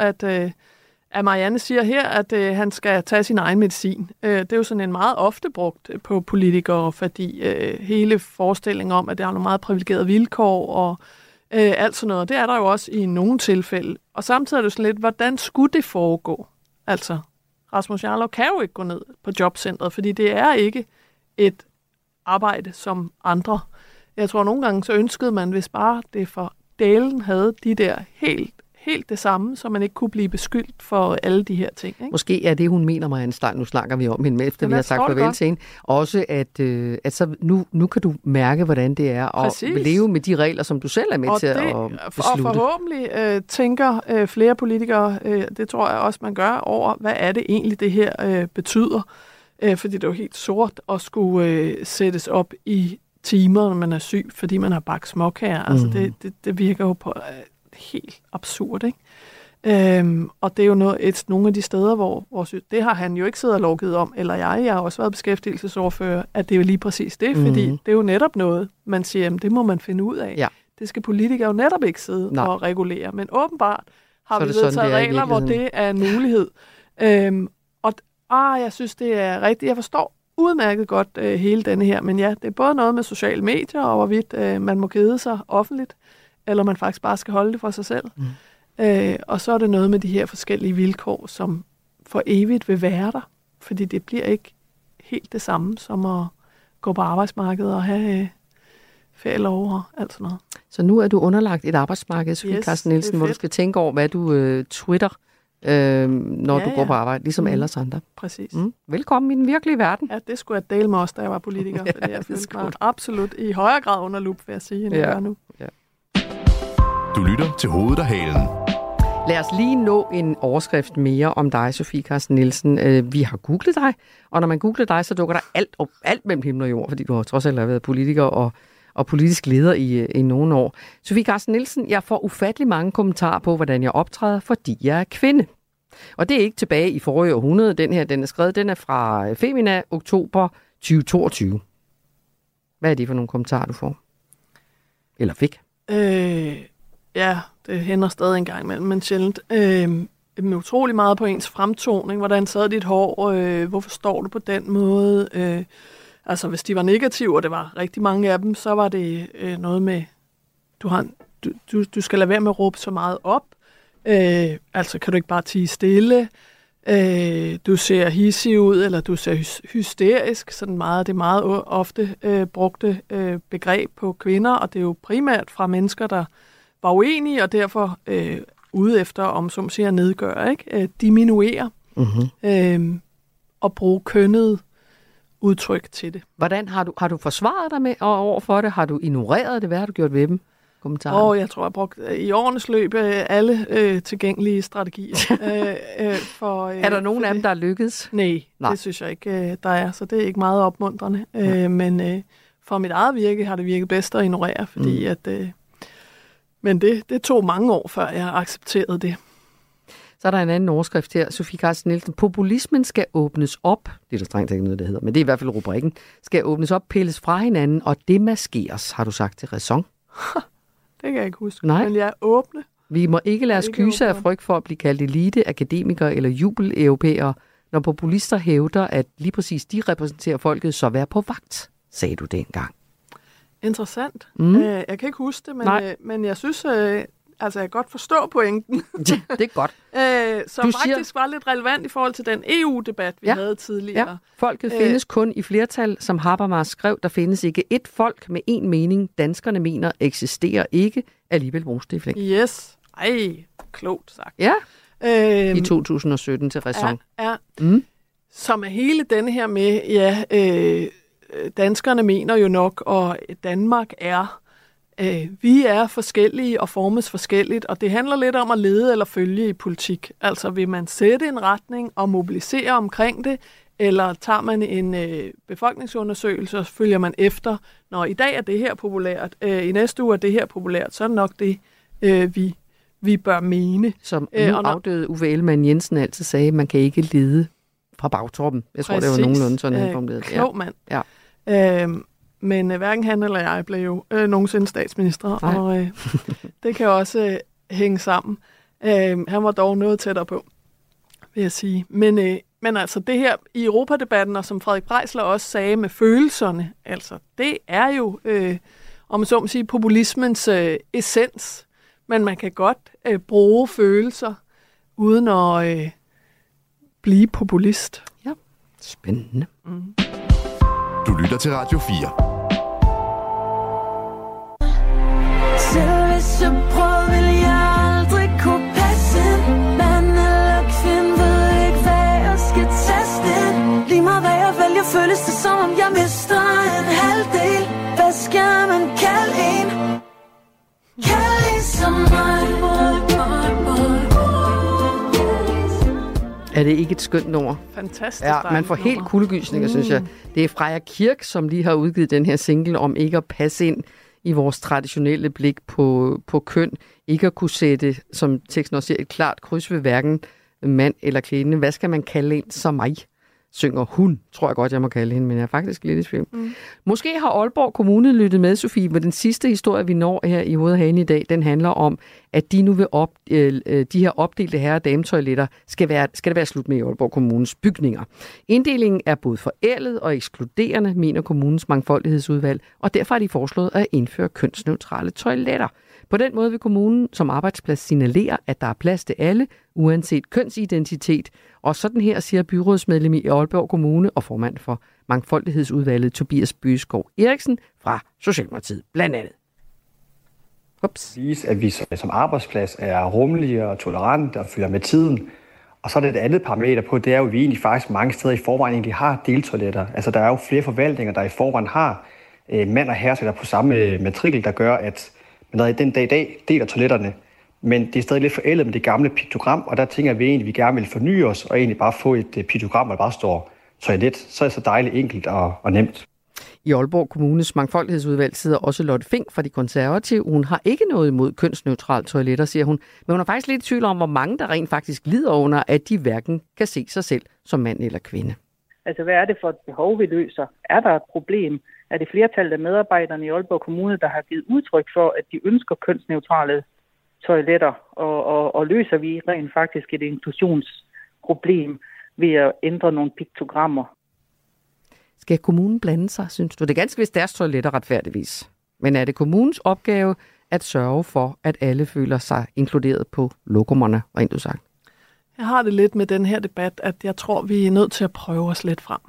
at Marianne siger her, at han skal tage sin egen medicin. Det er jo sådan en meget ofte brugt på politikere, fordi hele forestillingen om, at der er nogle meget privilegerede vilkår og alt sådan noget, det er der jo også i nogle tilfælde. Og samtidig er det sådan lidt, hvordan skulle det foregå? Altså, Rasmus Jarlov kan jo ikke gå ned på jobcentret, fordi det er ikke et arbejde som andre. Jeg tror, nogle gange så ønskede man, hvis bare det for delen havde de der helt det samme, så man ikke kunne blive beskyldt for alle de her ting. Ikke? Måske er det, hun mener, Marianne Stein. Nu snakker vi om hende, efter vi har sagt farvel til hende. Også, at så nu kan du mærke, hvordan det er at leve med de regler, som du selv er med til at beslutte. Og forhåbentlig tænker flere politikere, det tror jeg også, man gør, over, hvad er det egentlig, det her betyder. Fordi det er jo helt sort at skulle sættes op i timer, når man er syg, fordi man har bagt småkager. Altså, det virker jo på helt absurd, ikke? Og det er jo nogle af de steder, hvor det har han jo ikke siddet og lovgivet om, eller jeg har også været beskæftigelsesordfører, at det er jo lige præcis det, fordi det er jo netop noget, man siger, jamen, det må man finde ud af. Ja. Det skal politikere jo netop ikke sidde og regulere, men åbenbart har vi vedtaget regler, hvor det er en mulighed. Jeg synes, det er rigtigt. Jeg forstår udmærket godt hele denne her, men ja, det er både noget med sociale medier, og hvorvidt man må kede sig offentligt, eller man faktisk bare skal holde det for sig selv. Og så er det noget med de her forskellige vilkår, som for evigt vil være der, fordi det bliver ikke helt det samme som at gå på arbejdsmarkedet og have ferielov og alt sådan noget. Så nu er du underlagt et arbejdsmarked, Sofie Carsten Nielsen, hvor du skal tænke over, hvad du twitter, når du går på arbejde, ligesom alle os andre. Præcis. Velkommen i den virkelige verden. Ja, det skulle jeg dele med os, da jeg var politiker, fordi jeg følte mig absolut i højere grad under lup, vil jeg sige, end jeg gør nu. Ja. Du lytter til Hovedet og Halen. Lad os lige nå en overskrift mere om dig, Sofie Carsten Nielsen. Vi har googlet dig, og når man googler dig, så dukker der alt mellem himmel og jord, fordi du har trods alt været politiker og politisk leder i nogle år. Sofie Carsten Nielsen, jeg får ufattelig mange kommentarer på, hvordan jeg optræder, fordi jeg er kvinde. Og det er ikke tilbage i forrige århundrede. Den er skrevet, den er fra Femina, oktober 2022. Hvad er det for nogle kommentarer, du får? Eller fik? Ja, det hænder stadig en gang imellem, men sjældent. Med utrolig meget på ens fremtoning. Hvordan sad dit hår? Hvorfor står du på den måde? Altså, hvis de var negative, og det var rigtig mange af dem, så var det noget med, du skal lade være med at råbe så meget op. Altså, kan du ikke bare tie stille? du ser hissig ud, eller du ser hysterisk, sådan meget, det er meget ofte brugte begreb på kvinder, og det er jo primært fra mennesker, der var uenige, og derfor ude efter, om som siger, at nedgøre, ikke? Diminuere og bruge kønnede udtryk til det. Hvordan har du forsvaret dig med over for det? Har du ignoreret det? Hvad har du gjort ved dem? Jeg tror, jeg har brugt i årenes løb alle tilgængelige strategier. Er der nogen af dem, der er lykkedes? Nej, det synes jeg ikke, der er, så det er ikke meget opmuntrende. Men for mit eget virke har det virket bedst at ignorere, fordi men det tog mange år, før jeg accepterede det. Så er der en anden overskrift her, Sofie Carsten Nielsen. Populismen skal åbnes op, det er der strengt ikke noget, det hedder, men det er i hvert fald rubrikken, skal åbnes op, pilles fra hinanden og demaskeres, har du sagt til Ræson. Det kan jeg ikke huske, Nej. Men jeg er åbne. Vi må ikke lade os kyse af frygt for at blive kaldt elite, akademikere eller jubel-europæere, når populister hævder, at lige præcis de repræsenterer folket, så vær på vagt, sagde du dengang. Interessant. Jeg kan ikke huske det, men jeg synes, jeg kan godt forstå pointen. Det er godt. Som faktisk var lidt relevant i forhold til den EU-debat, vi havde tidligere. Ja. Folket findes kun i flertal, som Habermas skrev. Der findes ikke ét folk med én mening. Danskerne mener eksisterer ikke. Alligevel bruges det i flæng. Yes. Ej, klogt sagt. Ja. I 2017 til Ræson. Ja. Som er hele denne her med, danskerne mener jo nok, og Danmark er... Vi er forskellige og formes forskelligt, og det handler lidt om at lede eller følge i politik. Altså vil man sætte en retning og mobilisere omkring det, eller tager man en befolkningsundersøgelse, og følger man efter, når i dag er det her populært, i næste uge er det her populært, så er det nok det, vi bør mene. Som afdøde Uffe Ellemann-Jensen altid sagde, man kan ikke lede fra bagtroppen. Jeg tror, det var nogenlunde sådan, han formulerede. Klog mand. Ja. Men hverken han eller jeg blev jo nogensinde statsminister, og det kan også hænge sammen. Han var dog noget tættere på, vil jeg sige. Men altså det her i Europadebatten, og som Frederik Breisler også sagde med følelserne, altså det er jo, om så må sige, populismens essens. Men man kan godt bruge følelser, uden at blive populist. Ja, spændende. Du lytter til Radio 4. Selv hvis jeg prøver, vil jeg aldrig kunne passe ind. Mand eller kvinde ved ikke, hvad jeg skal teste. Lige meget hvad jeg vælger, føles det som om jeg mister en halvdel. Hvad skal man kalde en? Kald en som mig. Er det ikke et skønt nummer? Fantastisk. Ja, man får helt kuldegysninger, synes jeg. Det er Freja Kirk, som lige har udgivet den her single om ikke at passe ind i vores traditionelle blik på køn. Ikke at kunne sætte, som teksten også siger, et klart kryds ved hverken mand eller kvinde. Hvad skal man kalde en som mig? Synger hun, tror jeg godt, jeg må kalde hende, men jeg er faktisk lidt i tvivl. Måske har Aalborg Kommune lyttet med, Sofie, med den sidste historie, vi når her i Hovedet Hagen i dag. Den handler om, at de nu vil de her opdelte herre- og dametoiletter skal det være slut med i Aalborg Kommunes bygninger. Inddelingen er både forældet og ekskluderende, mener kommunens mangfoldighedsudvalg, og derfor har de foreslået at indføre kønsneutrale toiletter. På den måde vil kommunen som arbejdsplads signalere, at der er plads til alle, uanset kønsidentitet. Og sådan her siger byrådsmedlem i Aalborg Kommune og formand for mangfoldighedsudvalget Tobias Bøgeskov Eriksen fra Socialdemokratiet blandt andet. Vise, at vi som arbejdsplads er rummelige og tolerante og følger med tiden. Og så er det et andet parameter på, det er jo, at vi egentlig faktisk mange steder i forvejen egentlig har deltoiletter. Altså der er jo flere forvaltninger, der i forvejen har mand- og herretoiletter på samme matrikel, der gør, at man den dag i dag deler toiletterne. Men det er stadig lidt forældet med det gamle piktogram, og der tænker vi egentlig, at vi gerne vil forny os, og egentlig bare få et piktogram, hvor der bare står toilet. Så er det så dejligt enkelt og nemt. I Aalborg Kommunes mangfoldighedsudvalg sidder også Lotte Fink fra De Konservative. Hun har ikke noget imod kønsneutrale toiletter, siger hun. Men hun er faktisk lidt i tvivl om, hvor mange der rent faktisk lider under, at de hverken kan se sig selv som mand eller kvinde. Altså, hvad er det for et behov, vi løser? Er der et problem? Er det flertallet af medarbejderne i Aalborg Kommune, der har givet udtryk for, at de ønsker kønsneutrale toiletter? Og løser vi rent faktisk et inklusionsproblem ved at ændre nogle piktogrammer? Skal kommunen blande sig, synes du? Det er ganske vist deres toiletter retfærdigvis. Men er det kommunens opgave at sørge for, at alle føler sig inkluderet på lokummerne, rent udsagt? Jeg har det lidt med den her debat, at jeg tror, vi er nødt til at prøve os lidt frem.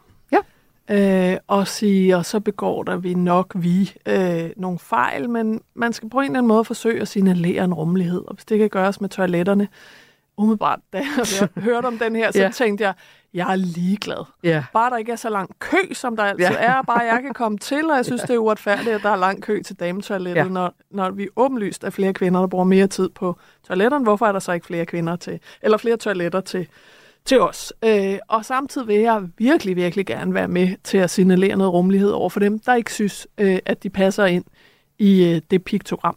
Og sige, og så begår der vi nok nogle fejl, men man skal på en eller anden måde forsøge at signalere en rummelighed. Og hvis det kan gøres med toiletterne, umiddelbart, da jeg hørte om den her, så tænkte jeg er ligeglad. Bare der ikke er så lang kø, som der altid er, bare jeg kan komme til, og jeg synes, det er uretfærdigt, at der er lang kø til dametoilettet, når vi åbenlyst er flere kvinder, der bruger mere tid på toiletterne. Hvorfor er der så ikke flere kvinder eller flere toiletter til os? Og samtidig vil jeg virkelig, virkelig gerne være med til at signalere noget rummelighed over for dem, der ikke synes, at de passer ind i det piktogram.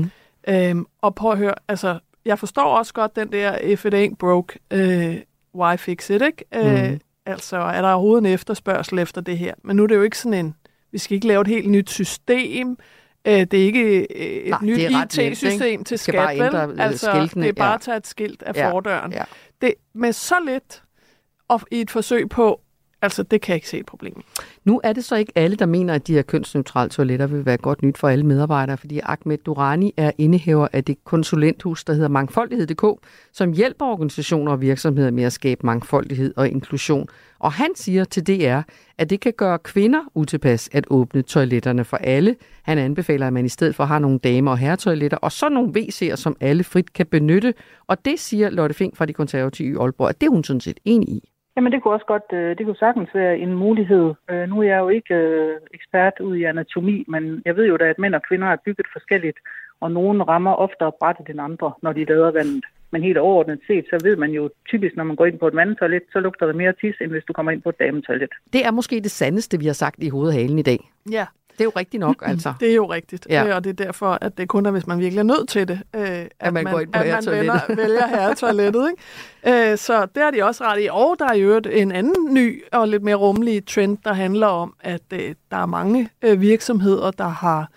Og prøv at høre, altså, jeg forstår også godt den der, if it ain't broke, why fix it, ikke? Altså, er der overhovedet en efterspørgsel efter det her? Men nu er det jo ikke sådan vi skal ikke lave et helt nyt system. Det er ikke et nyt IT-system til skat, vel? Altså, det er bare at tage et skilt af fordøren. Det, med så lidt og i et forsøg på, altså det kan jeg ikke se et problem. Nu er det så ikke alle, der mener, at de her kønsneutrale toiletter vil være godt nyt for alle medarbejdere, fordi Ahmed Durrani er indehaver af det konsulenthus, der hedder Mangfoldighed.dk, som hjælper organisationer og virksomheder med at skabe mangfoldighed og inklusion. Og han siger til DR, at det kan gøre kvinder utilpas at åbne toiletterne for alle. Han anbefaler, at man i stedet for har nogle dame- og herretoiletter, og så nogle WC'er, som alle frit kan benytte. Og det siger Lotte Fink fra De Konservative i Aalborg, at det er hun sådan set enig i. Jamen det kunne også godt, det kunne sagtens være en mulighed. Nu er jeg jo ikke ekspert ud i anatomi, men jeg ved jo da, at mænd og kvinder er bygget forskelligt, og nogen rammer oftere brættet end andre, når de lader vandet. Men helt overordnet set, så ved man jo typisk, når man går ind på et mandetoilet, så lugter det mere tis, end hvis du kommer ind på et dametoilet. Det er måske det sandeste, vi har sagt i hovedhalen i dag. Ja. Det er jo rigtigt nok, altså. Det er jo rigtigt, og det er derfor, at det kun er, hvis man virkelig er nødt til det, at man går ind på herretoilettet. Vælger herretoilettet, ikke? Så det er de også ret i. Og der er jo en anden ny og lidt mere rummelig trend, der handler om, at der er mange virksomheder, der har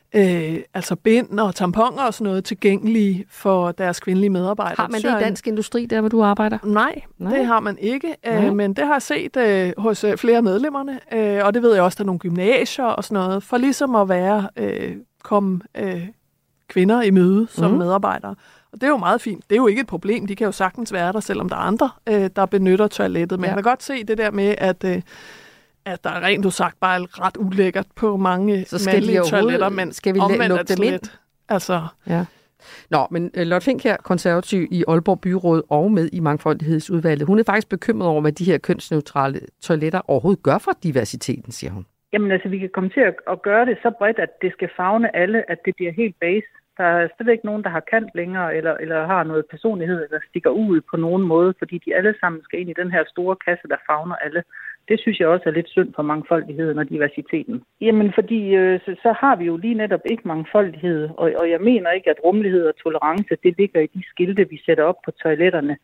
altså bind og tamponer og sådan noget tilgængelige for deres kvindelige medarbejdere. Har man det i Dansk Industri, der hvor du arbejder? Nej, det har man ikke. Men det har jeg set hos flere af medlemmerne, og det ved jeg også, der er nogle gymnasier og sådan noget, for ligesom at komme kvinder i møde som medarbejdere. Og det er jo meget fint. Det er jo ikke et problem. De kan jo sagtens være der, selvom der er andre, der benytter toilettet. Men jeg kan godt se det der med, at der er rent udsagt bare ret ulækkert på mange mandlige toiletter, men skal vi lukke dem ind? Altså. Ja. Nå, men Lotte Fink her, konservativ i Aalborg Byråd og med i Mangfoldighedsudvalget, hun er faktisk bekymret over, hvad de her kønsneutrale toiletter overhovedet gør for diversiteten, siger hun. Jamen altså, vi kan komme til at gøre det så bredt, at det skal favne alle, at det bliver helt base. Der er slet ikke nogen, der har kant længere, eller har noget personlighed, eller stikker ud på nogen måde, fordi de alle sammen skal ind i den her store kasse, der favner alle. Det synes jeg også er lidt synd for mangfoldigheden og diversiteten. Jamen, fordi så har vi jo lige netop ikke mangfoldighed, og jeg mener ikke, at rummelighed og tolerance, det ligger i de skilte, vi sætter op på toiletterne.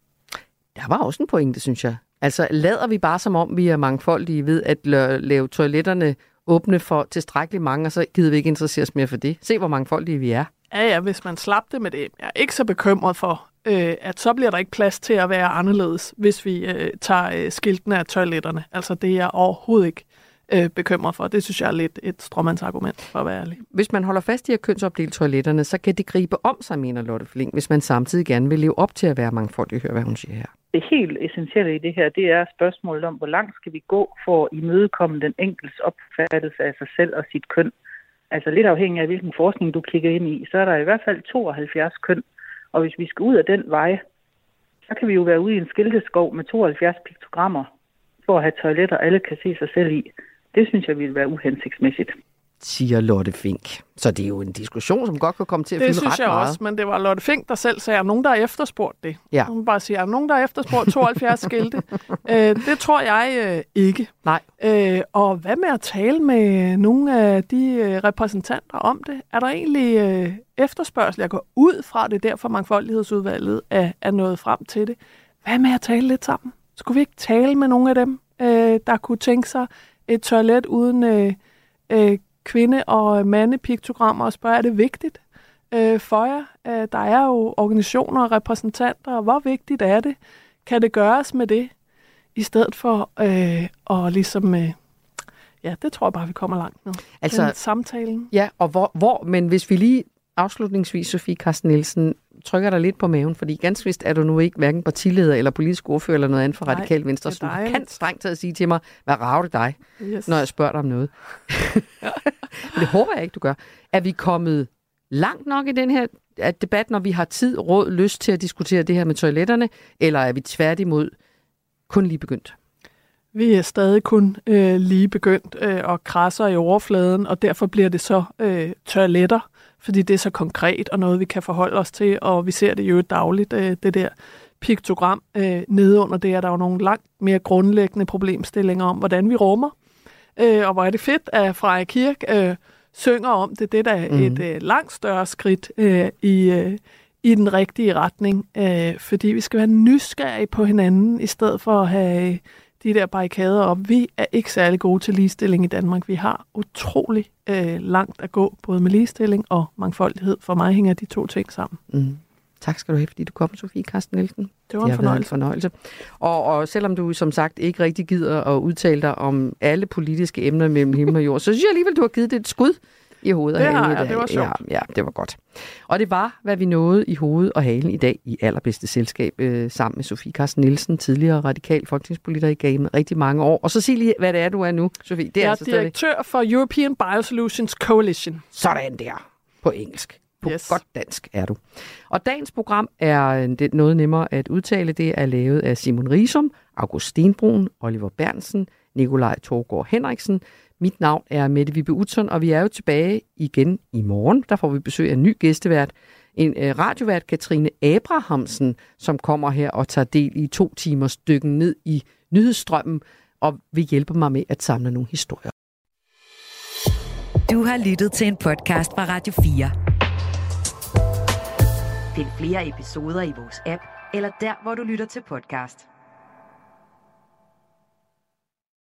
Der var også en pointe, synes jeg. Altså, lader vi bare som om, vi er mangfoldige ved at lave toiletterne åbne for tilstrækkeligt mange, og så gider vi ikke interessere os mere for det. Se, hvor mangfoldige vi er. Ja, hvis man slap det med det. Jeg er ikke så bekymret for, at så bliver der ikke plads til at være anderledes, hvis vi tager skiltene af toiletterne. Altså, det er jeg overhovedet ikke bekymret for. Det synes jeg er lidt et stråmandsargument, for at være ærlig. Hvis man holder fast i at kønsopdele toiletterne, så kan det gribe om sig, mener Lotte Fink, hvis man samtidig gerne vil leve op til at være mangfoldig. Hør, hvad hun siger her. Det helt essentielle i det her, det er spørgsmålet om, hvor langt skal vi gå for at imødekomme den enkeltes opfattelse af sig selv og sit køn. Altså lidt afhængig af, hvilken forskning du kigger ind i, så er der i hvert fald 72 køn. Og hvis vi skal ud af den vej, så kan vi jo være ude i en skilteskov med 72 piktogrammer for at have toiletter, alle kan se sig selv i. Det synes jeg ville være uhensigtsmæssigt. Siger Lotte Fink. Så det er jo en diskussion, som godt kan komme til at fylde ret meget. Det synes jeg også, men det var Lotte Fink, der selv sagde, at nogen, der har efterspurgt det. Ja. Hun bare siger, at nogen, der har efterspurgt 72 skilte. Det tror jeg ikke. Nej. Og hvad med at tale med nogle af de repræsentanter om det? Er der egentlig efterspørgsel? Jeg går ud fra det, derfor Mangfoldighedsudvalget er nået frem til det. Hvad med at tale lidt sammen? Skulle vi ikke tale med nogle af dem, der kunne tænke sig et toilet uden kvinde- og mandepiktogrammer og spørge, er det vigtigt for jer? Der er jo organisationer og repræsentanter, og hvor vigtigt er det? Kan det gøres med det, i stedet for at ligesom... ja, det tror jeg bare, vi kommer langt med. Altså samtalen. Ja, og men hvis vi lige afslutningsvis, Sofie Carsten Nielsen, trykker dig lidt på maven, fordi ganske vist er du nu ikke hverken partileder eller politisk ordfører eller noget andet for Radikal Venstre, så du kan strengt taget sige til mig, hvad rager det dig, når jeg spørger dig om noget. Men det håber jeg ikke, du gør. Er vi kommet langt nok i den her debat, når vi har tid, råd, lyst til at diskutere det her med toiletterne, eller er vi tværtimod kun lige begyndt? Vi er stadig kun lige begyndt og krasser i overfladen, og derfor bliver det så toiletter, fordi det er så konkret og noget, vi kan forholde os til, og vi ser det jo dagligt, det der piktogram. Nede under det er der jo nogle langt mere grundlæggende problemstillinger om, hvordan vi rummer. Og hvor er det fedt, at Freja Kirk synger om det. Det er da et langt større skridt i den rigtige retning, fordi vi skal være nysgerrige på hinanden, i stedet for at have de der barrikader op. Vi er ikke særlig gode til ligestilling i Danmark. Vi har utrolig langt at gå, både med ligestilling og mangfoldighed. For mig hænger de to ting sammen. Mm. Tak skal du have, fordi du kom, Sofie Carsten Nielsen. Det var en fornøjelse. Og selvom du som sagt ikke rigtig gider at udtale dig om alle politiske emner mellem himmel og jord, så synes jeg alligevel, du har givet det et skud i hovedet og halen i dag. Det var sjovt. Ja, det var godt. Og det var, hvad vi nåede i hovedet og halen i dag i allerbedste selskab sammen med Sofie Carsten Nielsen, tidligere radikal folketingspolitiker i gamet rigtig mange år. Og så sig lige, hvad det er, du er nu, Sofie. Det er altså direktør for European Biosolutions Coalition. Sådan der, på engelsk. På godt dansk er du. Og dagens program er noget nemmere at udtale. Det er lavet af Simon Riisum, August Stenbrun, Oliver Bernsen, Nikolaj Torgård Henriksen. Mit navn er Mette Vibe Utzon, og vi er jo tilbage igen i morgen. Der får vi besøg af en ny gæstevært. En radiovært, Katrine Abrahamsen, som kommer her og tager del i 2 timers dykken ned i nyhedsstrømmen og vil hjælpe mig med at samle nogle historier. Du har lyttet til en podcast fra Radio 4. Find flere episoder i vores app, eller der, hvor du lytter til podcast.